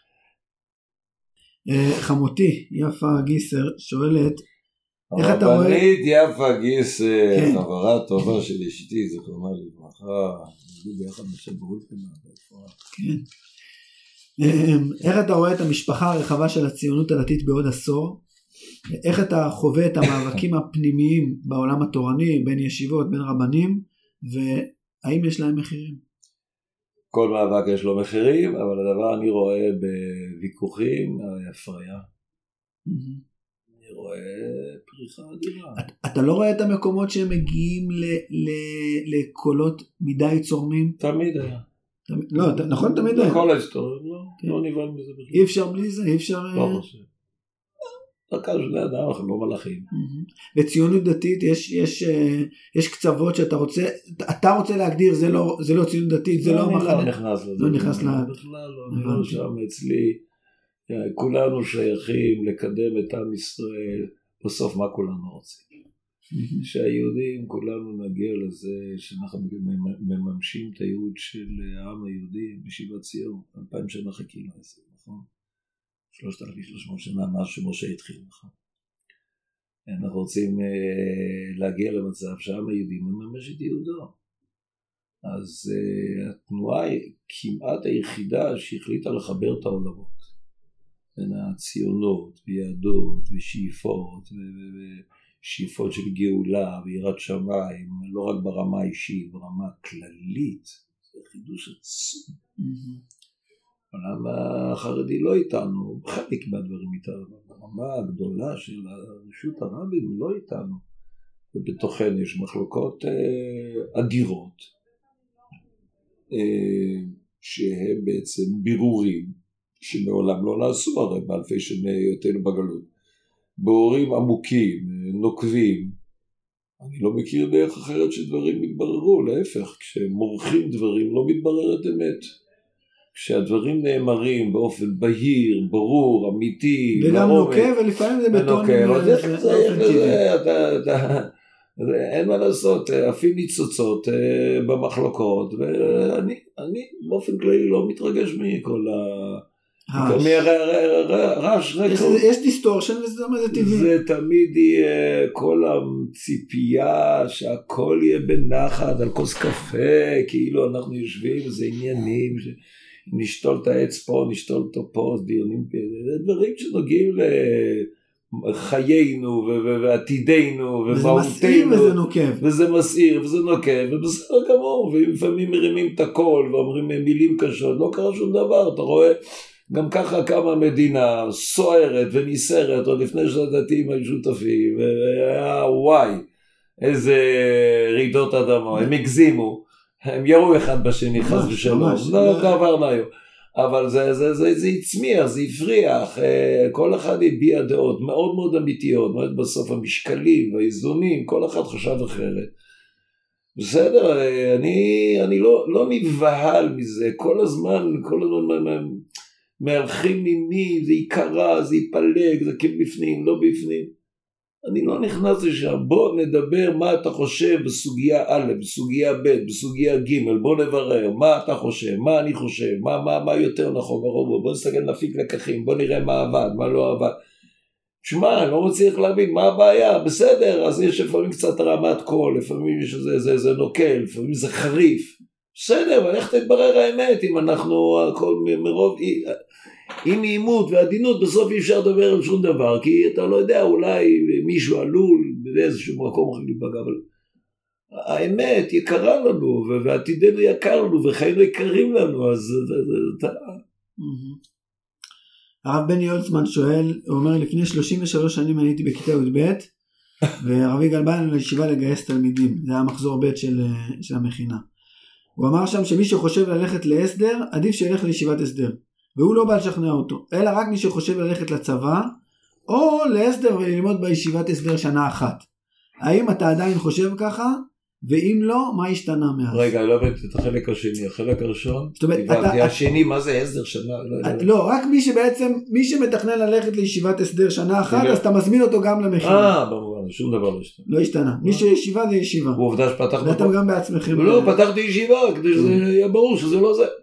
חמותי יפה גיסר שואלת, איך אתה רואה... הרבנית יפה גיסר, חברה טובה של אשתי, זה כלומר לברכה, נדעו ביחד משל באולפנה. כן. איך אתה רואה את המשפחה הרחבה של הציונות הדתית בעוד עשור? איך אתה חווה את המאבקים הפנימיים בעולם התורני, בין ישיבות, בין רבנים, והאם יש להם מחירים? כל מאבק יש לו מחירים, אבל הדבר אני רואה בוויכוחים, הפריה. אני רואה פריחה אדירה. אתה לא רואה את המקומות שהם מגיעים לקולות מדי צורמים? תמיד היה. לא, נכון, תמיד היה. כל ההיסטוריה, לא נבהל מזה בכלל. אי אפשר בלי זה, אי אפשר... לא חושב. דרכם של אדם, אנחנו לא מלאכים. בציונות דתית יש, יש, יש קצוות שאתה רוצה, אתה רוצה להגדיר, זה לא, זה לא ציונות דתית, זה לא מחנה. אני לא נכנס לזה. לא נכנס לזה. בכלל לא, אני לא שם אצלי, כולנו שייכים לקדם את עם ישראל, בסוף מה כולנו רוצים? שהיהודים, כולנו נגיע לזה, שאנחנו מממשים את הייעוד של העם היהודי, בשיבת ציון, אלפיים שנה חיכינו לזה, נכון? שלושת אלפים ושלוש מאות שנה, מה שמשה התחיל, נכון? אנחנו רוצים אה, להגיע למצב שהעם היהודי מממש את יהודו. אז אה, התנועה היא כמעט היחידה שהחליטה לחבר את העולמות. בין הציונות ויהדות ושאיפות, ושאיפות של גאולה ויראת שמיים, לא רק ברמה האישית, ברמה הכללית. זה חידוש עצום. העולם החרדי לא איתנו, חלק מהדברים איתנו, ברמה הגדולה של הרשות הרבים לא איתנו, ובתוכן יש מחלוקות אה, אדירות, אה, שהם בעצם בירורים, שמעולם לא נעשו הרי באלפי שני היותנו בגלות, בירורים עמוקים, נוקבים, אני לא מכיר דרך אחרת שדברים מתבררו, להפך, כשמורחים דברים לא מתבררת אמת. כשהדברים נאמרים באופן בהיר, ברור, אמיתי, וגם נוקב, ולפעמים זה בטונים. אין מה לעשות, אפילו ניצוצות במחלוקות, ואני אני באופן כללי לא מתרגש מכל הרעש. יש דיסטורשן וזה טבעי. זה תמיד יהיה כל הציפייה שהכל יהיה בנחת על כוס קפה, כאילו אנחנו יושבים, זה עניינים, נשתול את העץ פה, נשתול אותו פה, דיונים, זה דברים שנוגעים ל... חיינו ועתידנו ומהותנו, וזה מסעיר וזה נוקב, וזה מסעיר וזה נוקב, ובסדר גמור, ולפעמים מרימים את הכל ואומרים מילים קשות, לא קרה שום דבר, אתה רואה גם ככה כמה מדינה סוערת וניסרת עוד לפני שהדתיים היו שותפים, והיה וואי איזה רעידות אדמה, הם הגזימו, הם ירו אחד בשני חס ושלום, לא דבר נאיו, אבל זה, זה, זה, זה הצמיח, זה הפריח, כל אחד הביע דעות מאוד מאוד אמיתיות, בסוף המשקלים והאיזונים, כל אחד חשב אחרת. בסדר, אני, אני לא, לא נבהל מזה, כל הזמן, כל הזמן מהלכים ממי, זה יקרה, זה ייפלג, זה כן בפנים, לא בפנים. אני לא נכנס לשם, בוא נדבר מה אתה חושב בסוגיה א', בסוגיה ב', בסוגיה ג', בוא נברר מה אתה חושב, מה אני חושב, מה, מה, מה יותר נכון, בוא נסתכל נפיק לקחים, בוא נראה מה עבד, מה לא עבד. תשמע, אני לא מצליח להבין מה הבעיה, בסדר, אז יש לפעמים קצת רמת קול, לפעמים יש זה, זה, זה נוקל, לפעמים זה חריף, בסדר, אבל איך תתברר האמת אם אנחנו הכל מרוב... עם נעימות ועדינות בסוף אי אפשר לדבר על שום דבר, כי אתה לא יודע, אולי מישהו עלול באיזשהו מקום אחר להיפגע, אבל האמת יקרה לנו, ועתידנו יקר לנו, וחיינו יקרים לנו, אז אתה... הרב בני הולצמן שואל, הוא אומר, לפני שלושים ושלוש שנים אני הייתי בכיתה י"ב, והרב יגאל בא לישיבה לגייס תלמידים, זה היה מחזור ב' של, של המכינה. הוא אמר שם שמי שחושב ללכת להסדר, עדיף שילך לישיבת הסדר. והוא לא בא לשכנע אותו, אלא רק מי שחושב ללכת לצבא, או להסדר וללמוד בישיבת הסדר שנה אחת. האם אתה עדיין חושב ככה? ואם לא, מה השתנה מאז? רגע, לא הבאתי את החלק השני, החלק הראשון, הבאתי השני, מה זה הסדר שנה? לא, רק מי שבעצם, מי שמתכנן ללכת לישיבת הסדר שנה אחת, אז אתה מזמין אותו גם למכינה. אה, במובן, שום דבר לא השתנה. לא השתנה, מי שישיבה זה ישיבה. ועובדה שפתחת... ואתם גם בעצמכם. לא, פתחתי ישיבה, כדי שזה יהיה ברור שזה לא זה.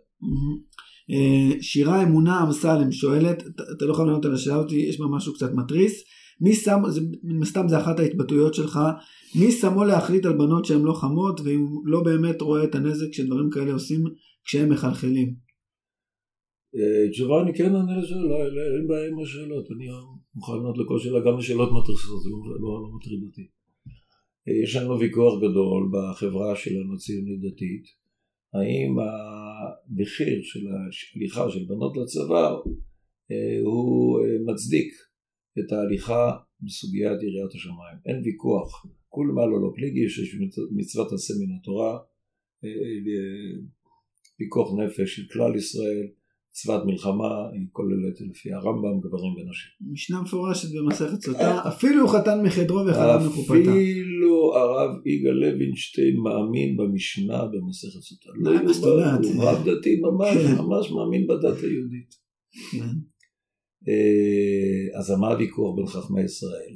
שירה אמונה אמסלם שואלת, אתה לא יכול לענות על השאלה אותי, יש בה משהו קצת מטריס, מי שם, מסתם זה אחת ההתבטאויות שלך, מי שמו להחליט על בנות שהן לא חמות, ואם לא באמת רואה את הנזק שדברים כאלה עושים כשהם מחלחלים? תשובה, אני כן עונה לשאלה, אין בעיה עם השאלות, אני מוכן לענות לכל שאלה, גם לשאלות מטריסות, זה לא מטריד אותי. יש לנו ויכוח גדול בחברה שלנו הציונית דתית, האם המחיר של ההליכה של בנות לצבא הוא מצדיק את ההליכה בסוגיית יריית השמיים. אין ויכוח, כול מה לא לא פליגי, שיש מצוות עשה מן התורה, פיקוח נפש של כלל ישראל, מצוות מלחמה, היא כוללת לפי הרמב"ם גברים ונשים. משנה מפורשת במסכת סוטה, אפילו חתן מחדרו וחלב מחופתה. אפילו הרב יגאל לוינשטיין מאמין במשנה במסכת סוטה. לא, הוא רב דתי ממש, ממש מאמין בדת היהודית. אז מה הוויכוח בין חכמי ישראל?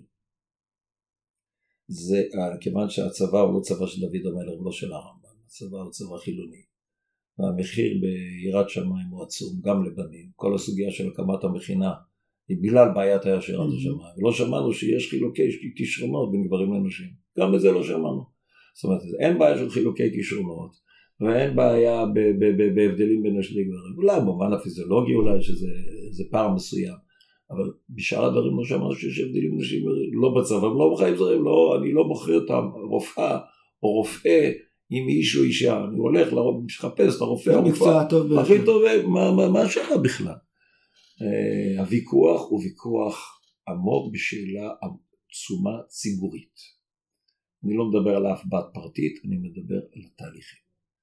זה, כיוון שהצבא הוא לא צבא של דוד המלך, לא של הרמב"ם, הצבא הוא צבא חילוני. והמחיר ביראת שמיים הוא עצום, גם לבנים. כל הסוגיה של הקמת המכינה היא בגלל בעיית היה שירת השמיים. ולא שמענו שיש חילוקי כישרונות בין גברים לנשים. גם לזה לא שמענו. זאת אומרת, אין בעיה של חילוקי כישרונות, ואין בעיה בהבדלים בין נשים לגברים. אולי במובן הפיזיולוגי אולי שזה פער מסוים. אבל בשאר הדברים לא שמענו שיש הבדלים בין נשים, לא בצבא, לא בחיים זרים, לא, אני לא בוחר אותם, רופאה או רופא, אם איש או אישה, אני הולך לחפש את הרופא, הכי טוב, מה השאלה בכלל? הוויכוח הוא ויכוח עמוק בשאלה עצומה ציבורית. אני לא מדבר על אף בת פרטית, אני מדבר על התהליכים.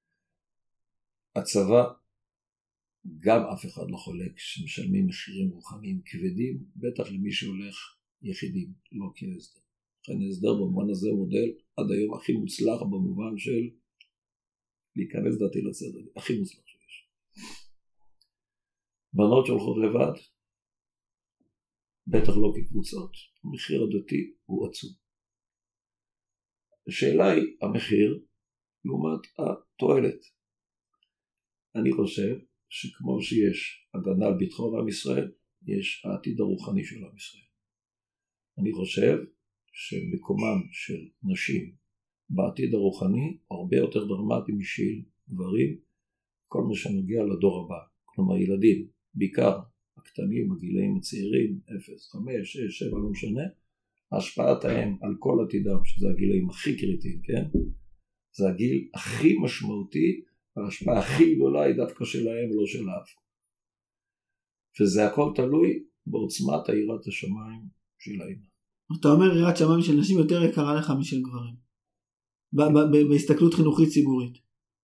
הצבא, גם אף אחד לא חולק שמשלמים מחירים רוחניים כבדים, בטח למי שהולך יחידים, לא כהסדר. לכן ההסדר במובן הזה מודל עד היום הכי מוצלח במובן של להיכנס דתי לצד, הכי מוצלח שיש. בנות שהולכות לבד, בטח לא כקבוצות, המחיר הדתי הוא עצום. השאלה היא המחיר לעומת התועלת. אני חושב שכמו שיש הגנה על ביטחון עם ישראל, יש העתיד הרוחני של עם ישראל. אני חושב שמקומם של נשים בעתיד הרוחני הרבה יותר דרמטי משל גברים, כל מה שנוגע לדור הבא. כלומר ילדים, בעיקר הקטנים, הגילאים הצעירים, אפס, חמש, שש, שבע, לא משנה, השפעת האם על כל עתידם, שזה הגילאים הכי קריטיים, כן? זה הגיל הכי משמעותי, וההשפעה הכי גדולה היא דווקא שלהם ולא של האב. וזה הכל תלוי בעוצמת יראת השמיים של האמא. אתה אומר יראת שמיים של נשים יותר יקרה לך משל גברים. בהסתכלות חינוכית ציבורית.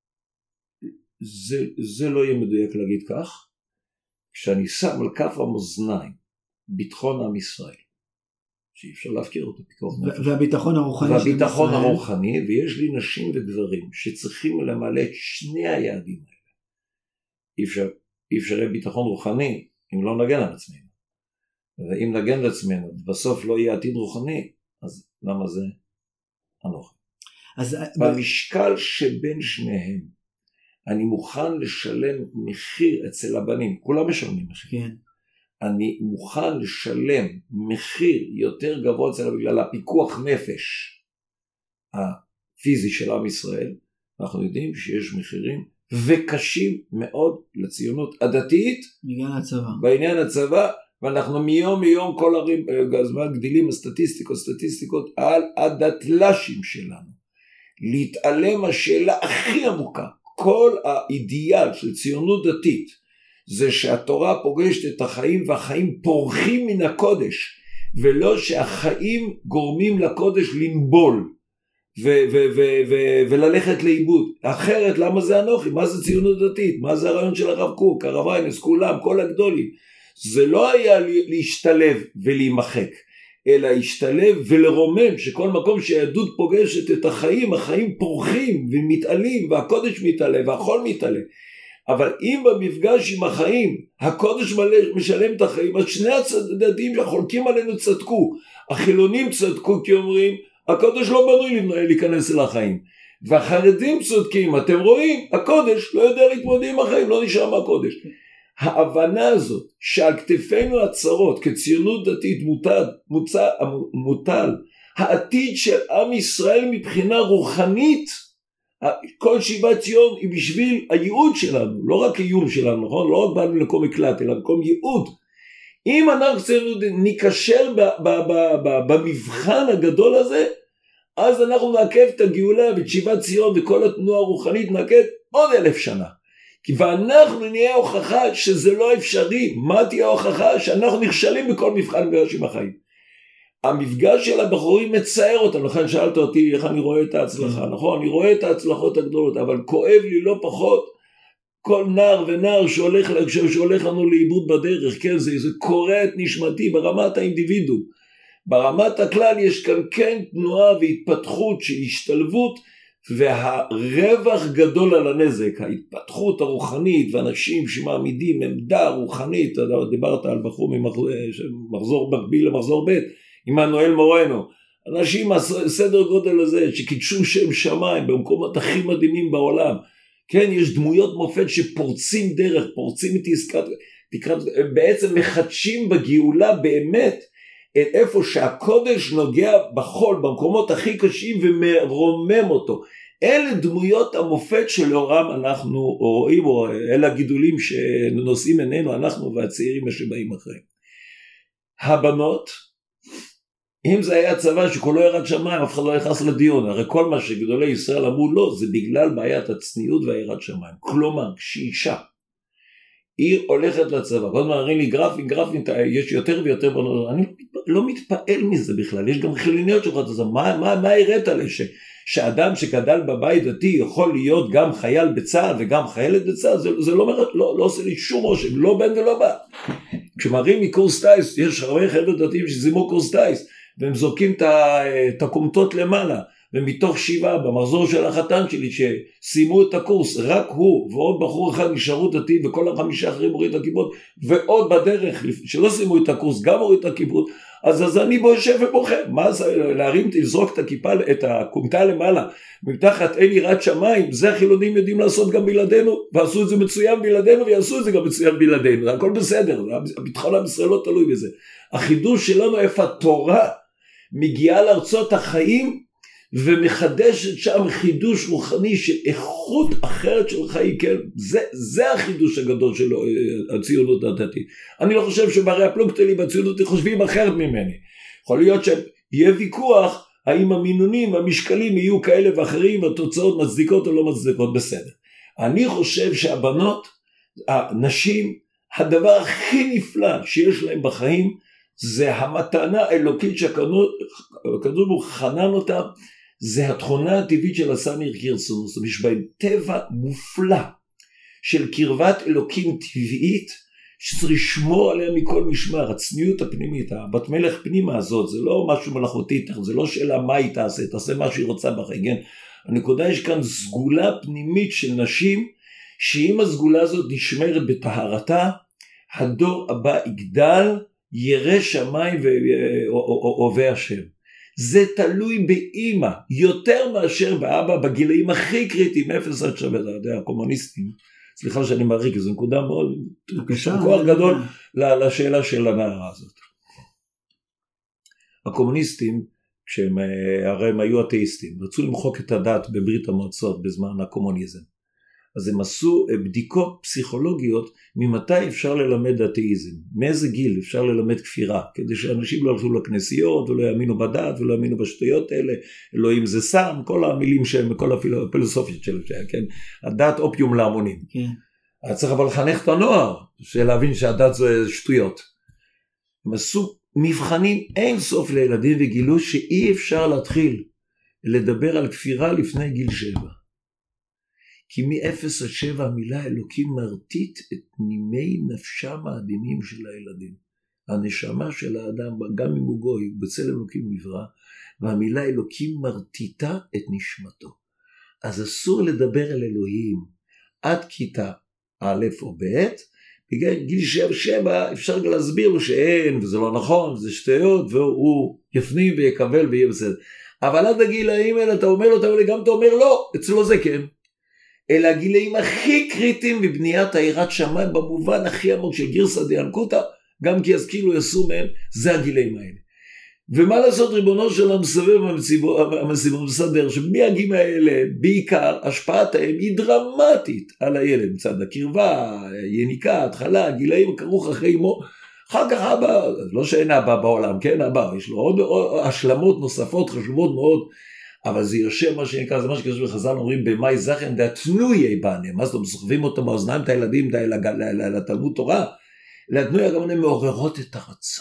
זה, זה לא יהיה מדויק להגיד כך. כשאני שם על כף המאזניים ביטחון עם ישראל, שאי אפשר להפקיר אותו פיקוח נפש. והביטחון הרוחני. והביטחון הרוחני, ויש לי נשים וגברים שצריכים למלא את שני היעדים האלה. אי אפשר, אי אפשר יהיה ביטחון רוחני אם לא נגן על עצמנו. ואם נגן על עצמנו, בסוף לא יהיה עתיד רוחני, אז למה זה אנוכי? אז במשקל שבין שניהם, אני מוכן לשלם מחיר אצל הבנים, כולם משלמים מחיר. כן. אני מוכן לשלם מחיר יותר גבוה אצל בגלל הפיקוח נפש הפיזי של עם ישראל. אנחנו יודעים שיש מחירים וקשים מאוד לציונות הדתית בעניין הצבא. בעניין הצבא, ואנחנו מיום מיום כל הרים הזמן גדילים הסטטיסטיקות סטטיסטיקות על הדתל"שים שלנו. להתעלם השאלה הכי עמוקה, כל האידיאל של ציונות דתית זה שהתורה פוגשת את החיים והחיים פורחים מן הקודש, ולא שהחיים גורמים לקודש לנבול ו- ו- ו- ו- וללכת לאיבוד. אחרת למה זה אנוכי? מה זה ציונות דתית? מה זה הרעיון של הרב קוק, הרב ויינס, כולם, כל הגדולים? זה לא היה להשתלב ולהימחק, אלא להשתלב ולרומם, שכל מקום שהיהדות פוגשת את החיים, החיים פורחים ומתעלים, והקודש מתעלה והחול מתעלה. אבל אם במפגש עם החיים הקודש משלם את החיים, אז שני הצדדים שחולקים עלינו צדקו. החילונים צדקו כי אומרים הקודש לא בנוי להיכנס אל החיים, והחרדים צודקים, אתם רואים, הקודש לא יודע להתמודד עם החיים, לא נשאר מהקודש. ההבנה הזאת שעל כתפינו הצרות כציונות דתית מוטל, מוצא, מוטל העתיד של עם ישראל מבחינה רוחנית, כל שיבת ציון היא בשביל הייעוד שלנו, לא רק איום שלנו, נכון? לא רק באנו למקום מקלט, אלא מקום ייעוד. אם אנחנו ניקשל במבחן הגדול הזה, אז אנחנו נעכב את הגאולה ואת שיבת ציון וכל התנועה הרוחנית נעכב עוד אלף שנה. כי ואנחנו נהיה הוכחה שזה לא אפשרי. מה תהיה ההוכחה? שאנחנו נכשלים בכל מבחן בראשים החיים. המפגש של הבחורים מצער אותם, לכן שאלת אותי איך אני רואה את ההצלחה, נכון? אני רואה את ההצלחות הגדולות, אבל כואב לי לא פחות כל נער ונער שהולך, שהולך לנו לאיבוד בדרך, כן? זה, זה קורא את נשמתי ברמת האינדיבידום. ברמת הכלל יש כאן כן תנועה והתפתחות של השתלבות, והרווח גדול על הנזק, ההתפתחות הרוחנית, ואנשים שמעמידים עמדה רוחנית, דיברת על בחור ממחזור מקביל למחזור ב', עמנואל מורנו, אנשים סדר גודל הזה שקידשו שם שמיים במקומות הכי מדהימים בעולם, כן, יש דמויות מופת שפורצים דרך, פורצים את עסקת, בעצם מחדשים בגאולה באמת, איפה שהקודש נוגע בחול, במקומות הכי קשים ומרומם אותו. אלה דמויות המופת שלאורם אנחנו רואים, או אלה הגידולים שנושאים עינינו, אנחנו והצעירים שבאים אחריהם. הבנות, אם זה היה צבא שכולו ירד שמיים, אף אחד לא נכנס לדיון, הרי כל מה שגדולי ישראל אמרו לא, זה בגלל בעיית הצניעות והירד שמיים. כלומר, כשאישה, היא הולכת לצבא, כל הזמן מראים לי גרפים, גרפים, יש יותר ויותר בנות, אני לא מתפעל מזה בכלל, יש גם חילוניות שוכות, אז מה, מה, מה הראת עלי, ש, שאדם שגדל בבית דתי יכול להיות גם חייל בצה"ל וגם חיילת בצה"ל, זה, זה לא, לא, לא עושה לי שום רושם, לא בן ולא בא. כשמראים מקורס טייס, יש הרבה חבר'ה דתיים שזימו קורס טייס, והם זורקים את הקומטות למעלה, ומתוך שבעה במחזור של החתן שלי שסיימו את הקורס, רק הוא ועוד בחור אחד נשארו דתי, וכל החמישה אחרים הוריד את הכיפות, ועוד בדרך שלא סיימו את הקורס גם הוריד את הכיפות, אז, אז אני בו יושב ובוכה. מה זה להרים, לזרוק את הכיפה, את הקומטה למעלה, מתחת אין יראת שמיים, זה החילונים יודעים לעשות גם בלעדינו, ועשו את זה מצוין בלעדינו, ויעשו את זה גם מצוין בלעדינו, הכל בסדר, הביטחון עם ישראל לא תלוי בזה. החידוש שלנו איפה התורה מגיעה לארצות החיים, ומחדשת שם חידוש רוחני של איכות אחרת של חיים, כן? זה, זה החידוש הגדול של הציונות הדתית. אני לא חושב שברי הפלוגתא בציונות חושבים אחרת ממני. יכול להיות שיהיה ויכוח האם המינונים, המשקלים יהיו כאלה ואחרים, התוצאות מצדיקות או לא מצדיקות, בסדר. אני חושב שהבנות, הנשים, הדבר הכי נפלא שיש להם בחיים, זה המתנה האלוקית שהקדוש ברוך הוא חנן אותה, זה התכונה הטבעית של הסניר כרצונו, זאת אומרת, יש בהם טבע מופלא של קרבת אלוקים טבעית, שצריך לשמור עליה מכל משמר, הצניעות הפנימית, הבת מלך פנימה הזאת, זה לא משהו מלאכותי, זה לא שאלה מה היא תעשה, תעשה מה שהיא רוצה בחיים, כן? הנקודה יש כאן סגולה פנימית של נשים, שאם הסגולה הזאת נשמרת בטהרתה, הדור הבא יגדל, ירא שמיים ואוהבי השם. זה תלוי באמא, יותר מאשר באבא, בגילאים הכי קריטיים, אפס עד שבע, אתה יודע, הקומוניסטים, סליחה שאני מעריך, זו נקודה מאוד, כוח גדול לשאלה של הנערה הזאת. הקומוניסטים, כשהם, הרי הם היו אתאיסטים, רצו למחוק את הדת בברית המועצות בזמן הקומוניזם. אז הם עשו בדיקות פסיכולוגיות ממתי אפשר ללמד אתאיזם, מאיזה גיל אפשר ללמד כפירה, כדי שאנשים לא הלכו לכנסיות ולא יאמינו בדת ולא יאמינו בשטויות האלה, אלוהים זה סם, כל המילים שהם, כל הפילוסופיות שלהם, כן? הדת אופיום להמונים. Okay. צריך אבל לחנך את הנוער, של להבין שהדת זה שטויות. הם עשו מבחנים אין סוף לילדים וגילו שאי אפשר להתחיל לדבר על כפירה לפני גיל שבע. כי מ-אפס עד שבע המילה אלוקים מרטיט את נימי נפשם העדינים של הילדים. הנשמה של האדם, גם אם הוא גוי, בצל אלוקים נברא, והמילה אלוקים מרטיטה את נשמתו. אז אסור לדבר על אלוהים עד כיתה א' או ב', בגלל גיל שבע שבע אפשר להסביר לו שאין, וזה לא נכון, וזה שטויות, והוא יפנים ויקבל ויהיה בסדר. אבל עד הגילאים האלה אתה אומר לו, אתה אומר, גם אתה אומר לא, אצלו זה כן. אלה הגילאים הכי קריטיים בבניית היראת שמיים, במובן הכי עמוק של גרסא דינקותא, גם כי יזכילו יסו מהם, זה הגילאים האלה. ומה לעשות ריבונו של המסובב המסיבות מסדר, שמהגילים האלה, בעיקר השפעתהם היא דרמטית על הילד, מצד הקרבה, יניקה, התחלה, הגילאים הכרוך אחרי אמו, אחר כך אבא, לא שאין אבא בעולם, כן אבא, יש לו עוד, עוד השלמות נוספות חשובות מאוד, אבל זה יושב מה שנקרא, זה מה שכתוב בחז"ל אומרים, במאי זכן דתנויי בניהם, מה זאת אומרת, סוחבים אותם באוזניים את הילדים לתלמוד תורה, להתנויי גם הם מעוררות את הרצון.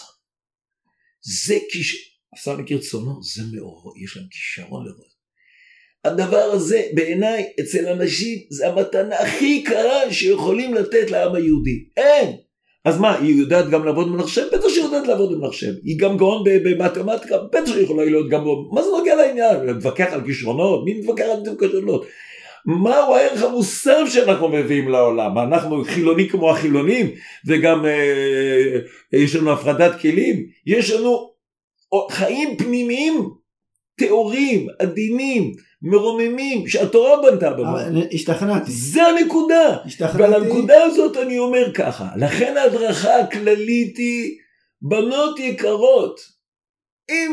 זה כיש... עשה לי כרצונו, זה מעורר, יש להם כישרון לראות. הדבר הזה בעיניי אצל אנשים זה המתנה הכי יקרה שיכולים לתת לעם היהודי. אין! אז מה, היא יודעת גם לעבוד במחשב? בטח שהיא יודעת לעבוד במחשב. היא גם גאון במתמטיקה? בטח שהיא יכולה להיות גם גאון. מה זה נוגע לעניין? להתווכח על כישרונות? מי מתווכח על כישרונות? מהו הערך המוסף שאנחנו מביאים לעולם? אנחנו חילוני כמו החילונים, וגם אה, יש לנו הפרדת כלים. יש לנו חיים פנימיים, תיאורים, עדינים, מרוממים, שהתורה בנתה בנו. השתכנעתי. זה הנקודה. השתכנעתי. ועל הנקודה הזאת אני אומר ככה, לכן ההדרכה הכללית היא, בנות יקרות, אם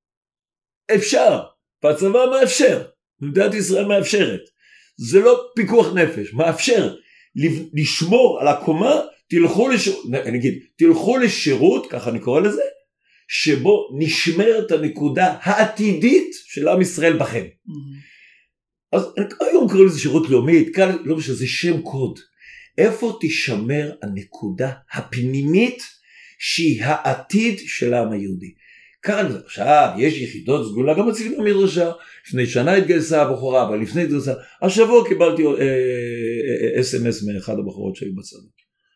אפשר, והצבא מאפשר, מדינת ישראל מאפשרת, זה לא פיקוח נפש, מאפשר לשמור על הקומה, תלכו לשירות, נגיד, תלכו לשירות, ככה אני קורא לזה, שבו נשמרת הנקודה העתידית של עם ישראל בכם. Mm-hmm. אז היום קוראים לזה שירות לאומית, כאן לא משנה, זה שם קוד. איפה תשמר הנקודה הפנימית שהיא העתיד של העם היהודי? כאן עכשיו יש יחידות סגולה, גם אצלי במדרשה, לפני שנה התגייסה הבחורה, אבל לפני התגייסה, השבוע קיבלתי אס אם אס מאחד הבחורות שהיו בצד.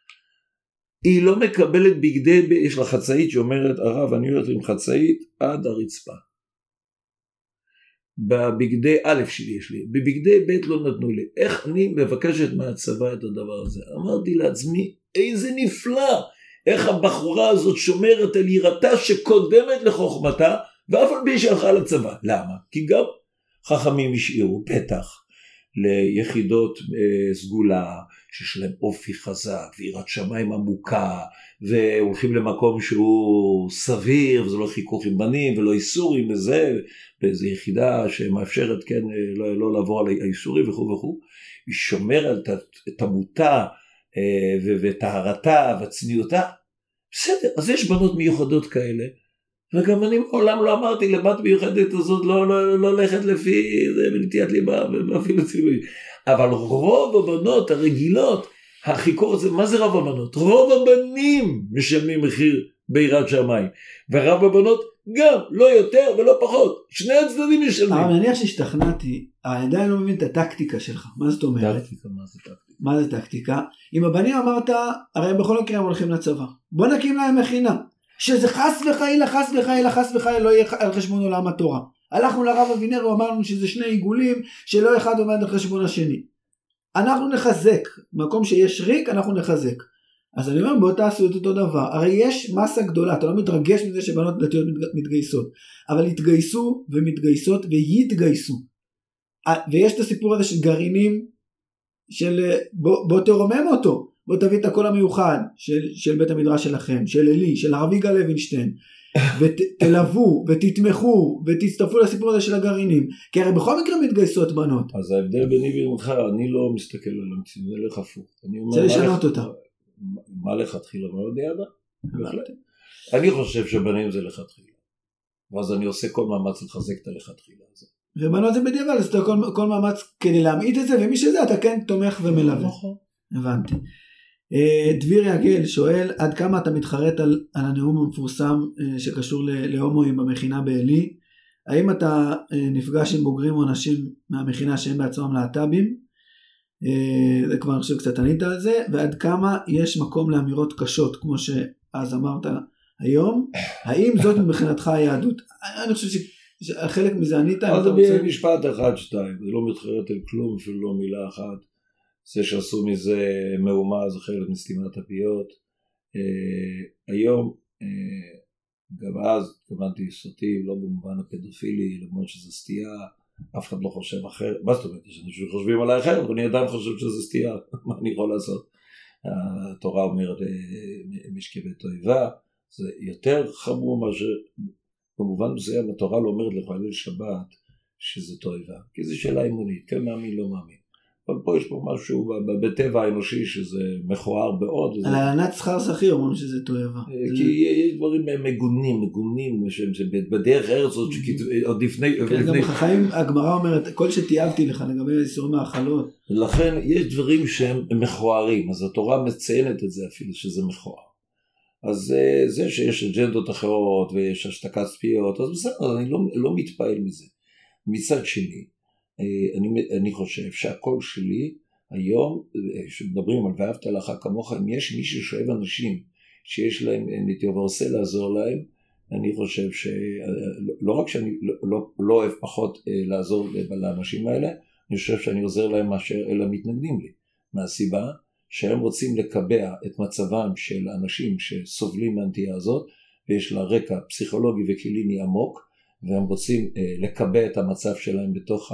היא לא מקבלת בגדי, יש לה חצאית שאומרת, הרב, אני הולכת עם חצאית עד הרצפה. בבגדי א' שלי יש לי, בבגדי ב' לא נתנו לי, איך אני מבקשת מהצבא את הדבר הזה? אמרתי לעצמי, איזה נפלא, איך הבחורה הזאת שומרת על יראתה שקודמת לחוכמתה, ואף על פי שהלכה לצבא. למה? כי גם חכמים השאירו פתח ליחידות אה, סגולה, שיש להם אופי חזק, ויראת שמיים עמוקה, והולכים למקום שהוא סביר, וזה לא חיכוך עם בנים, ולא איסורים וזה, באיזו יחידה שמאפשרת, כן, לא, לא לעבור על האיסורים וכו' וכו'. היא שומרת את תמותה, אה, וטהרתה, וצניעותה. בסדר, אז יש בנות מיוחדות כאלה, וגם אני מעולם לא אמרתי לבת מיוחדת הזאת לא, לא, לא ללכת לפי זה בנטיית ליבה ואפילו צילוי. אבל רוב הבנות הרגילות, החיכוך הזה, מה זה רוב הבנות? רוב הבנים משלמים מחיר ביראת שמיים. ורוב הבנות גם, לא יותר ולא פחות. שני הצדדים משלמים. אבל נניח שהשתכנעתי, אני עדיין לא מבין את הטקטיקה שלך. מה זאת אומרת? טקטיקה, מה זה טקטיקה? מה זה טקטיקה? אם הבנים אמרת, הרי בכל מקרה הם הולכים לצבא. בוא נקים להם מכינה. שזה חס וחלילה, חס וחלילה, חס וחלילה לא יהיה על חשבון עולם התורה. הלכנו לרב אבינר ואמרנו שזה שני עיגולים, שלא אחד עומד על חשבון השני. אנחנו נחזק, במקום שיש ריק אנחנו נחזק. אז אני אומר בוא תעשו את אותו דבר. הרי יש מסה גדולה, אתה לא מתרגש מזה שבנות דתיות מתגייסות, אבל התגייסו ומתגייסות ויתגייסו. ויש את הסיפור הזה של גרעינים, של בוא, בוא תרומם אותו. בוא תביא את הקול המיוחד של, של בית המדרש שלכם, של אלי, של הרב יגאל לוינשטיין, ותלוו ותתמכו ותצטרפו לסיפור הזה של הגרעינים, כי הרי בכל מקרה מתגייסות בנות. אז ההבדל ביני ובינך, אני לא מסתכל על המציאות, זה לך הפוך. זה לשנות אותה. מה לכתחילה מאוד ידע? אני חושב שבנים זה לכתחילה, ואז אני עושה כל מאמץ לחזק את הלכתחילה הזה. ובנות זה בדיעבד, אז אתה כל, כל מאמץ כדי להמעיט את זה, ומי שזה אתה כן תומך ומלווה. הבנתי. דביר יגל שואל עד כמה אתה מתחרט על, על הנאום המפורסם שקשור להומואים במכינה באלי, האם אתה נפגש עם בוגרים או אנשים מהמכינה שהם בעצמם להט"בים, זה כבר אני חושב קצת ענית על זה, ועד כמה יש מקום לאמירות קשות כמו שאז אמרת היום, האם זאת מבחינתך היהדות? אני חושב שחלק מזה ענית. אז זה רוצה... משפט אחד שתיים, זה לא מתחרט על כלום, אפילו לא מילה אחת. זה שעשו מזה מהומה, זה חלק מסתימת הפיות. אה, היום, אה, גם אז, התכוונתי סוטים, לא במובן הפדופילי, למרות שזה סטייה, אף אחד לא חושב אחרת. מה זאת אומרת? יש אנשים שחושבים עליי אחרת, אבל אני עדיין חושב שזה סטייה. מה אני יכול לעשות? התורה אומרת, משכבת תועבה, זה יותר חמור מאשר, במובן מסוים, התורה לא אומרת לחלל שבת, שזה תועבה. כי זו שאלה אימונית, כן מאמין, לא מאמין. אבל פה יש פה משהו בטבע האנושי שזה מכוער מאוד. על הלנת שכר שכיר אומרים שזה תועבה. כי יש דברים מגונים, מגונים, בדרך ארץ עוד לפני... גם חכמים, הגמרא אומרת, כל שתיאבתי לך לגבי איסורים האכלות. לכן יש דברים שהם מכוערים, אז התורה מציינת את זה אפילו שזה מכוער. אז זה שיש אג'נדות אחרות ויש השתקת צפיות, אז בסדר, אני לא מתפעל מזה. מצד שני, אני, אני חושב שהקול שלי היום, שמדברים על ואהבת לך כמוך, אם יש מי ששואב אנשים שיש להם נטייה ורוצה לעזור להם, אני חושב שלא רק שאני לא, לא, לא אוהב פחות לעזור לאנשים האלה, אני חושב שאני עוזר להם מאשר אלה מתנגדים לי. מהסיבה שהם רוצים לקבע את מצבם של אנשים שסובלים מהנטייה הזאת, ויש לה רקע פסיכולוגי וקליני עמוק, והם רוצים אה, לקבע את המצב שלהם בתוך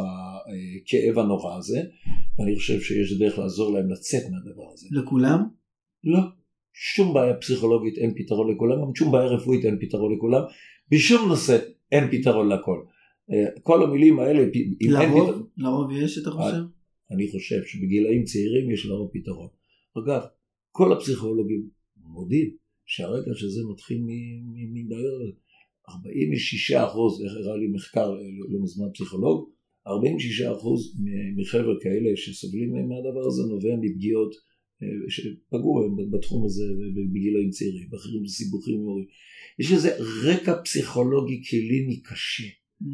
הכאב הנורא הזה, ואני חושב שיש דרך לעזור להם לצאת מהדבר הזה. לכולם? לא, שום בעיה פסיכולוגית אין פתרון לכולם, גם שום בעיה רפואית אין פתרון לכולם, בשום נושא אין פתרון לכל. אה, כל המילים האלה... לרוב, פתר... לרוב יש את החושב? אני חושב שבגילאים צעירים יש לרוב פתרון. אגב, כל הפסיכולוגים מודים שהרגע שזה מתחיל מבעיות, ארבעים ושישה אחוז, איך הראה לי מחקר לא מזמן פסיכולוג, ארבעים ושישה אחוז מחבר כאלה שסובלים מהדבר הזה נובע מפגיעות שפגעו בתחום הזה בגילאים צעירים, באחרים סיבוכים מורים. יש איזה רקע פסיכולוגי קליני קשה.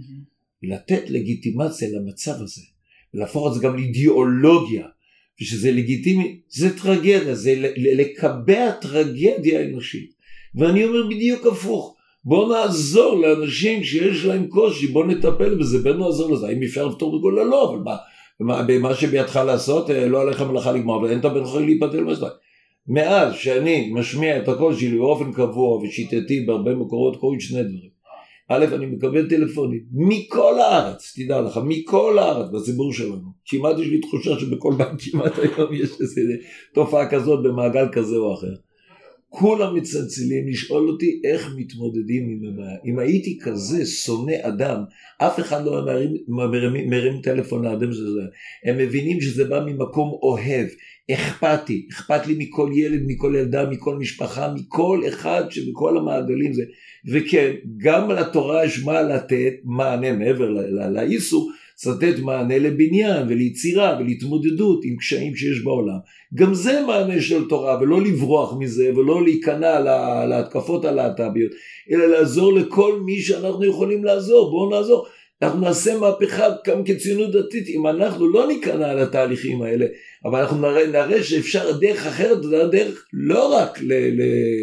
לתת לגיטימציה למצב הזה, ולהפוך את זה גם לאידיאולוגיה, ושזה לגיטימי, זה טרגדיה, זה לקבע טרגדיה אנושית. ואני אומר בדיוק הפוך, בוא נעזור לאנשים שיש להם קושי, בוא נטפל בזה, בוא נעזור לזה, האם אפשר לפתור בכל לא, אבל מה, מה שבידך לעשות, לא עליך מלאכה לגמור, אבל אין את הבן חוי להיפטר משלה. מאז שאני משמיע את הקול שלי באופן קבוע ושיטתי בהרבה מקורות, קוראים שני דברים. א', אני מקבל טלפונים מכל הארץ, תדע לך, מכל הארץ בציבור שלנו. כמעט יש לי תחושה שבכל בנק כמעט היום יש איזו תופעה כזאת במעגל כזה או אחר. כולם מצלצלים לשאול אותי איך מתמודדים עם הבעיה. אם הייתי כזה שונא אדם, אף אחד לא מרים, מרים, מרים טלפון לאדם שזה. הם מבינים שזה בא ממקום אוהב, אכפתי, אכפת לי מכל ילד, מכל ילדה, מכל משפחה, מכל אחד שבכל המעגלים זה. וכן, גם לתורה יש מה לתת מענה מעבר לאיסור, לתת מענה לבניין וליצירה ולהתמודדות עם קשיים שיש בעולם. גם זה מענה של תורה, ולא לברוח מזה ולא להיכנע להתקפות הלהט"ביות, אלא לעזור לכל מי שאנחנו יכולים לעזור. בואו נעזור. אנחנו נעשה מהפכה גם כציונות דתית, אם אנחנו לא ניכנע לתהליכים האלה, אבל אנחנו נראה, נראה שאפשר דרך אחרת, דרך לא רק ל... ל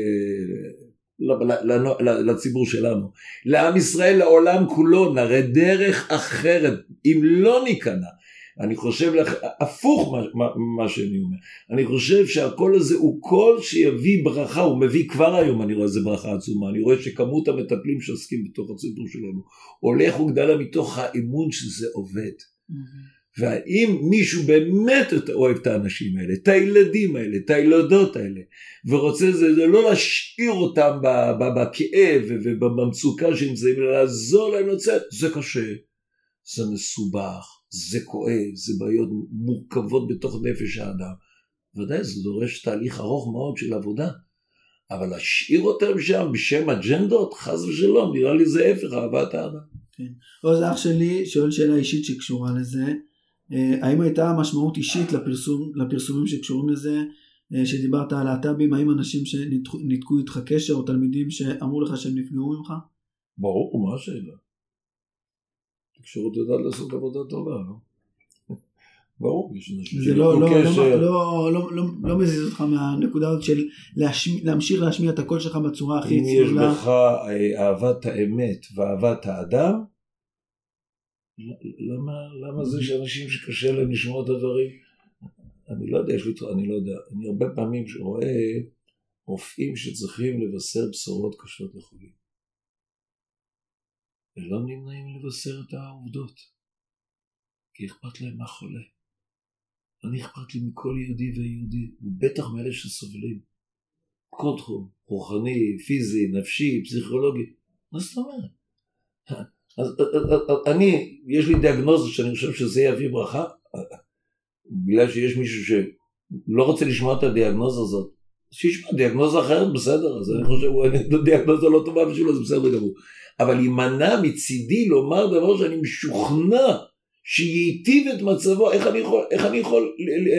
לציבור שלנו, לעם ישראל, לעולם כולו, נראה דרך אחרת, אם לא ניכנע. אני חושב, הפוך מה, מה, מה שאני אומר, אני חושב שהקול הזה הוא קול שיביא ברכה, הוא מביא כבר היום, אני רואה איזה ברכה עצומה, אני רואה שכמות המטפלים שעוסקים בתוך הציבור שלנו, הולך וגדלה מתוך האמון שזה עובד. והאם מישהו באמת אוהב את האנשים האלה, את הילדים האלה, את הילדות האלה, ורוצה זה, זה לא להשאיר אותם בכאב ובמצוקה שנמצאים, אלא לעזור להם לצאת, זה קשה, זה מסובך, זה כואב, זה בעיות מורכבות בתוך נפש האדם. ודאי, זה דורש תהליך ארוך מאוד של עבודה, אבל להשאיר אותם שם בשם אג'נדות, חס ושלום, נראה לי זה הפך, אהבת האדם. כן. עוז, אח שלי שואל שאלה אישית שקשורה לזה, האם הייתה משמעות אישית לפרסום, לפרסומים שקשורים לזה, שדיברת על להט"בים, האם אנשים שניתקו איתך קשר או תלמידים שאמרו לך שהם נפגעו ממך? ברור, מה השאלה? תקשורת יודעת לעשות עבודה טובה, לא? ברור, יש אנשים שניתקו לא, קשר. לא, לא, לא, לא מזיז אותך מהנקודה הזאת של להשמיע, להמשיך להשמיע את הקול שלך בצורה הכי צלולה. אם יש בך אהבת האמת ואהבת האדם, למה, למה זה שאנשים שקשה להם לשמוע את הדברים? אני לא יודע, יש לי, אני לא יודע, אני הרבה פעמים רואה רופאים שצריכים לבשר בשורות קשות לחולים. ולא נמנעים לבשר את העובדות, כי אכפת להם מה חולה. אני אכפת לי מכל יהודי ויהודי, ובטח מאלה שסובלים. כל תחום, רוחני, פיזי, נפשי, פסיכולוגי. מה זאת אומרת? אז, אז, אז אני, יש לי דיאגנוזה שאני חושב שזה יביא ברכה, בגלל שיש מישהו שלא רוצה לשמוע את הדיאגנוזה הזאת, שישמע דיאגנוזה אחרת, בסדר, אז אני חושב, דיאגנוזה לא טובה בשבילו, זה בסדר גמור. אבל יימנע מצידי לומר דבר שאני משוכנע שייטיב את מצבו, איך אני יכול, איך אני יכול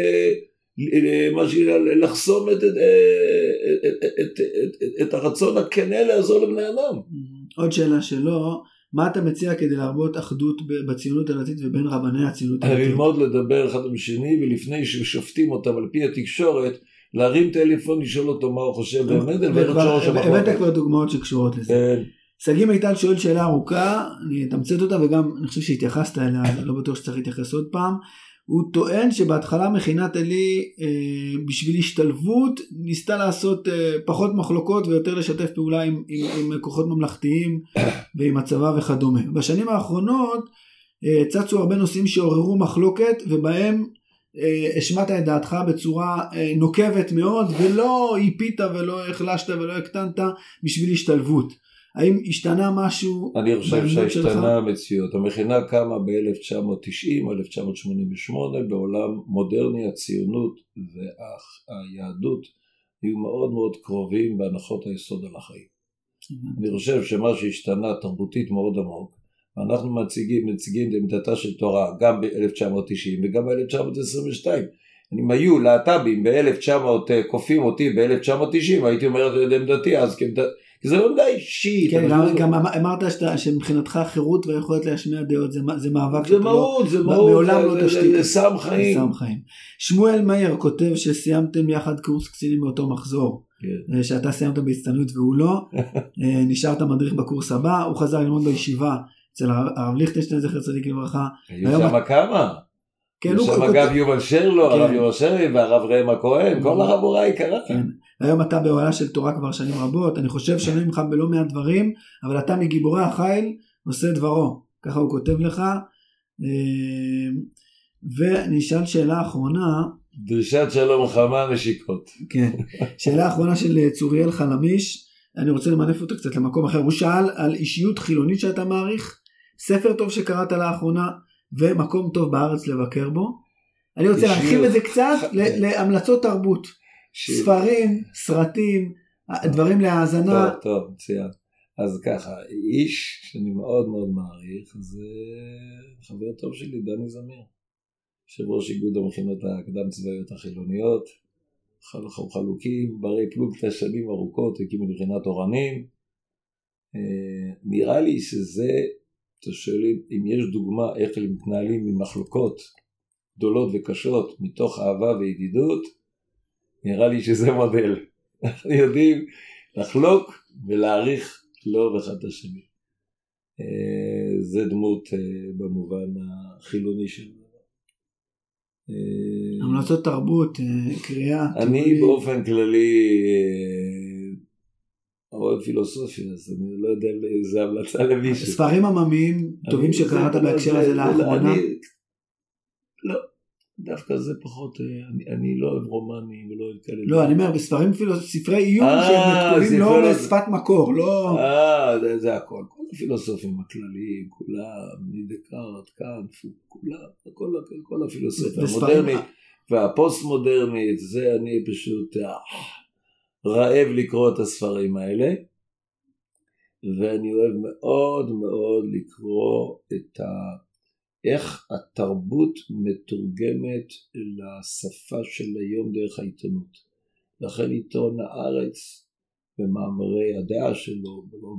לחסום את, את, את, את, את הרצון הכנה לעזור לבני אדם. עוד שאלה שלו, מה אתה מציע כדי להרבות אחדות בציונות הדתית ובין רבני הציונות הדתית? ללמוד לדבר אחד עם שני, ולפני ששופטים אותם על פי התקשורת, להרים טלפון, לשאול אותו מה הוא חושב באמת, הבאת כבר דוגמאות שקשורות לזה. סגי מיטל שואל שאלה ארוכה, אני אתמצת אותה וגם אני חושב שהתייחסת אליה, לא בטוח שצריך להתייחס עוד פעם. הוא טוען שבהתחלה מכינת עלי אה, בשביל השתלבות ניסתה לעשות אה, פחות מחלוקות ויותר לשתף פעולה עם, עם, עם כוחות ממלכתיים ועם הצבא וכדומה. בשנים האחרונות אה, צצו הרבה נושאים שעוררו מחלוקת ובהם אה, השמעת את דעתך בצורה אה, נוקבת מאוד ולא היפית ולא החלשת ולא הקטנת בשביל השתלבות. האם השתנה משהו? אני חושב שהשתנה המציאות. המכינה קמה ב-אלף תשע מאות תשעים אלף תשע מאות שמונים ושמונה בעולם מודרני. הציונות והיהדות היו מאוד מאוד קרובים בהנחות היסוד על החיים. אני חושב שמה שהשתנה תרבותית מאוד עמוק, אנחנו מציגים, מציגים את עמדתה של תורה גם ב-אלף תשע מאות תשעים וגם ב-אלף תשע מאות עשרים ושתיים. אם היו להט"בים ב-אלף תשע מאות כופים אותי ב-אלף תשע מאות תשעים, הייתי אומר את עמדתי אז כעמדת... כי זה לא די אישי. כן, גם אמרת שמבחינתך חירות והיכולת להשמיע דעות זה מאבק זה מהות, זה מהות, זה סם חיים. שמואל מאיר כותב שסיימתם יחד קורס קצינים באותו מחזור. כן. שאתה סיימת בהצטיינות והוא לא, נשארת מדריך בקורס הבא, הוא חזר ללמוד בישיבה אצל הרב ליכטנשטיין זכר צדיק לברכה. היו שם כמה? היו שם אגב יובל שרלו, הרב יובל שרי והרב ראם הכהן, כל החבורה היקרה. היום אתה באוהלה של תורה כבר שנים רבות, אני חושב שאני ממך בלא מעט דברים, אבל אתה מגיבורי החיל עושה דברו, ככה הוא כותב לך. ונשאל שאלה אחרונה, דרישת שלום וחמה נשיקות. כן, שאלה אחרונה של צוריאל חלמיש, אני רוצה למנף אותו קצת למקום אחר, הוא שאל על אישיות חילונית שאתה מעריך, ספר טוב שקראת לאחרונה, ומקום טוב בארץ לבקר בו. אני רוצה להרחיב את זה קצת להמלצות תרבות, ספרים, סרטים, דברים להאזנה. טוב, טוב, מצוין. אז ככה, איש שאני מאוד מאוד מעריך, זה חבר טוב שלי, דני זמיר. יושב ראש איגוד המכינות הקדם צבאיות החילוניות, חלקו חלוקים, ברי פלוגתא שנים ארוכות, הקים מכינת אורנים. נראה לי שזה, אתה שואל אם יש דוגמה איך הם מתנהלים ממחלוקות גדולות וקשות, מתוך אהבה וידידות, נראה לי שזה מודל. אנחנו יודעים לחלוק ולהעריך לא אחד השני. זה דמות במובן החילוני שלנו. המלצות תרבות, קריאה. אני באופן כללי אוהב פילוסופיה, אז אני לא יודע איזה המלצה למישהו. ספרים עממיים טובים שקראת בהקשר הזה לאחרונה? לא, דווקא זה פחות, אני לא אוהב רומנים ולא אוהב כאלה. לא, אני אומר, בספרים ספרי עיון שהם כתובים לא בשפת מקור, לא... אה, זה הכל, כל הפילוסופים הכלליים, כולם, מדקארט, קאנט, כולם, כל הפילוסופיה המודרנית והפוסט מודרנית, זה אני פשוט רעב לקרוא את הספרים האלה, ואני אוהב מאוד מאוד לקרוא את ה... איך התרבות מתורגמת לשפה של היום דרך העיתונות. לכן עיתון הארץ במאמרי הדעה שלו, ולא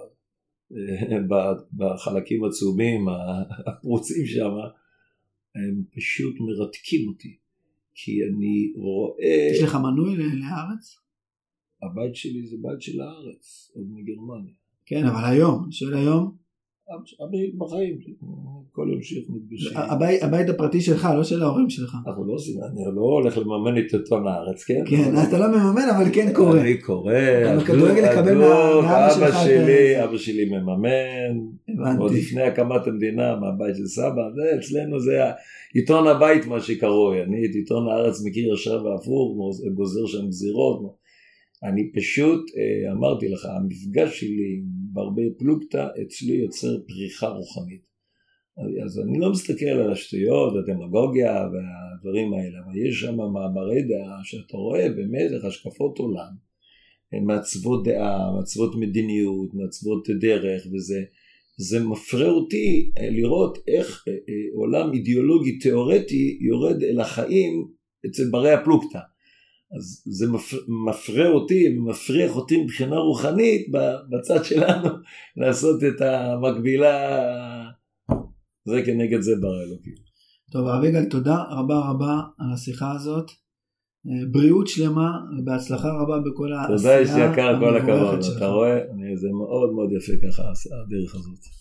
בחלקים הצהובים, הפרוצים שם, הם פשוט מרתקים אותי. כי אני רואה... יש לך מנוי לארץ? הבית שלי זה בית של הארץ, עוד מגרמניה. כן, אבל היום, של היום? הבית בחיים, כל יום שיח מתגשים. הבית הפרטי שלך, לא של ההורים שלך. אנחנו לא עושים, אני לא הולך לממן את עיתון הארץ, כן? כן, אתה לא מממן, אבל כן קורא. אני קורא, אבא שלי, אבא שלי מממן, עוד לפני הקמת המדינה, מהבית של סבא, זה אצלנו זה עיתון הבית מה שקרוי, אני את עיתון הארץ מכיר ישר והפוך, גוזר שם גזירות, אני פשוט אמרתי לך, המפגש שלי בהרבה פלוגתא אצלי יוצר פריחה רוחנית. אז אני לא מסתכל על השטויות, הדמגוגיה והדברים האלה, אבל יש שם מאמרי דעה שאתה רואה באמת איך השקפות עולם, מעצבות דעה, מעצבות מדיניות, מעצבות דרך, וזה זה מפרה אותי לראות איך עולם אידיאולוגי תיאורטי יורד אל החיים אצל ברי הפלוגתא. אז זה מפרה אותי ומפריח אותי מבחינה רוחנית בצד שלנו לעשות את המקבילה, זה כנגד זה ברא אלוקים. טוב, אביגל, תודה רבה רבה על השיחה הזאת, בריאות שלמה ובהצלחה רבה בכל העשייה. תודה, יש יקר, כל הכבוד, אתה רואה, זה מאוד מאוד יפה ככה הדרך הזאת.